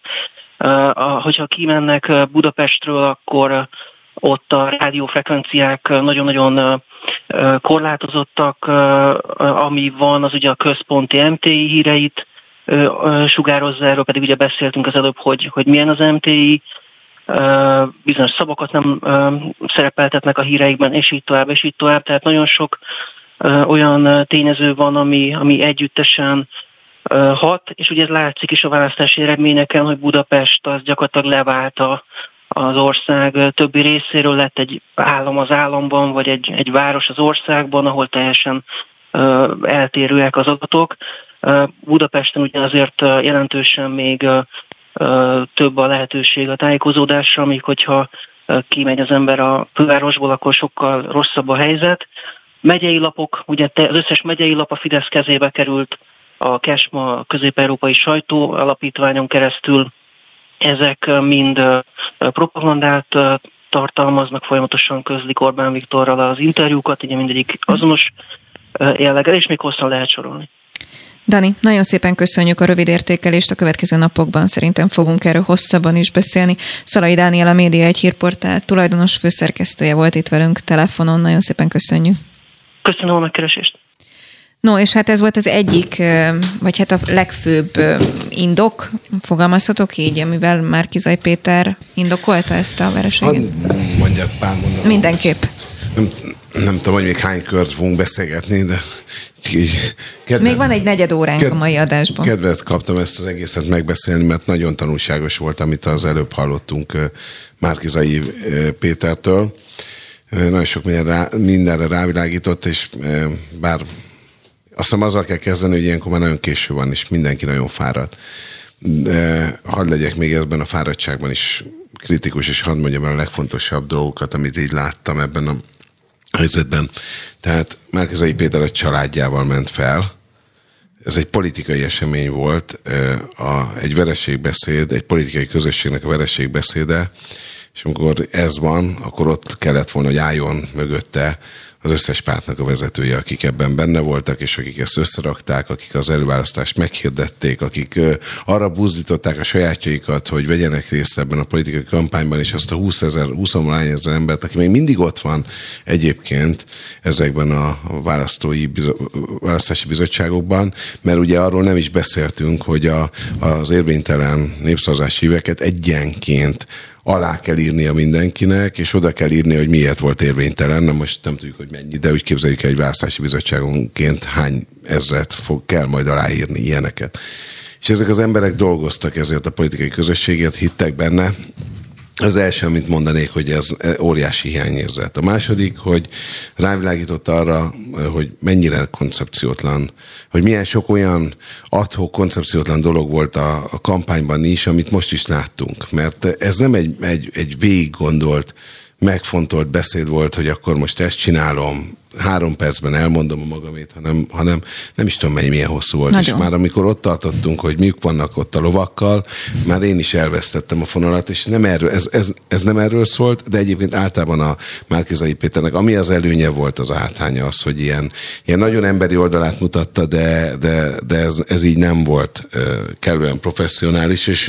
N: Hogyha kimennek Budapestről, akkor ott a rádiófrekvenciák nagyon-nagyon korlátozottak, ami van, az ugye a központi em té i híreit sugározza, erről pedig ugye beszéltünk az előbb, hogy, hogy milyen az em té i, bizonyos szavakat nem szerepeltetnek a híreikben, és így tovább, és így tovább, tehát nagyon sok olyan tényező van, ami, ami együttesen hat, és ugye ez látszik is a választási eredményeken, hogy Budapest az gyakorlatilag levált a, az ország többi részéről, lett egy állam az államban, vagy egy, egy város az országban, ahol teljesen uh, eltérőek az adatok. Uh, Budapesten ugye azért uh, jelentősen még uh, uh, több a lehetőség a tájékozódásra, amíg hogyha uh, kimegy az ember a fővárosból, akkor sokkal rosszabb a helyzet. Megyei lapok, ugye az összes megyei lap a Fidesz kezébe került, a KESMA, közép-európai sajtó alapítványon keresztül, ezek mind propagandát tartalmaznak, folyamatosan közlik Orbán Viktorral az interjúkat, ugye mindegyik azonos jelleggel, és még hosszan lehet sorolni.
D: Dani, nagyon szépen köszönjük a rövid értékelést, a következő napokban szerintem fogunk erről hosszabban is beszélni. Szalai Dániel, a Média egy hírportál tulajdonos főszerkesztője volt itt velünk telefonon, nagyon szépen köszönjük.
N: Köszönöm a megkeresést.
D: No, és hát ez volt az egyik, vagy hát a legfőbb indok, fogalmazhatok így, amivel Márki-Zay Péter indokolta ezt a vereséget?
H: Mondjak pár mondatot.
D: Mindenképp.
H: Nem, nem tudom, hogy még hány kört fogunk beszélgetni, de kedvet,
D: még van egy negyed óránk ked, a mai adásban.
H: Kedvet kaptam ezt az egészet megbeszélni, mert nagyon tanulságos volt, amit az előbb hallottunk Márki-Zay Pétertől. Nagyon sok mindenre rávilágított, és bár azt hiszem azzal kell kezdeni, hogy ilyenkor már nagyon késő van, és mindenki nagyon fáradt. De hadd legyek még ebben a fáradtságban is kritikus, és hadd mondjam el a legfontosabb dolgokat, amit így láttam ebben a helyzetben. Tehát Márki-Zay Péter a családjával ment fel. Ez egy politikai esemény volt, a, egy vereségbeszéd, egy politikai közösségnek a vereségbeszéde, és amikor ez van, akkor ott kellett volna, hogy álljon mögötte az összes pártnak a vezetője, akik ebben benne voltak, és akik ezt összerakták, akik az előválasztást meghirdették, akik arra buzdították a sajátjaikat, hogy vegyenek részt ebben a politikai kampányban, és azt a húszezer, huszonvalány ezer embert, aki még mindig ott van egyébként ezekben a választói, választási bizottságokban, mert ugye arról nem is beszéltünk, hogy a, az érvénytelen népszavazási híveket egyenként alá kell írnia mindenkinek, és oda kell írni, hogy miért volt érvénytelen. Na most nem tudjuk, hogy mennyi, de úgy képzeljük el, egy választási bizottságonként hány ezret fog, kell majd aláírni ilyeneket. És ezek az emberek dolgoztak ezért a politikai közösségért, hittek benne. Az első, amit mondanék, hogy ez óriási hiányérzet. A második, hogy rávilágított arra, hogy mennyire koncepciótlan, hogy milyen sok olyan ad-hoc koncepciótlan dolog volt a, a kampányban is, amit most is láttunk. Mert ez nem egy, egy, egy végig gondolt, megfontolt beszéd volt, hogy akkor most ezt csinálom, három percben elmondom a magamét, hanem, hanem nem is tudom, mennyi milyen hosszú volt. Nagyon. És már amikor ott tartottunk, hogy mik vannak ott a lovakkal, már én is elvesztettem a fonalat, és nem erről, ez, ez, ez nem erről szólt, de egyébként általában a Márki-Zay Péternek, ami az előnye volt, az hátránya az, hogy ilyen, ilyen nagyon emberi oldalát mutatta, de, de, de ez, ez így nem volt uh, kellően professzionális, és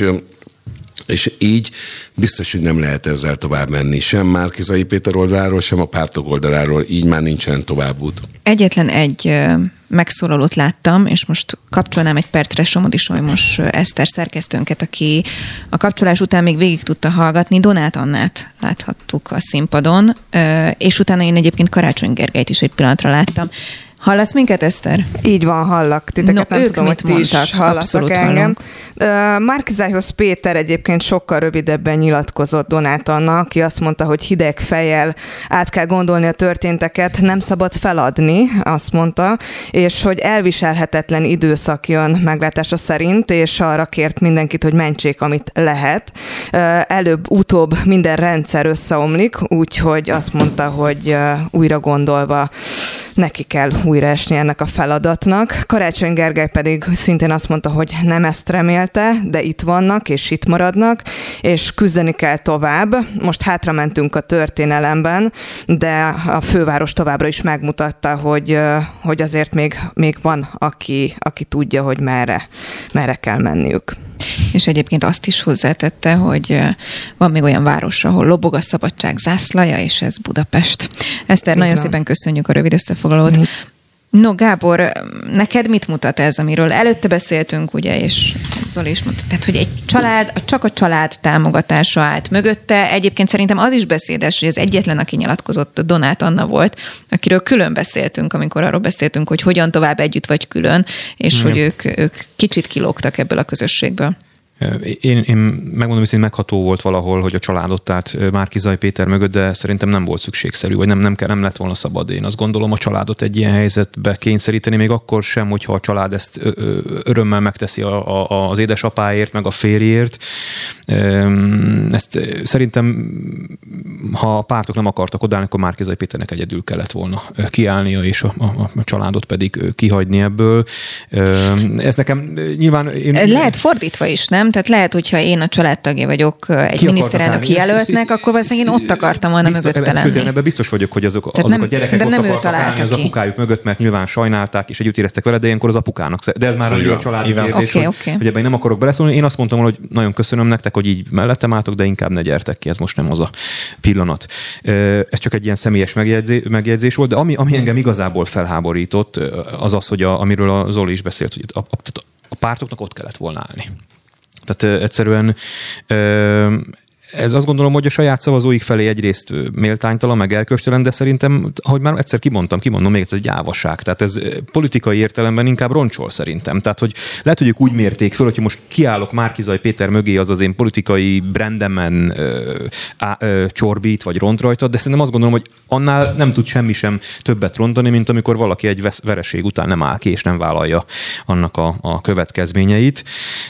H: És így biztos, hogy nem lehet ezzel tovább menni. Sem Márki-Zay Péter oldaláról, sem a pártok oldaláról. Így már nincsen továbbút.
D: Egyetlen egy megszólalót láttam, és most kapcsolnám egy percre Somodi Solymos Eszter szerkesztőnket, aki a kapcsolás után még végig tudta hallgatni. Donát Annát láthattuk a színpadon, és utána én egyébként Karácsony Gergelyt is egy pillanatra láttam. Hallasz minket, Eszter?
E: Így van, hallak. Titeket
D: no,
E: nem tudom, hogy ti mondtak? Is hallatok engem. Uh, Márki-Zayhoz Péter egyébként sokkal rövidebben nyilatkozott Donát Anna, aki azt mondta, hogy hideg fejjel át kell gondolni a történteket, nem szabad feladni, azt mondta, és hogy elviselhetetlen időszak jön meglátása szerint, és arra kért mindenkit, hogy mentsék, amit lehet. Uh, előbb-utóbb minden rendszer összeomlik, úgyhogy azt mondta, hogy uh, újra gondolva neki kell újraesni ennek a feladatnak. Karácsony Gergely pedig szintén azt mondta, hogy nem ezt remélte, de itt vannak, és itt maradnak, és küzdeni kell tovább. Most hátramentünk a történelemben, de a főváros továbbra is megmutatta, hogy, hogy azért még, még van, aki, aki tudja, hogy merre, merre kell menniük.
D: És egyébként azt is hozzátette, hogy van még olyan város, ahol lobog a szabadság zászlaja, és ez Budapest. Eszter, nagyon van. Szépen köszönjük a rövid összefoglalót. Mm. No, Gábor, neked mit mutat ez, amiről előtte beszéltünk, ugye, és Zoli is mondta, tehát, hogy egy család, csak a család támogatása állt mögötte. Egyébként szerintem az is beszédes, hogy az egyetlen, aki nyilatkozott, Donát Anna volt, akiről külön beszéltünk, amikor arról beszéltünk, hogy hogyan tovább együtt vagy külön, és mm. hogy ők, ők kicsit kilógtak ebből a közösségből.
G: Én, én megmondom, hogy megható volt valahol, hogy a családot állt Márki-Zay Péter mögött, de szerintem nem volt szükségszerű, vagy nem, nem, kell, nem lett volna szabad. Én azt gondolom, a családot egy ilyen helyzetbe kényszeríteni, még akkor sem, hogyha a család ezt örömmel megteszi a, a, az édesapáért, meg a férjért. Ezt szerintem, ha a pártok nem akartak odállni, akkor Márki-Zay Péternek egyedül kellett volna kiállnia, és a, a, a családot pedig kihagyni ebből. Ez nekem nyilván... Én...
D: Lehet fordítva is, nem? nem? Tehát lehet, hogyha én a családtagja vagyok egy miniszterelnöki jelöltnek, akkor valószínűleg én ott akartam volna mögötte lenni.
G: Sőt, én ebben biztos vagyok, hogy azok, azok nem, a gyerekek ott akartak állni az apukájuk mögött, mert nyilván sajnálták, és együtt éreztek vele, de ilyenkor az apukának. De ez már a családi kérdés,
D: okay,
G: hogy,
D: okay.
G: hogy ebben nem akarok beleszólni. Én azt mondtam, hogy nagyon köszönöm nektek, hogy így mellettem álltok, de inkább ne gyertek ki, ez most nem az a pillanat. Ez csak egy ilyen személyes megjegyzés volt, de ami, ami engem igazából felháborított, az az, hogy a, amiről a Zoli is beszélt, hogy a, a, a pártoknak ott kellett volna állni. Tehát egyszerűen ez azt gondolom, hogy a saját szavazóik felé egyrészt méltánytalan, meg erkölcstelen, de szerintem, ahogy már egyszer kimondtam, kimondom még egyszer, egy gyávaság. Tehát ez politikai értelemben inkább roncsol szerintem. Tehát, hogy lehet, hogy ők úgy mérték föl, hogy most kiállok Márki-Zay Péter mögé, az az én politikai brandemen ö, á, ö, csorbít, vagy ront rajta, de szerintem azt gondolom, hogy annál nem tud semmi sem többet rontani, mint amikor valaki egy vereség után nem áll ki, és nem vállalja annak a, a következményeit.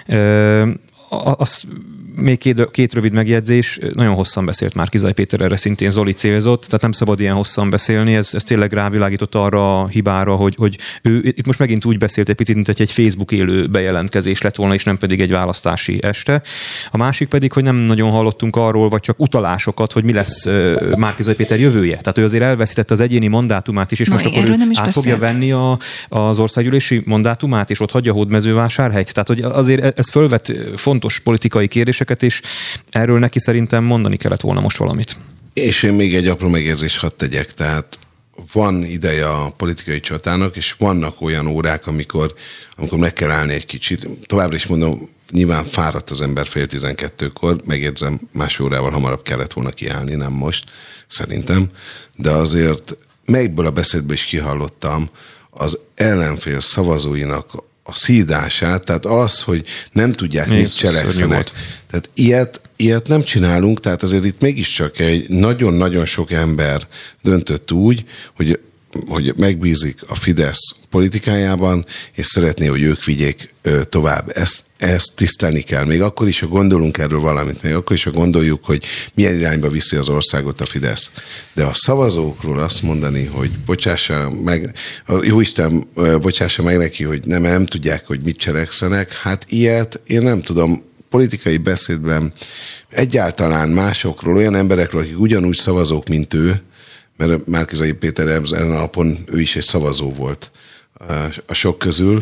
G: Ö, az még két, két rövid megjegyzés, nagyon hosszan beszélt Márki-Zay Péter, erre szintén Zoli célzott, tehát nem szabad ilyen hosszan beszélni, ez, ez tényleg rávilágított arra a hibára, hogy, hogy ő itt most megint úgy beszélt egy picit, mint egy Facebook élő bejelentkezés lett volna, és nem pedig egy választási este. A másik pedig, hogy nem nagyon hallottunk arról, vagy csak utalásokat, hogy mi lesz Márki-Zay Péter jövője. Tehát ő azért elveszítette az egyéni mandátumát is, és Na, most akkor ő át beszélt. fogja venni a, az országgyűlési mandátumát, és ott hagyja Hódmezővásárhelyt. Tehát hogy azért ez fölvet fontos politikai kérdéseket, és erről neki szerintem mondani kellett volna most valamit.
H: És én még egy apró megjegyzést hadd tegyek, tehát van ideje a politikai csatának, és vannak olyan órák, amikor, amikor meg kell állni egy kicsit. Továbbra is mondom, nyilván fáradt az ember fél tizenkettőkor, megjegyzem, másfél órával hamarabb kellett volna kiállni, nem most, szerintem, de azért melyből a beszédből is kihallottam az ellenfél szavazóinak a szídását, tehát az, hogy nem tudják, mit cselekszenek. Tehát ilyet, ilyet nem csinálunk, tehát azért itt mégiscsak egy nagyon-nagyon sok ember döntött úgy, hogy, hogy megbízik a Fidesz politikájában, és szeretné, hogy ők vigyék tovább. Ezt, ezt tisztelni kell. Még akkor is, ha gondolunk erről valamit, még akkor is, ha gondoljuk, hogy milyen irányba viszi az országot a Fidesz. De a szavazókról azt mondani, hogy bocsássa meg, jóisten bocsássa meg neki, hogy nem, nem tudják, hogy mit cselekszenek, hát ilyet én nem tudom, politikai beszédben egyáltalán másokról, olyan emberekről, akik ugyanúgy szavazók, mint ő, mert Márki-Zay Péter ezen alapon ő is egy szavazó volt a sok közül.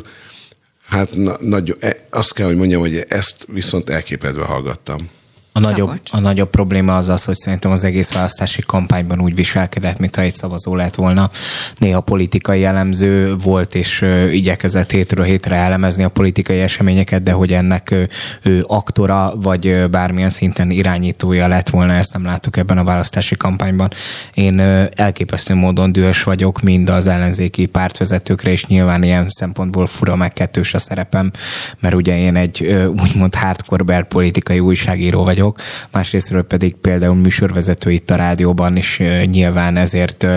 H: Hát na, nagy, azt kell, hogy mondjam, hogy ezt viszont elképedve hallgattam.
I: A nagyobb, a nagyobb probléma az az, hogy szerintem az egész választási kampányban úgy viselkedett, mintha egy szavazó lett volna. Néha politikai elemző volt, és ö, igyekezett hétről hétre elemezni a politikai eseményeket, de hogy ennek ö, ő aktora, vagy ö, bármilyen szinten irányítója lett volna, ezt nem láttuk ebben a választási kampányban. Én ö, elképesztő módon dühös vagyok mind az ellenzéki pártvezetőkre, és nyilván ilyen szempontból fura meg kettős a szerepem, mert ugye én egy ö, úgymond hardcore belpolitikai újságíró vagyok, másrésztről pedig például műsorvezető itt a rádióban is nyilván ezért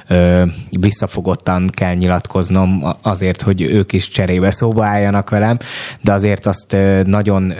I: visszafogottan kell nyilatkoznom azért, hogy ők is cserébe szóba álljanak velem, de azért azt nagyon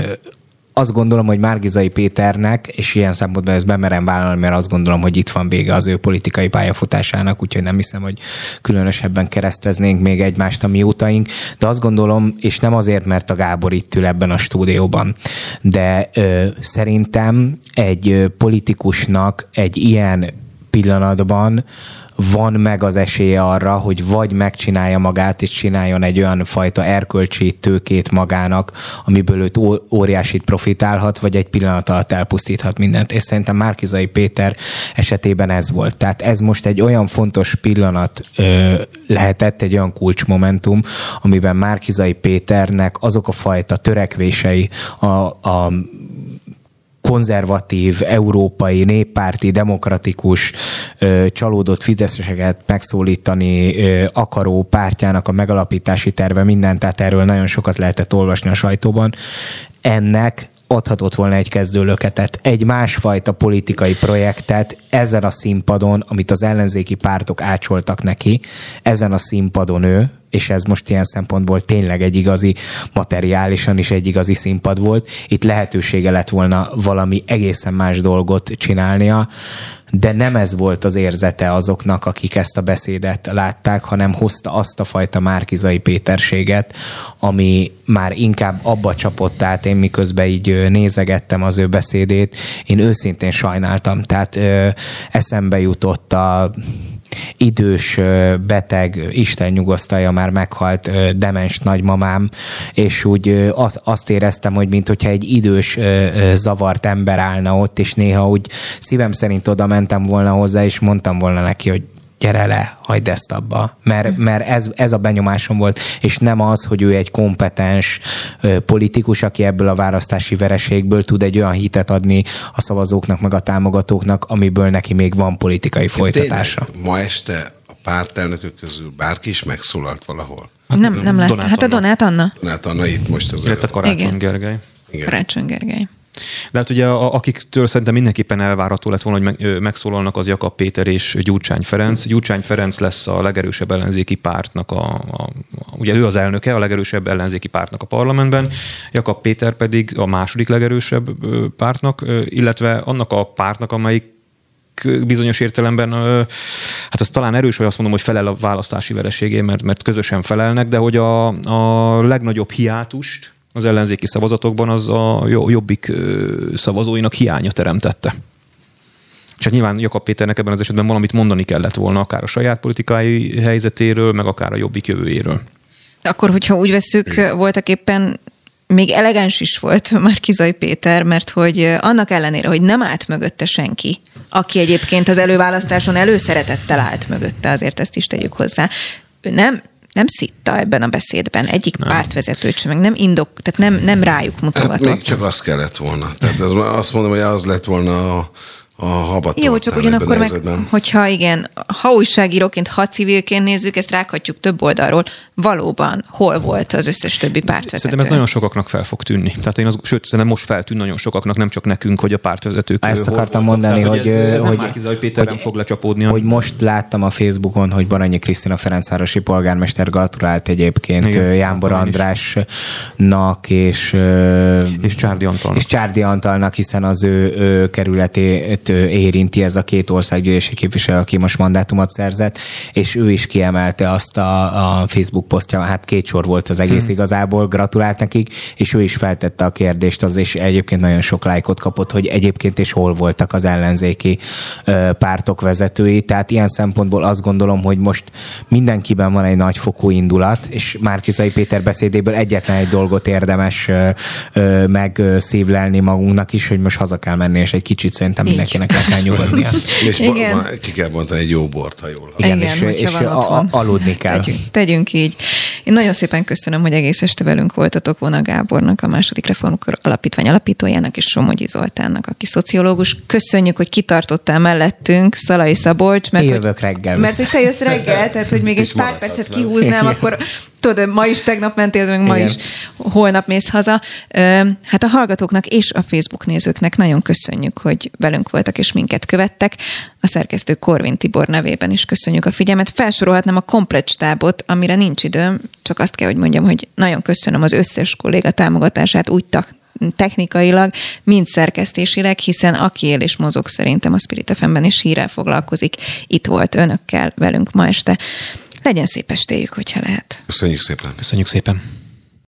I: azt gondolom, hogy Márki-Zay Péternek, és ilyen szempontból ezt bemerem vállalni, mert azt gondolom, hogy itt van vége az ő politikai pályafutásának, úgyhogy nem hiszem, hogy különösebben kereszteznénk még egymást a mi utaink, de azt gondolom, és nem azért, mert a Gábor itt ül ebben a stúdióban, de ö, szerintem egy politikusnak egy ilyen pillanatban van meg az esélye arra, hogy vagy megcsinálja magát, és csináljon egy olyan fajta erkölcsi tőkét magának, amiből őt óriásit profitálhat, vagy egy pillanat alatt elpusztíthat mindent. És szerintem Márki-Zay Péter esetében ez volt. Tehát ez most egy olyan fontos pillanat ö, lehetett, egy olyan kulcsmomentum, amiben Márki-Zay Péternek azok a fajta törekvései, a, a konzervatív, európai, néppárti, demokratikus, ö, csalódott fideszeseket megszólítani ö, akaró pártjának a megalapítási terve, mindent, tehát erről nagyon sokat lehetett olvasni a sajtóban. Ennek adhatott volna egy kezdőlöketet, egy másfajta politikai projektet ezen a színpadon, amit az ellenzéki pártok ácsoltak neki, ezen a színpadon ő, és ez most ilyen szempontból tényleg egy igazi, materiálisan is egy igazi színpad volt. Itt lehetősége lett volna valami egészen más dolgot csinálnia, de nem ez volt az érzete azoknak, akik ezt a beszédet látták, hanem hozta azt a fajta Márki-Zay Péterséget, ami már inkább abba csapott át, én miközben így nézegettem az ő beszédét, én őszintén sajnáltam. Tehát ö, eszembe jutott a idős, beteg, Isten nyugosztalja, már meghalt demens nagymamám, és úgy az, azt éreztem, hogy mint hogyha egy idős, zavart ember állna ott, és néha úgy szívem szerint oda mentem volna hozzá, és mondtam volna neki, hogy gyere le, hagyd ezt abba. Mert, mert ez, ez a benyomásom volt, és nem az, hogy ő egy kompetens ö, politikus, aki ebből a választási vereségből tud egy olyan hitet adni a szavazóknak, meg a támogatóknak, amiből neki még van politikai folytatása.
H: Tényleg, ma este a pártelnökök közül bárki is megszólalt valahol?
D: Hát nem, nem lett. Hát a Donát Anna.
H: Donát Anna itt most az előtt.
G: Karácsony Gergely.
H: Igen.
D: Karácsony Gergely.
G: De hát ugye a, akiktől szerintem mindenképpen elvárható lett volna, hogy meg, megszólalnak, az Jakab Péter és Gyurcsány Ferenc. Gyurcsány Ferenc lesz a legerősebb ellenzéki pártnak, a, a, a, ugye ő az elnöke a legerősebb ellenzéki pártnak a parlamentben, Jakab Péter pedig a második legerősebb pártnak, illetve annak a pártnak, amelyik bizonyos értelemben, hát az talán erős, hogy azt mondom, hogy felel a választási vereségé, mert, mert közösen felelnek, de hogy a, a legnagyobb hiátust az ellenzéki szavazatokban az a Jobbik szavazóinak hiánya teremtette. És hát nyilván Jakab Péternek ebben az esetben valamit mondani kellett volna, akár a saját politikai helyzetéről, meg akár a Jobbik jövőjéről.
D: Akkor, hogyha úgy vesszük, voltak éppen még elegáns is volt Márki-Zay Péter, mert hogy annak ellenére, hogy nem állt mögötte senki, aki egyébként az előválasztáson előszeretettel állt mögötte, azért ezt is tegyük hozzá, ő nem nem szitta ebben a beszédben egyik nem. pártvezetőt sem, meg nem indok, tehát nem, nem rájuk mutogatott.
H: Hát még csak az kellett volna. Tehát az, azt mondom, hogy az lett volna a, a habatartán.
D: Jó, csak ugyanakkor meg, hogyha igen, ha újságíróként, ha civilként nézzük, ezt rághatjuk több oldalról, valóban hol volt az összes többi pártvezető?
G: Szerintem ez nagyon sokaknak fel fog tűnni. Tehát én az, sőt, szerintem most feltűn nagyon sokaknak, nem csak nekünk, hogy a pártvezetők.
I: Ezt akartam mondani,
G: tehát,
I: hogy,
G: hogy, ez, ez
I: hogy,
G: Márki-Zay Péter nem fog lecsapódni.
I: Hogy most láttam a Facebookon, hogy Baranyi Krisztina Ferencvárosi polgármester gratulált egyébként igen, Jánbor Andrásnak és,
G: és Csárdi Antalnak.
I: És Csárdi Antalnak, hiszen az ő, ő kerületét érinti ez a két országgyűlési képviselő, aki most mandátumot szerzett, és ő is kiemelte azt a, a Facebook posztja, hát két sor volt az egész hmm. igazából, gratulált nekik, és ő is feltette a kérdést, az és egyébként nagyon sok lájkot kapott, hogy egyébként is hol voltak az ellenzéki ö, pártok vezetői, tehát ilyen szempontból azt gondolom, hogy most mindenkiben van egy nagyfokú indulat, és Márki-Zay Péter beszédéből egyetlen egy dolgot érdemes ö, ö, megszívlelni magunknak is, hogy most haza kell menni, és egy kicsit szerintem mindenkinek le kell nyugodnia.
H: És ma, ma, ki kell mondani egy jó bort, ha jól
I: igen, igen, és, és a, a, aludni kell.
D: Tegyünk, tegyünk így. Én nagyon szépen köszönöm, hogy egész este velünk voltatok, Vona Gábornak, a második Reformkör Alapítvány alapítójának, és Somogyi Zoltánnak, aki szociológus. Köszönjük, hogy kitartottál mellettünk, Szalai Szabolcs, mert,
I: Jövök reggel.
D: Mert hogy te jössz reggel, tehát hogy még egy pár percet kihúznám, akkor tudod, ma is, tegnap mentél, meg ma igen. is, holnap mész haza. Hát a hallgatóknak és a Facebook nézőknek nagyon köszönjük, hogy velünk voltak és minket követtek. A szerkesztő Korvin Tibor nevében is köszönjük a figyelmet. Felsorolhatnám a komplett stábot, amire nincs időm, csak azt kell, hogy mondjam, hogy nagyon köszönöm az összes kolléga támogatását úgy tak, technikailag, mind szerkesztésileg, hiszen aki él és mozog szerintem a Spirit ef em-ben és hírrel foglalkozik, itt volt önökkel velünk ma este. Legyen szép estéjük, hogyha lehet.
H: Köszönjük szépen.
G: Köszönjük szépen.